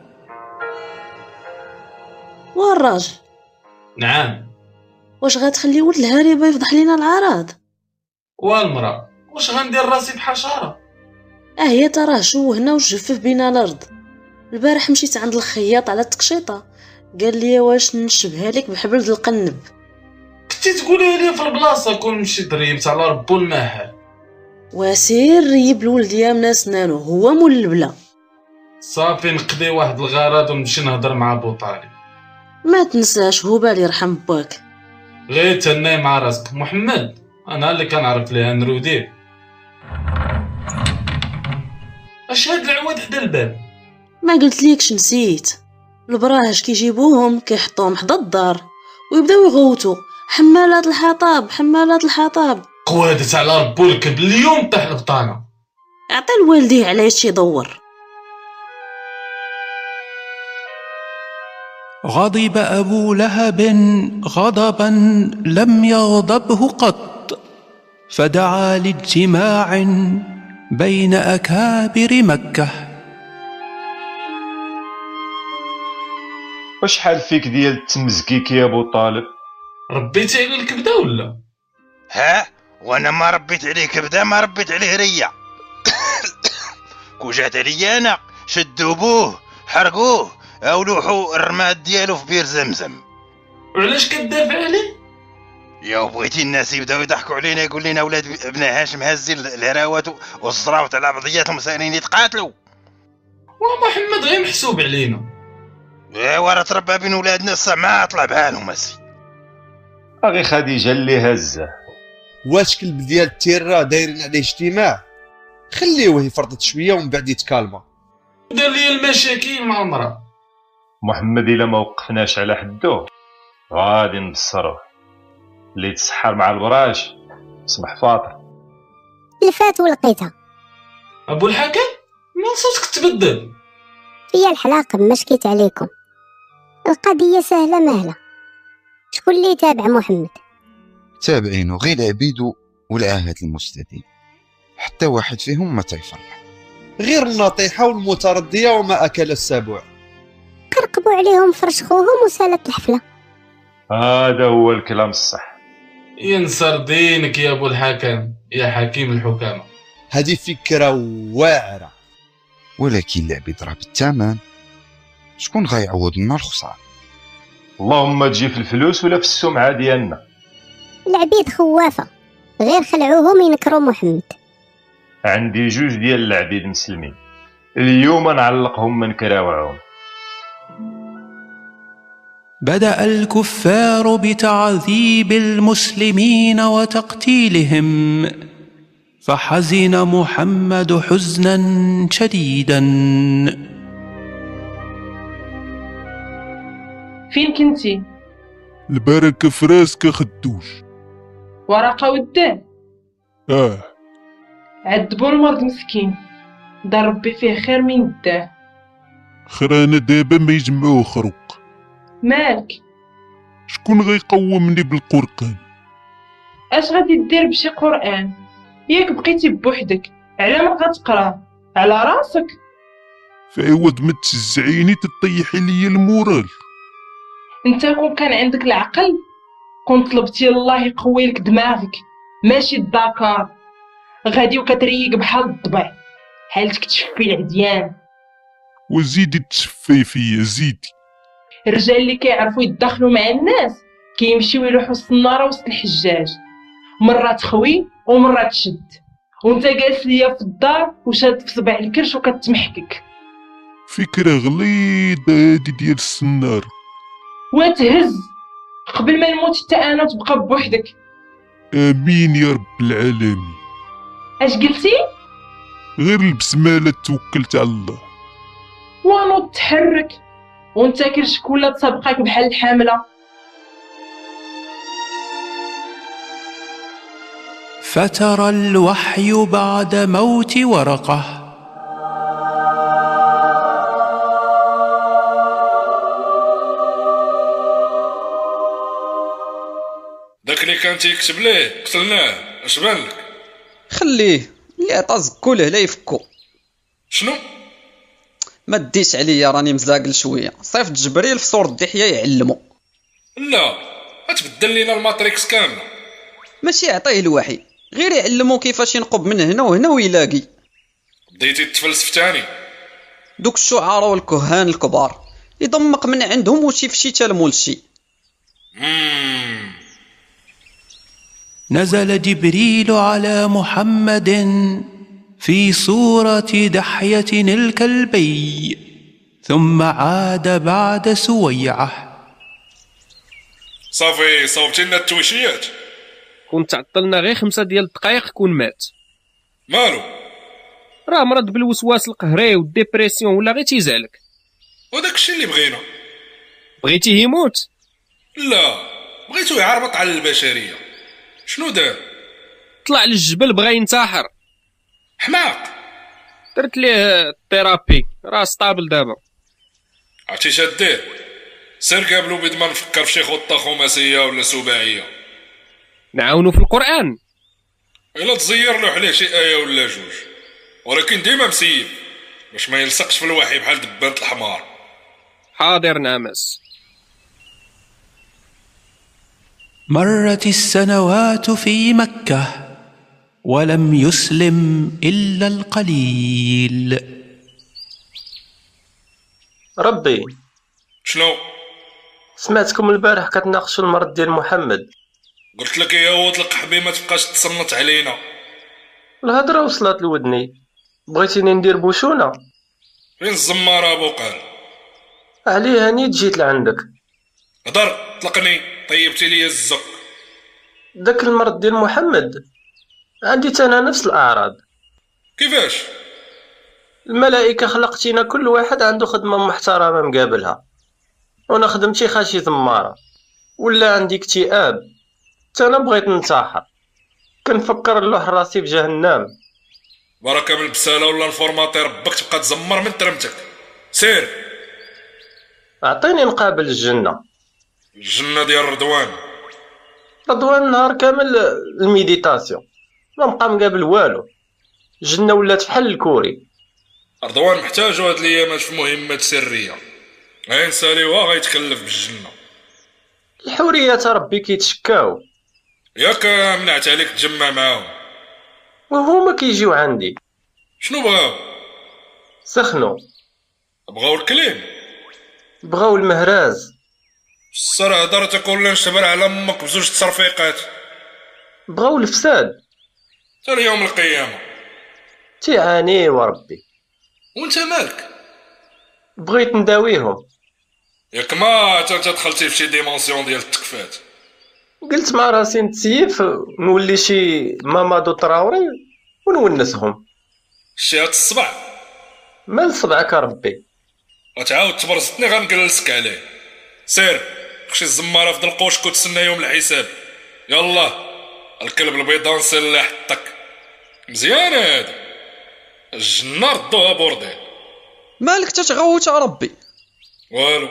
والراجل نعم. واش غتخلي ولد الهريبه يفضح لينا العراض؟ والمرأة واش غندير راسي بحشرة؟ اه هي تراه شوهنا وجفف بينا الارض. البارح مشيت عند الخياط على التقشيطه قال لي واش نشبها لك بحبل د القنب. كنتي تقولي لي في البلاصه كون مشيت ريبت على ربو الماحل. وسير ريب الولد يا من اسنانو هو مول البلا. صافي نقضي واحد الغرض ونمشي نهضر مع بو طالب. ما تنساش هو بالي يرحم باك. غير تناي مع راسك محمد انا اللي كنعرف ليها نروديه. اش هاد العواد حدا الباب؟ ما قلت ليكش نسيت. البراهج كيجيبوهم كيحطوهم حدا الدار ويبداو يغوتوا حمالات الحطاب حمالات الحطاب. قوادت على ربو الكب اليوم طيح البطانه. عطي لوالديه علاش يدور. غضب أبو لهب غضبا لم يغضبه قط، فدعا لاجتماع بين أكابر مكة. واش حال فيك ديال التمزكيك يا ابو طالب؟ ربيت عليه الكبده ولا؟ ها وانا ما ربيت عليه كبده، ما ربيت عليه ريه. كو جات عليا انا شدوا بوه حرقوه او لوحوا الرماد ديالو في بير زمزم. وعلاش كدافع عليه؟ يا بغيتي الناس يبداو يضحكوا علينا يقول لنا اولاد ابن هاشم هازين الهراوات والزراوت على بعضياتهم سايرين يتقاتلوا. ومحمد غير محسوب علينا. ايوا راه تربى بين ولادنا الصح ما طلع بحالهم اسي. اغي خديجه اللي هزه. واش كلب ديال التيرا دايرين عليه اجتماع؟ خليوه يفرطط شويه ومن بعد يتكالما. دار لي المشاكل مع المراه. محمد الا ما وقفناش على حدو غادي نبصروه. اللي تسحر مع البراج صبح فاطر. الفات ولقيتها. ابو الحكم من صوتك تبدل. فيا الحلاقه ما شكيت عليكم. القضيه سهله مهله. شكون اللي يتابع محمد؟ تابعينه غير العبيد والعاهات المستديم، حتى واحد فيهم ما تيفرح. غير النطيحه والمترديه وما اكل السبع. قرقبوا عليهم فرشخوهم وسالت الحفله. هذا هو الكلام الصح. ينصر دينك يا ابو الحكم يا حكيم الحكامه. هذه فكره واعره، ولكن العبيد راه بالثمن. شكون غيعوض لنا الخساره؟ اللهم تجي في الفلوس ولا في السمعه ديالنا. العبيد خوافه، غير خلعوهم ينكروا محمد. عندي جوج ديال العبيد مسلمين، اليوم نعلقهم من كراوعهم. بدأ الكفار بتعذيب المسلمين وتقتيلهم، فحزن محمد حزنا شديدا. فين كنتي؟ البركة في راسك خدوش. ورقة وداه؟ اه. عذبوا المرض مسكين، دار ربي فيه خير من داه. خرانا دابا ما يجمعوه خروق. مالك؟ شكون غيقومني بالقرآن؟ اش غادي دير بشي قرآن؟ ياك بقيتي بوحدك على ما غتقراه على راسك؟ في عوض ما تشجعيني تطيحي ليا المورال. انت كون كان عندك العقل كنت طلبتي الله يقوي لك دماغك ماشي الدكار. غادي وكتريق بحال الضبع، حالتك تشفي العديان. وزيدي تشفي فيا زيدي. الرجال اللي كيعرفوا يتدخلوا مع الناس كيمشيو يلوحوا الصناره وسط الحجاج، مره تخوي ومره تشد، وانت جالس ليا في الدار وشاد في صبع الكرش وكتمحكك. فكره غليظه هادي ديال السناره. وتهز قبل ما نموت حتى انا وتبقى بوحدك. امين يا رب العالمين. اش قلتي؟ غير البسماله توكلت على الله. ونوض تحرك وانت كرشك ولا تسابقك بحال الحامله. فترى الوحي بعد موت ورقه. داك اللي كان تيكتب ليه قتلناه، اش بان لك؟ خليه، اللي عطا زكو له لا يفكو. شنو؟ ما ديش عليا راني مزاقل شويه. صيفط جبريل في صور الضحيه يعلمو. لا غتبدل لينا الماتريكس كامله. ماشي يعطيه الوحي، غير يعلمو كيفاش ينقب من هنا وهنا ويلاقي. بديتي تفلسف تاني. دوك الشعراء والكهان الكبار يضمق من عندهم وشي فشي تالمول شي. مم. نزل جبريل على محمد في صورة دحية الكلبي، ثم عاد بعد سويعة. صافي صوبتي لنا التويشيات. كنت تعطلنا غير خمسة ديال الدقائق كون مات. مالو؟ راه مرض بالوسواس القهري والديبرسيون ولا غير تيزعلك. وداك الشيء اللي بغينا. بغيتيه يموت؟ لا، بغيتو يعربط على البشريه. شنو دار؟ طلع للجبل بغا ينتحر. حماق. درت ليه ثيرابي راه ستابل دابا. عرفتي شادير؟ سير قابلو بيد ما نفكر في شي خطه خماسيه ولا سباعيه. نعاونو في القران الا تزير له عليه شي ايه ولا جوج، ولكن ديما مسيب باش ما يلصقش في الوحي بحال دبانة الحمار. حاضر نامس. مرت السنوات في مكة ولم يسلم إلا القليل. ربي شنو؟ سمعتكم البارح كتناقشوا المرض ديال محمد. قلت لك يا ود القحبي ما تبقاش تصنت علينا. الهضره وصلت لودني، بغيتيني ندير بوشونه؟ فين الزماره ابو قال؟ عليه هنيت جيت لعندك. هضر طلقني، طيبتي لي الزق. داك المرض ديال محمد عندي انا نفس الاعراض. كيفاش؟ الملائكه خلقتينا كل واحد عنده خدمه محترمه مقابلها، وانا خدمتي خاشي زماره، ولا عندي اكتئاب، حتى انا بغيت ننتحر، كنفكر نلوح راسي في جهنم. بركه من البساله ولا نفورماطي ربك تبقى تزمر من ترمتك. سير اعطيني نقابل الجنه. الجنه ديال رضوان. رضوان نهار كامل الميديتاسيون، ما بقى مقابل والو. الجنه ولات فحال الكوري. رضوان محتاجو هاد الايامات في مهمات سريه، غير نساليوها غيتكلف بالجنه. الحوريه ربي كيتشكاو، ياك منعت عليك تجمع معاهم وهما كيجيو عندي. شنو بغاو؟ سخنوا. بغاو الكليم؟ بغاو المهراز. السر هضرتك ولا نشبر على امك بزوج تصرفيقات. بغاو الفساد حتى ليوم القيامه. تيعاني وربي. وانت مالك؟ بغيت نداويهم. ياك ما انت دخلتي في شي ديمونسيون ديال التكفات. قلت مع راسي نتسيف نولي شي مامادو تراوري ونونسهم. شي هاد الصبع مال صبعك ربي. وتعاود تبرزتني غنجلسك عليه. سير خشي الزماره في القوش كتسنى يوم الحساب. يلا الكلب البيضان سير حطك. مزيان هذا الجنه ردوها بورديل. مالك تتغوت ربي؟ والو.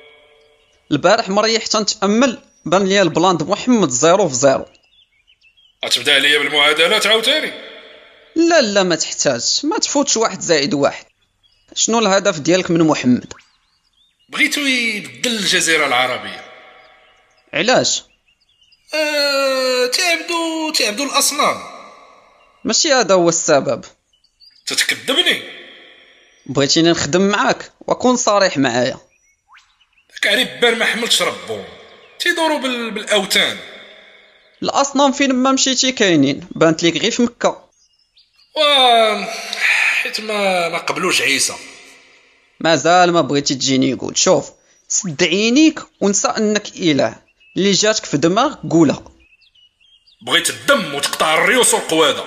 البارح مريح تنتامل بان ليا البلان د محمد زيرو في زيرو. غتبدا عليا بالمعادلات عاوتاني؟ لا لا ما تحتاج، ما تفوتش واحد زائد واحد. شنو الهدف ديالك من محمد؟ بغيتو يبدل الجزيره العربيه. علاش؟ أه... تعبدو تعبدو الاصنام. ماشي هذا هو السبب. تتكذبني؟ بغيتيني نخدم معاك وكون صريح معايا. داك عريب بان ما حملتش ربهم، تيدوروا بال... بالاوثان. الاصنام فين ما مشيتي كاينين، بانت ليك غير في مكه. و حيت ما ما قبلوش عيسى. مازال ما بغيتي تجيني يقول شوف سد عينيك ونسى انك اله، اللي جاتك في دماغك قولها. بغيت الدم وتقطع الريوس والقواده.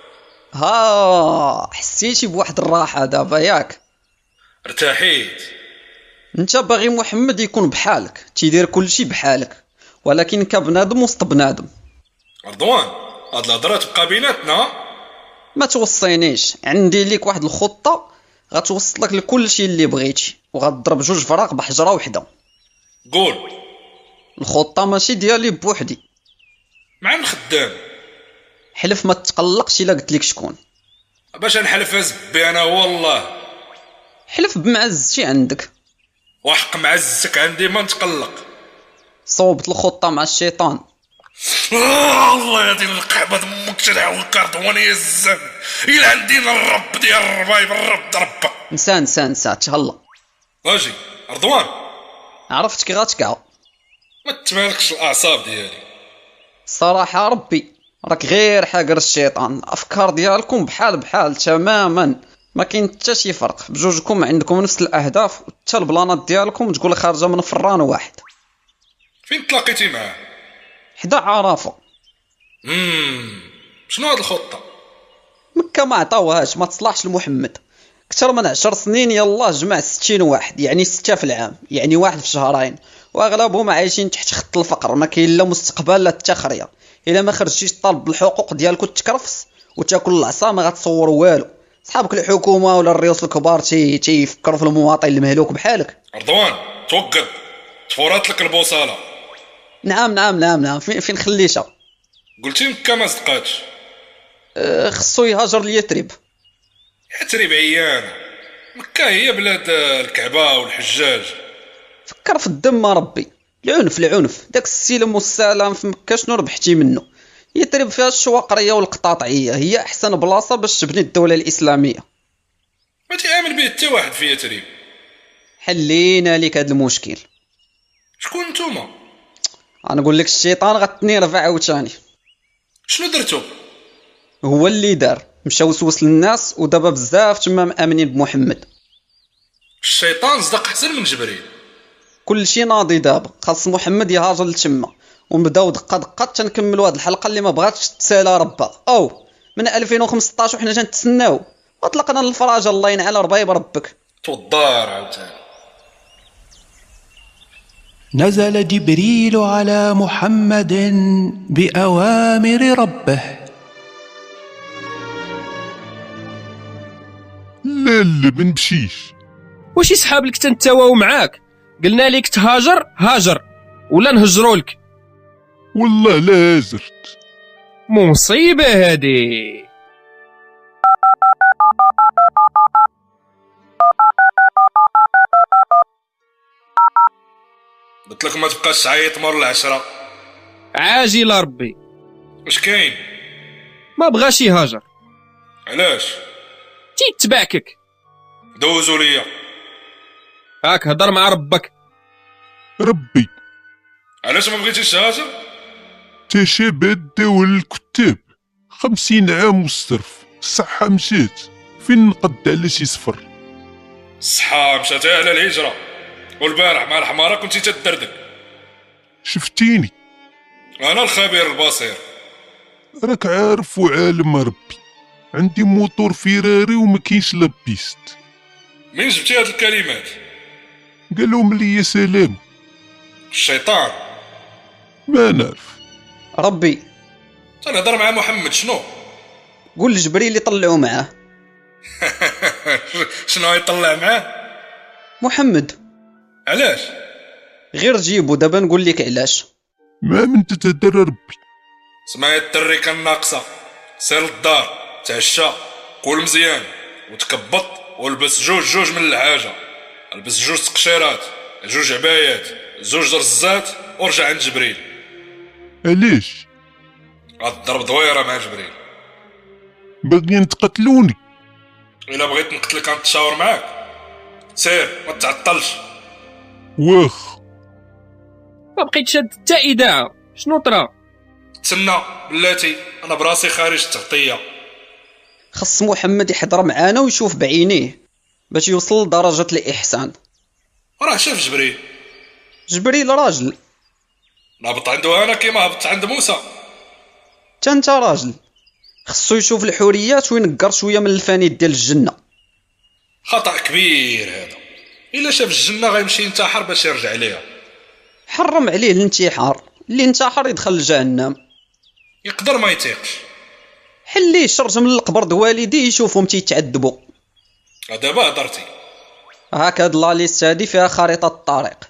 ها حسيتي بواحد الراحه دابا ياك؟ ارتاحيت. انت باغي محمد يكون بحالك، تيدير كلشي بحالك، ولكن كبنادم وسط بنادم. رضوان هاد الهضره تبقى بيناتنا. ما توصينيش، عندي ليك واحد الخطه غتوصلك لكلشي اللي بغيتي، وغتضرب جوج فراق بحجره وحده. قول. الخطه ماشي ديالي بوحدي، مع الخدام. حلف ما تقلقش الا قلت لك شكون. باش نحلف ازبي انا والله. حلف بمعزتي عندك. وحق معزتك عندي ما نتقلق. صوبت الخطه مع الشيطان. آه الله يا دين القحبه دمك تدعو الكاردوان يا الزن الى عندنا الرب ديال الربايب الرب ربا. نسى نسى نسى تهلا. اجي رضوان عرفتك غاتكع. ما تمالكش الاعصاب ديالي الصراحه ربي، راك غير حاقر الشيطان. الافكار ديالكم بحال بحال تماما، ما كاين حتى شي فرق، بجوجكم عندكم نفس الاهداف، حتى البلانات ديالكم تقول خارجه من فران واحد. فين تلاقيتي معاه؟ حدا عرفه. امم شنو هاد الخطه؟ مكه ما عطاوهاش، ما تصلحش لمحمد. أكثر من عشر سنين يلا جمع ستين واحد، يعني ستة في العام، يعني واحد في شهرين، وأغلبهم عايشين تحت خط الفقر، ما كاين لا مستقبل لا التخريه. إلا ما خرجتيش طالب بالحقوق ديالك وتكرفس وتاكل العصا ما غتصور والو. صحابك الحكومة ولا الرئيس الكبار تي تيفكروا في المواطن المهلوك بحالك. رضوان توقد تفورات لك البوصالة. نعم نعم نعم نعم فين, فين خليتها؟ قلتي مكة ما صدقاتش. أه خصو يهاجر ليثرب. يثرب عيانة، مكة هي بلاد الكعبة والحجاج. فكر في الدم ربي، العنف العنف داك السلم والسلام في مكة شنو ربحتي منه؟ يثرب فيها الشواقرية والقطاطعية، هي أحسن بلاصة باش تبني الدولة الإسلامية. ما تيامن به حتى واحد في يثرب. حلينا لك هذا المشكل. شكون نتوما؟ انا نقول لك الشيطان غتني رفع عاوتاني. شنو درتو؟ هو اللي دار، مشى وسوس للناس ودابا بزاف تما مامنين بمحمد. الشيطان صدق احسن من جبريل. كل شيء ناضي دابا، خاص محمد يهاجر لتما ونبداو دقه دقه تنكملوا هذه الحلقه اللي ما بغاتش تسالى ربها. او من ألفين وخمسطاش وحنا تنتسناو وطلقنا للفراج. الله ينعل ربايب ربك. توضار عاوتاني. نزل جبريل على محمد بأوامر ربه. لا لا ما نمشيش. واش يسحاب لك تنتواو معاك؟ قلنا لك تهاجر هاجر ولا نهجروا لك. والله لا هاجرت. مصيبه هذه. قلت لك ما تبقاش تعيط مور العشرة. عاجل ربي. واش كاين؟ ما بغاش يهاجر. علاش؟ تيتبعكك. دوزو ليا. هاك هضر مع ربك. ربي علاش ما بغيتيش تهاجر؟ تشابه الدول الكتاب، خمسين عام والصرف، الصحة مشات، فين نقد على شي صفر؟ الصحة مشات على الهجرة، والبارح مع الحمارة كنتي تدردك. شفتيني؟ أنا الخبير البصير. راك عارف وعالم ربي، عندي موتور فيراري وما كاينش لا بيست. مين جبتي هاد الكلمات؟ قالهم لي سلام. الشيطان. ما نعرف. ربي تنهضر مع محمد شنو؟ قول لجبريل اللي طلعوا معاه. شنو يطلع معاه؟ محمد. علاش؟ غير جيبو دابا نقول لك علاش. ما من تتهدر ربي. سمعي الدري كان ناقصه، سير للدار تعشى كل مزيان وتكبط والبس جوج جوج من الحاجه. البس جوج تقشيرات، جوج عبايات، زوج رزات ورجع عند جبريل. علاش؟ غضرب دويره مع جبريل. باغيين تقتلوني. الا بغيت نقتلك غنتشاور معاك. سير ما تعطلش. واخ ما بقيت شاد حتى اذاعه. شنو طرا؟ تسنى بلاتي انا براسي خارج التغطيه. خص محمد يحضر معانا ويشوف بعينيه باش يوصل لدرجه الاحسان. راه شاف جبريل. جبريل راجل نهبط عنده انا كيما هبطت عند موسى. تا انت راجل، خصو يشوف الحوريات وينقر شويه من الفانيت ديال الجنه. خطا كبير هذا. الا شاف الجنه غيمشي ينتحر باش يرجع ليها. حرم عليه الانتحار، اللي انتحر يدخل جهنم. يقدر ما يتيقش. حليه شرج من القبر د والديه يشوفهم تيتعذبوا. دابا هضرتي. هاك هاد لا ليست هادي فيها خريطه الطريق.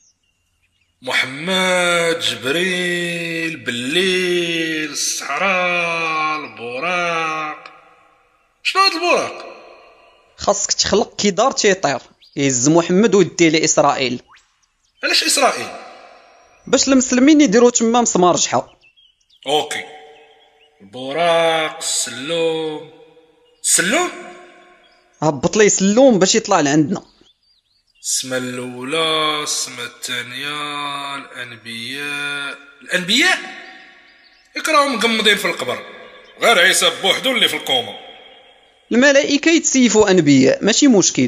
محمد، جبريل، بالليل، الصحراء، البراق. شنو هاد البراق؟ خاصك تخلق كي دار تيطير، يهز محمد ويديه لاسرائيل. علاش اسرائيل؟ باش المسلمين يديروا تما مسمار جحا. اوكي. البراق، السلوم. السلوم؟ هبط لي سلوم باش يطلع لعندنا. السما الاولى، السما الثانيه، الانبياء. الانبياء يكراهم مقمضين في القبر، غير عيسى بوحدو اللي في الكوما. الملائكه يتسيفوا انبياء ماشي مشكل.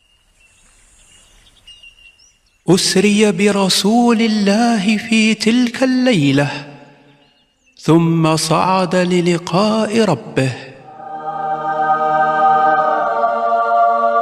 أسري برسول الله في تلك الليلة ثم صعد للقاء ربه.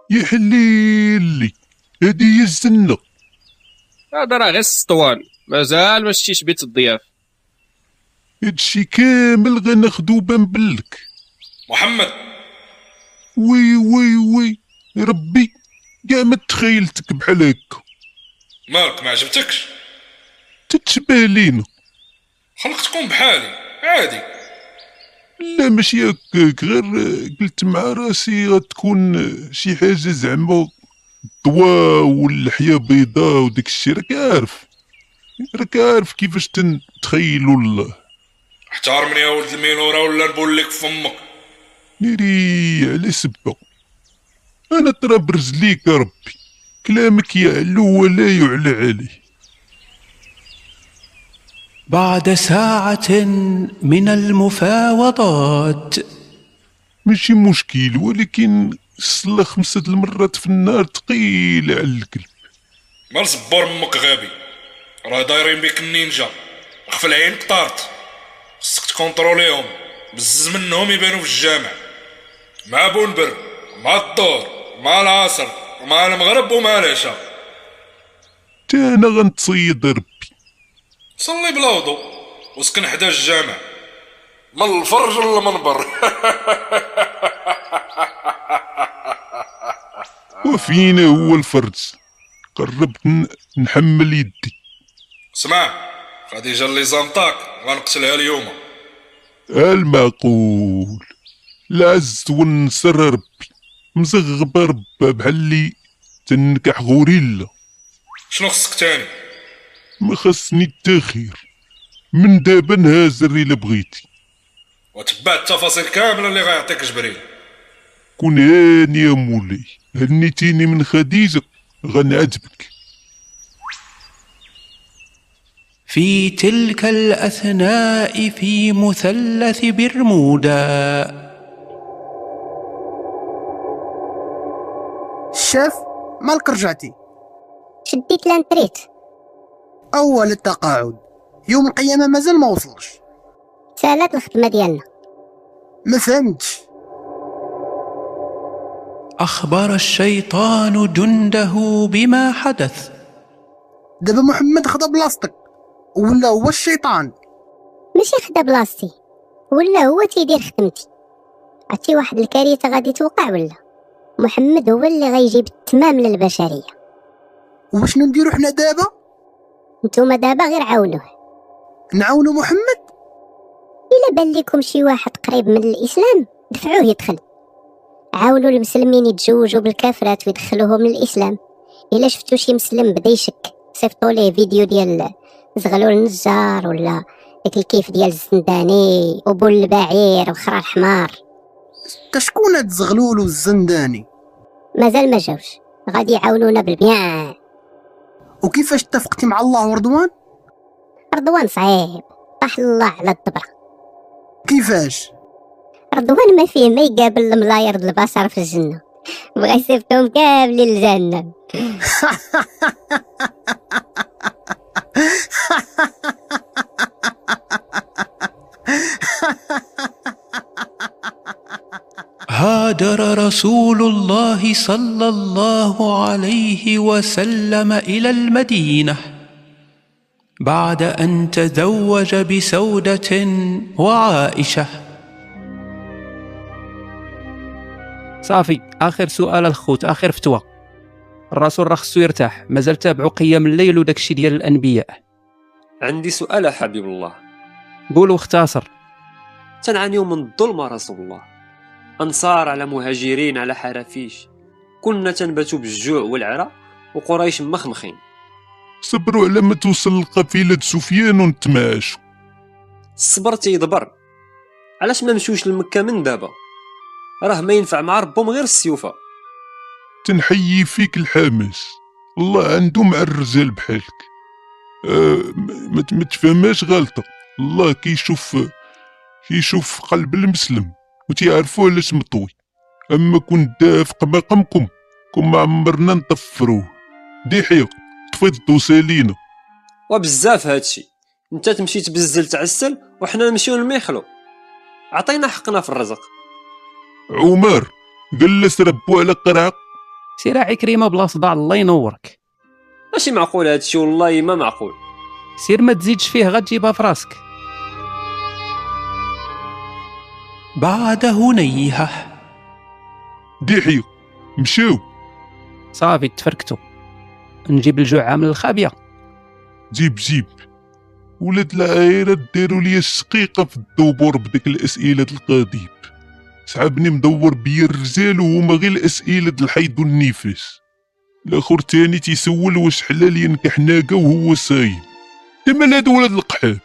يا حليلي هادي هي الزنة. هذا راه غير السطوان، مازال ما شتيش بيت الضياف. هادشي كامل غناخدو بنبلك. محمد وي وي وي ربي كاع ما تخيلتك بحال هكا. مالك ما عجبتكش؟ تتشبه لينا. خلق تكون بحالي عادي. لا ماشي هكاك، غير قلت مع راسي غتكون شي حاجه زعما ضوا واللحيه بيضاء وداك الشيء، راك عارف راك عارف كيفاش تنتخيلوا الله. احترمني يا ولد المينوره ولا نبول لك فمك. نيري على سبه، انا ترى برجليك يا ربي، كلامك يعلو ولا يعلى عليه. بعد ساعة من المفاوضات. ماشي مشكل، ولكن الصلاة خمسة المرات في النهار ثقيلة على القلب. مال زبور امك غبي، راه دايرين بك النينجا. اغفل عينك طارت، خصك تكونتروليهم، بزز منهم يبانو في الجامع، مع بونبر مع الظهر مع العصر مع المغرب ومع العشاء. تا انا غنتصيد ربي. صلي بلا وضو وسكن حدا الجامع، من الفرج ولا منبر. وفينا هو الفرج؟ قربت نحمل يدي. اسمع، خديجه اللي زنطاك غنقتلها اليوم. المعقول العز والنصر ربي، مزغبه ربا بحال اللي تنكح غوريلا. شنو خصك تاني؟ ما خصني التاخير، من دابا نهازر الا بغيتي، وتبع التفاصيل كامله اللي غيعطيك جبريل. كون هاني يا مولاي، هنيتيني من خديجه غنعجبك. في تلك الأثناء في مثلث برمودا. الشاف مالك رجعتي؟ شديت لانتريت. أول التقاعد، يوم القيامة مازال ما وصلش. سالت الخدمة ديالنا. ما فهمتش. أخبر الشيطان جنده بما حدث. دابا محمد خدا بلاصتك ولا هو الشيطان؟ ماشي خدا بلاصتي، ولا هو تيدير خدمتي. عرفتي واحد الكارثة غادي توقع، ولا محمد هو اللي غيجيب التمام للبشرية. وشنو نديرو حنا دابا؟ نتوما دابا غير عاونوه. نعاونو محمد؟ إلا بان لكم شي واحد قريب من الإسلام دفعوه يدخل. عاونوا المسلمين يتزوجوا بالكافرات ويدخلوهم للإسلام. إلا شفتو شي مسلم بدا يشك، صيفطوا ليه فيديو ديال زغلول النجار ولا داك الكيف ديال الزنداني وبول البعير وخرا الحمار. تا شكون هاد الزغلول والزنداني؟ مازال ما جاوش، غادي يعاونونا بالبيان. وكيفاش اتفقتي مع الله ورضوان؟ رضوان صعيب، طاح الله على الدبرة. كيفاش؟ رضوان ما فيه ما يقابل الملاير د البشر في الجنة، بغا يصيفطهم كاملين للجهنم. هاجر رسول الله صلى الله عليه وسلم إلى المدينة بعد أن تزوج بسودة وعائشة. صافي، آخر سؤال الخوت، آخر فتوى. الرسول راه خصو يرتاح، مازال تابعوا قيام الليل وداك الشيء ديال الأنبياء. عندي سؤال يا حبيب الله. قولوا اختصر. تنعانيو من الظلم رسول الله، أنصار على مهاجرين على حرافيش، كنا تنباتوا بالجوع والعرى وقريش مخمخين. صبروا على ما توصل القافلة سفيان ونتماشوا. الصبر تيدبر، علاش ما نمشيوش لمكة من دابا؟ راه ما ينفع مع ربهم غير السيوفة. تنحيي فيك الحماس، الله عنده مع الرجال بحالك. أه ما تفهماش غلطة، الله كيشوف كيشوف قلب المسلم وتيعرفوه علاش مطوي. اما كون دافق مقامكم كون ما عمرنا نطفروه. دحية طفيت وسالينا. وبزاف هادشي، انت تمشي تبزل تعسل وحنا نمشيو نميخلو. عطينا حقنا في الرزق. عمر جلس ربو على قرعة سير عكريمه بلا صداع الله ينورك. ماشي معقول هادشي والله ما معقول. سير ما تزيدش فيه غتجيبها في راسك. بعد هنيهة دحية مشاو. صافي تفركتو. نجيب الجوع من الخابيه. جيب جيب. ولاد العائلة داروا لي الشقيقة في الدبور بديك الأسئلة القضيب. صعبني مدور بيا الرجال وهما غير الأسئلة د الحيض والنفاس. الآخر تاني تيسول واش حلال ينكح ناقة وهو صايم. تمال هادو ولاد القحاب.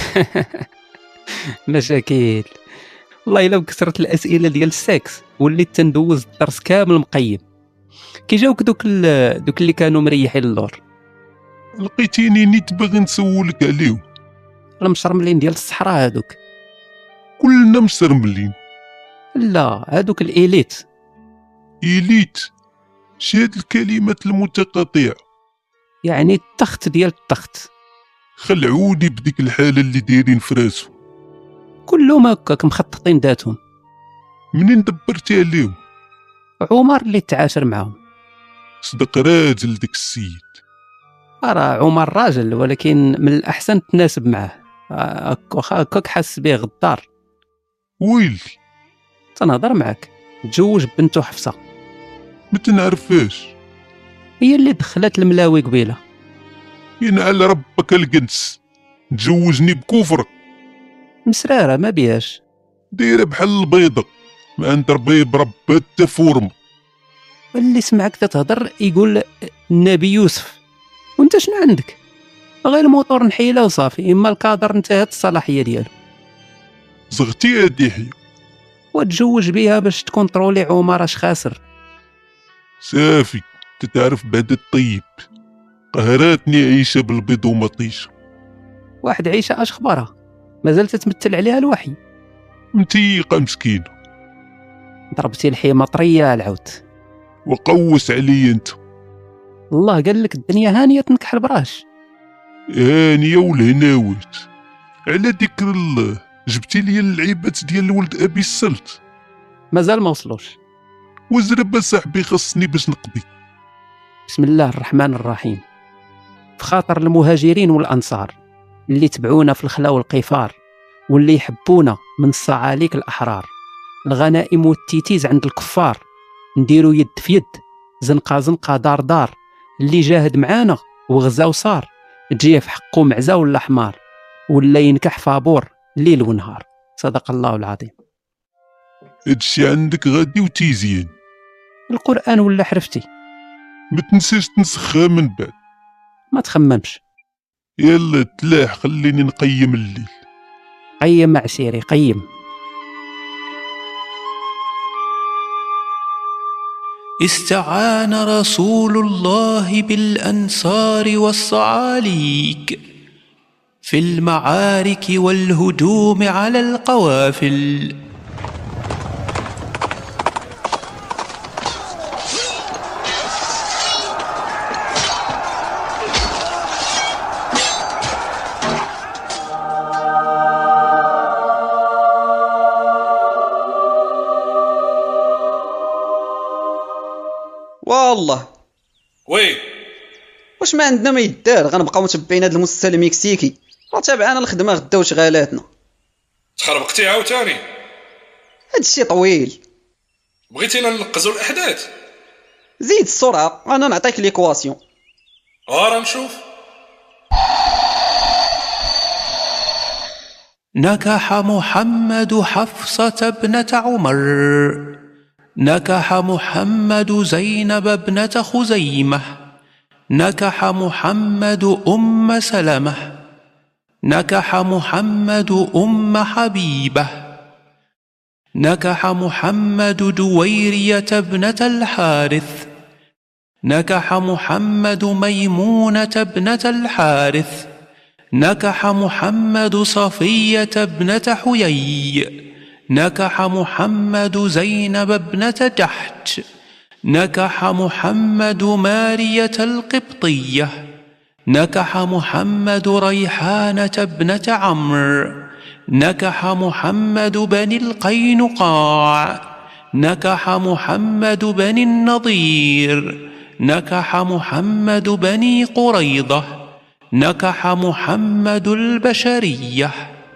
مشاكل. والله إلا بكثرة الأسئلة ديال السكس وليت تندوز الدرس كامل مقيم. كي جاوك دوك دوك اللي كانوا مريحين اللور. لقيتيني نيت باغي نسولك عليهم. المشرملين ديال الصحراء هادوك. كلنا مشرملين. لا هادوك الإيليت. إيليت شاد الكلمات المتقاطعة. يعني التخت ديال التخت. خلعوني بديك الحالة اللي دايرين فراسو. كلهم هكاك مخططين ذاتهم. منين دبرتي عليهم؟ عمر اللي تعاشر معاهم. صدق راجل داك السيد. راه عمر راجل ولكن من الأحسن تناسب معاه. واخا هكاك حاس بيه غدار. ويلي تنهضر معاك تزوج بنته حفصة. ما تنعرفاش. هي اللي دخلت الملاوي قبيله. ينعل ربك القنس. تزوجني بكفرك. مسرارة ما بيهاش. دايره بحال البيضة ما عند ربيب ربات تفورم. اللي سمعك تتهضر يقول النبي يوسف وانت شنو عندك؟ غير الموتور نحيله وصافي. اما الكادر انتهت الصلاحيه ديالو. زغتي يا دحية. وتزوج بها باش تكونترولي عمر اش خاسر. صافي تتعرف بعد الطيب. قهراتني عيشه بالبيض ومطيشه. واحد عيشه اش خبارها؟ مازال تتمثل عليها الوحي. متيقه مسكينه. ضربتي الحيمه طريه العود. وقوس علي انت. الله قال لك الدنيا هانيه تنكح البراش. هانيه والهناوات. على ذكر الله جبتي لي اللعيبات ديال ولد ابي السلط. مازال ما وصلوش. وزرب صاحبي خصني باش نقضي. بسم الله الرحمن الرحيم. في خاطر المهاجرين والانصار اللي تبعونا في الخلا والقفار واللي يحبونا من الصعاليك الاحرار. الغنائم والتيتيز عند الكفار. نديرو يد في يد زنقه زنقه دار دار. اللي جاهد معانا وغزا وصار. تجيه في حقه معزا ولا حمار. ولا ينكح فابور ليل ونهار. صدق الله العظيم. هادشي عندك غادي وتيزين. القرآن ولا حرفتي. ما تنساش تنسخها من بعد. ما تخممش. يلا تلاح خليني نقيم الليل. قيم عسيري قيم. استعان رسول الله بالأنصار والصعاليك في المعارك والهجوم على القوافل. والله وي واش ما عندنا ما يدار؟ غنبقاو متبعين هذا المسلسل المكسيكي. راه تابعنا الخدمه غدا وشغالاتنا. تخربقتي عاوتاني. هادشي طويل. بغيتينا ننقزوا الاحداث. زيد السرعه انا نعطيك ليكواسيون. ها نشوف. نكح محمد حفصة ابنة عمر. نكح محمد زينب ابنة خزيمة. نكح محمد أم سلمة. نكح محمد أم حبيبة. نكح محمد جويرية ابنة الحارث. نكح محمد ميمونة ابنة الحارث. نكح محمد صفية ابنة حيي. نكح محمد زينب ابنة جحش. نكح محمد مارية القبطية. نكح محمد ريحانة ابنة عمرو. نكح محمد بني القينقاع. نكح محمد بني النضير، نكح محمد بني قريظة، نكح محمد البشرية.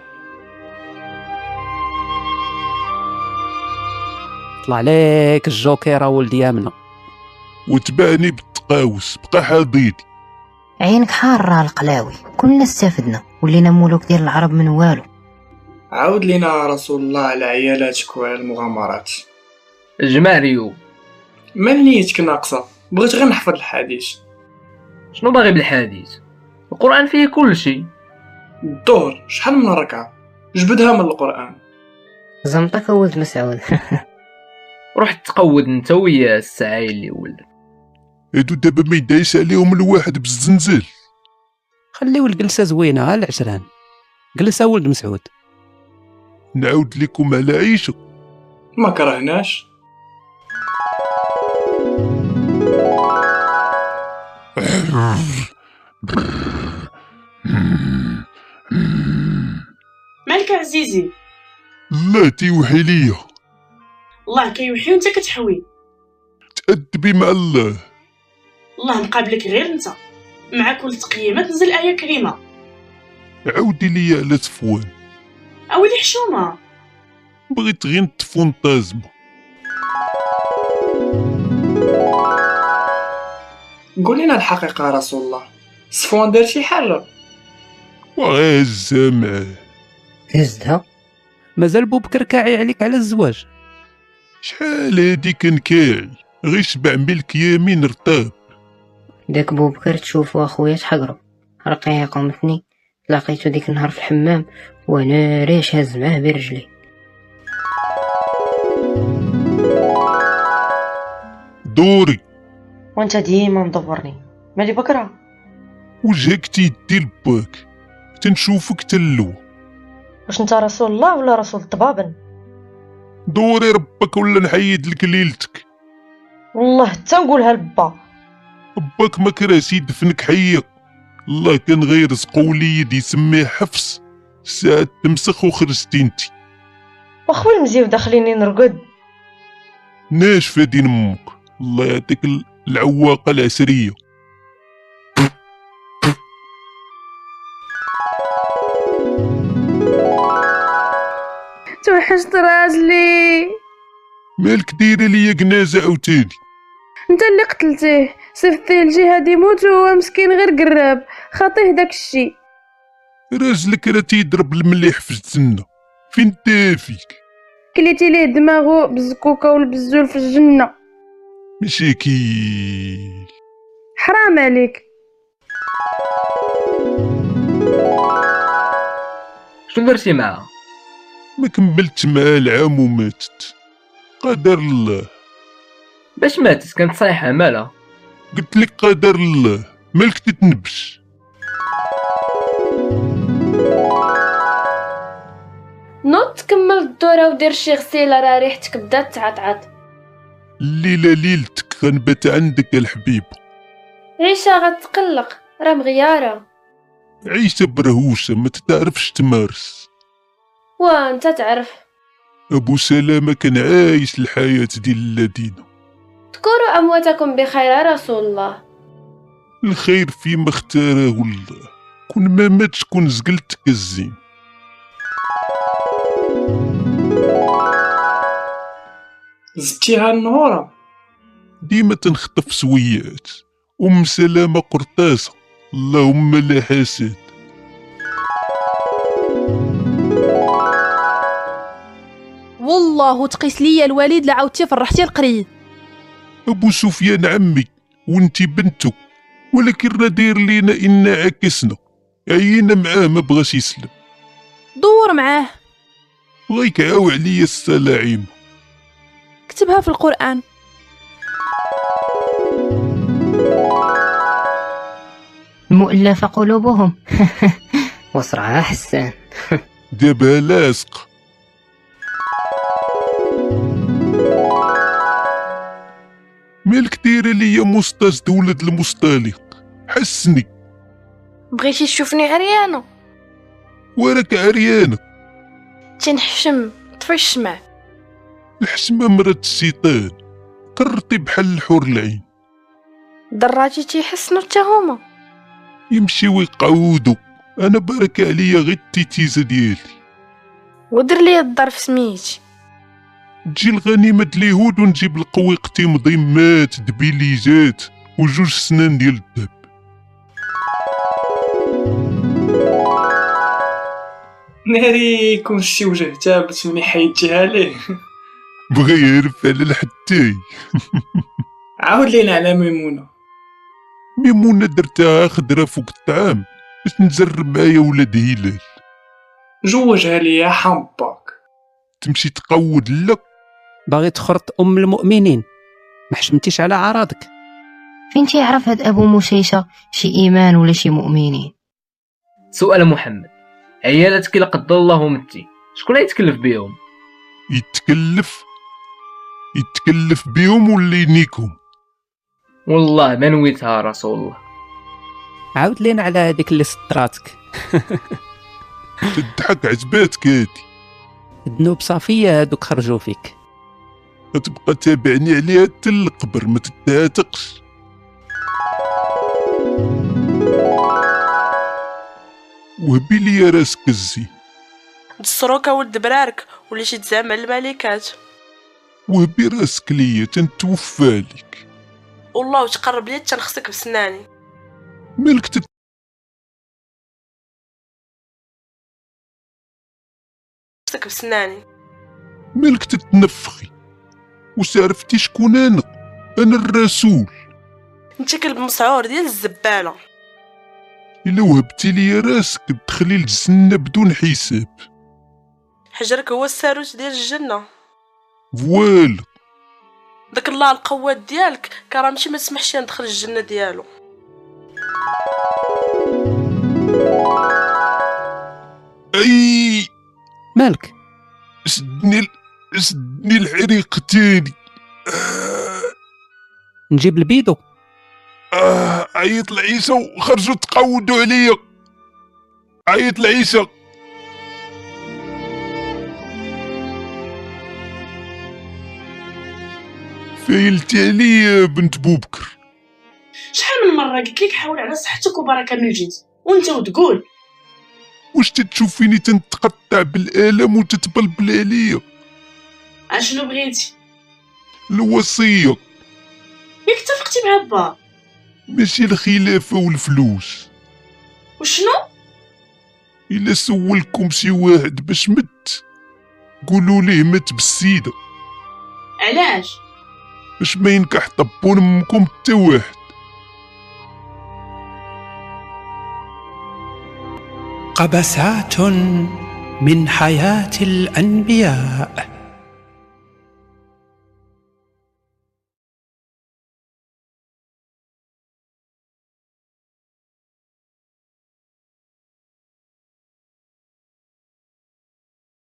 طلع ليك الجوكيرة ولدي يامنا، وتبعني بالتقاوس بقى حاضيني. عينك حارة القلاوي، كلنا استفدنا ولينا ملوك ديال العرب من والو. عاود لينا رسول الله على عيالاتك وعلى المغامرات. الجماريو من نيتك ناقصة؟ بغيت غير نحفظ الحديث. شنو باغي بالحديث؟ القرآن فيه كل شيء. الظهر شحال من ركعة؟ جبدها من القرآن. زمطك ولد مسعود. روح تقود انت ويا السعاي اللي ولد. هادو دابا ما يدايس عليهم الواحد بالزنزال. خليو الجلسة زوينة ها العشران. جلسة ولد مسعود. نعاود لكم على عيشة. ما كرهناش. مالك عزيزي؟ لا تيوحي ليا. الله كيوحي وانت كتحوي. تأدبي مع الله. الله مقابلك غير انت، مع كل تقية ما تنزل آية كريمة. عاودي ليا على صفوان. أولي حشومة. بغيت غير نتفونطازما. قول لنا الحقيقة يا رسول الله، صفوان دار شي حاجة؟ وغازة معاه. هزها؟ مازال بوبكر كاعي عليك على الزواج. شحال هادي كان كاعي، غير شبع ملك يمين رطاب. داك بوبكر تشوفو اخويا تحقرو، رقيه قومتني، تلاقيتو ديك النهار في الحمام وانا ريش هز معاه برجلي. دوري. وانت ديما مدورني، مالي بكره. وجهك تيدي لباك، تنشوفك تلو. واش انت رسول الله ولا رسول الطبابن؟ دوري ربك ولا نحيد لك ليلتك. والله حتى نقولها لبا. باك ما كرهش يدفنك حيق. الله كان غير رزقو وليد يسميه حفص، ساعة تمسخ وخرجتي انتي. واخوي المزيو داخليني نرقد. ناشفة دين امك، الله يعطيك العواقة العسرية. توحشت راجلي. مالك دايره ليا كنازة عاوتاني؟ انت اللي قتلتيه، صيفطيه لجهاد يموت وهو مسكين غير قراب، خاطيه داك الشي. راجلك راه تيضرب المليح في الجنة، فين دافيك؟ كليتي ليه دماغو بالزكوكة والبزول في الجنة. مشاكيل. حرام عليك. شنو درتي معاها؟ ما كملت معاه العام وماتت. قدر الله. باش ماتت؟ كانت صايحة مالها؟ قلت لك قدر الله، مالك تتنبش. نوض تكمل الدورة ودير شي غسيلة، راه ريحتك بدات تعطعط. الليلة ليلتك غنبات عندك الحبيب. عيشة غتقلق، راه مغيارة. عيشة برهوشة ما تتعرفش تمارس. وانت تعرف. ابو سلامة كان عايش الحياة ديال الذين. اذكروا امواتكم بخير يا رسول الله. الخير فيما اختاره الله، كون ما ماتش كون زقلتك الزين. زدتيها النهورة. ديما تنخطف سويات. ام سلامة قرطاسة، اللهم لا حسد. والله تقيس ليا الوالد لعاودتي فرحتي القريد. ابو سفيان عمي وانتي بنتو، ولكن راه داير لينا انا عكسنا، عينا معاه ما بغاش يسلم. دور معاه. بغا يكعاو عليا السلاعيم. كتبها في القرآن. مؤلفة قلوبهم. وصرعها حسان. دابا لاصق. مالك دايره ليا مستاز ولد المستالق؟ حسني. بغيتي تشوفني عريانة؟ وراك عريانة. تنحشم طفي الشمع. الحشمة مرات الشيطان، قررتي بحال الحور العين. دراجي تيحسنوا حتى هما. يمشيو يقعودوا، انا بارك عليا غير التيتيزه ديالي. ودر لي الظرف سميتي. تجي الغنيمه د اليهود ونجيب القويقتي مضمات دبيليجات وجوج سنان ديال الذهب. ناري يكون شي وجه تابت ملي حيدتيها ليه. بغا يعرف على الحتاي. عاود لينا على ميمونه. ميمونه درتها خضره فوق الطعام باش نجرب معايا ولاد هلال. جوجها ليا حمباك. تمشي تقود لا. باغي تخرط ام المؤمنين، ما حشمتيش على عراضك. فين تيعرف هاد ابو مشيشه شي ايمان ولا شي مؤمنين؟ سؤال محمد، عيالاتك الا قدر الله متي شكون يتكلف بيهم؟ يتكلف يتكلف بيهم ولا ينيكهم؟ والله ما نويتها رسول الله. عاود لينا على هذيك اللي سطراتك. تضحك عجباتك هادي. الذنوب صافيه هادوك خرجوا فيك. غتبقى تابعني عليها حتى القبر، ما تتهاتقش. وهبي لي راسك الزين. دسروك ولد برارك ولا شي تزعم على الملكات. وهبي راسك ليا تنتوفى لك. والله وتقرب لي تنخصك بسناني. مالك تت... خصك بسناني. مالك تتنفخي؟ واش عرفتي شكون انا؟ انا الرسول. انت كلب مسعور ديال الزباله. الا وهبتي لي راسك تدخلي للجنه بدون حساب. حجرك هو الساروت ديال الجنه. فوالا. داك الله القوات ديالك كرامتي ما تسمحش ندخل الجنه ديالو. اي مالك؟ شدني شدني الحريق تاني. آه. نجيب البيدو. آه عيط العيسى وخرجوا تقودوا عليا. عيط العيسى. فايلتي عليا بنت بوبكر. شحال من مره قلت لك حاول على صحتك وبركه من الجنس وانت وتقول. واش تتشوفيني تنتقطع بالالم وتتبلبل عليا؟ اشنو بغيتي؟ الوصيه. ياك اتفقتي مع با؟ ماشي الخلافه والفلوس. وشنو؟ الا سولكم شي واحد باش مت قولوا ليه مات بالسيده. علاش؟ باش ما ينكح طبون امكم حتى واحد. قبسات من حياة الأنبياء.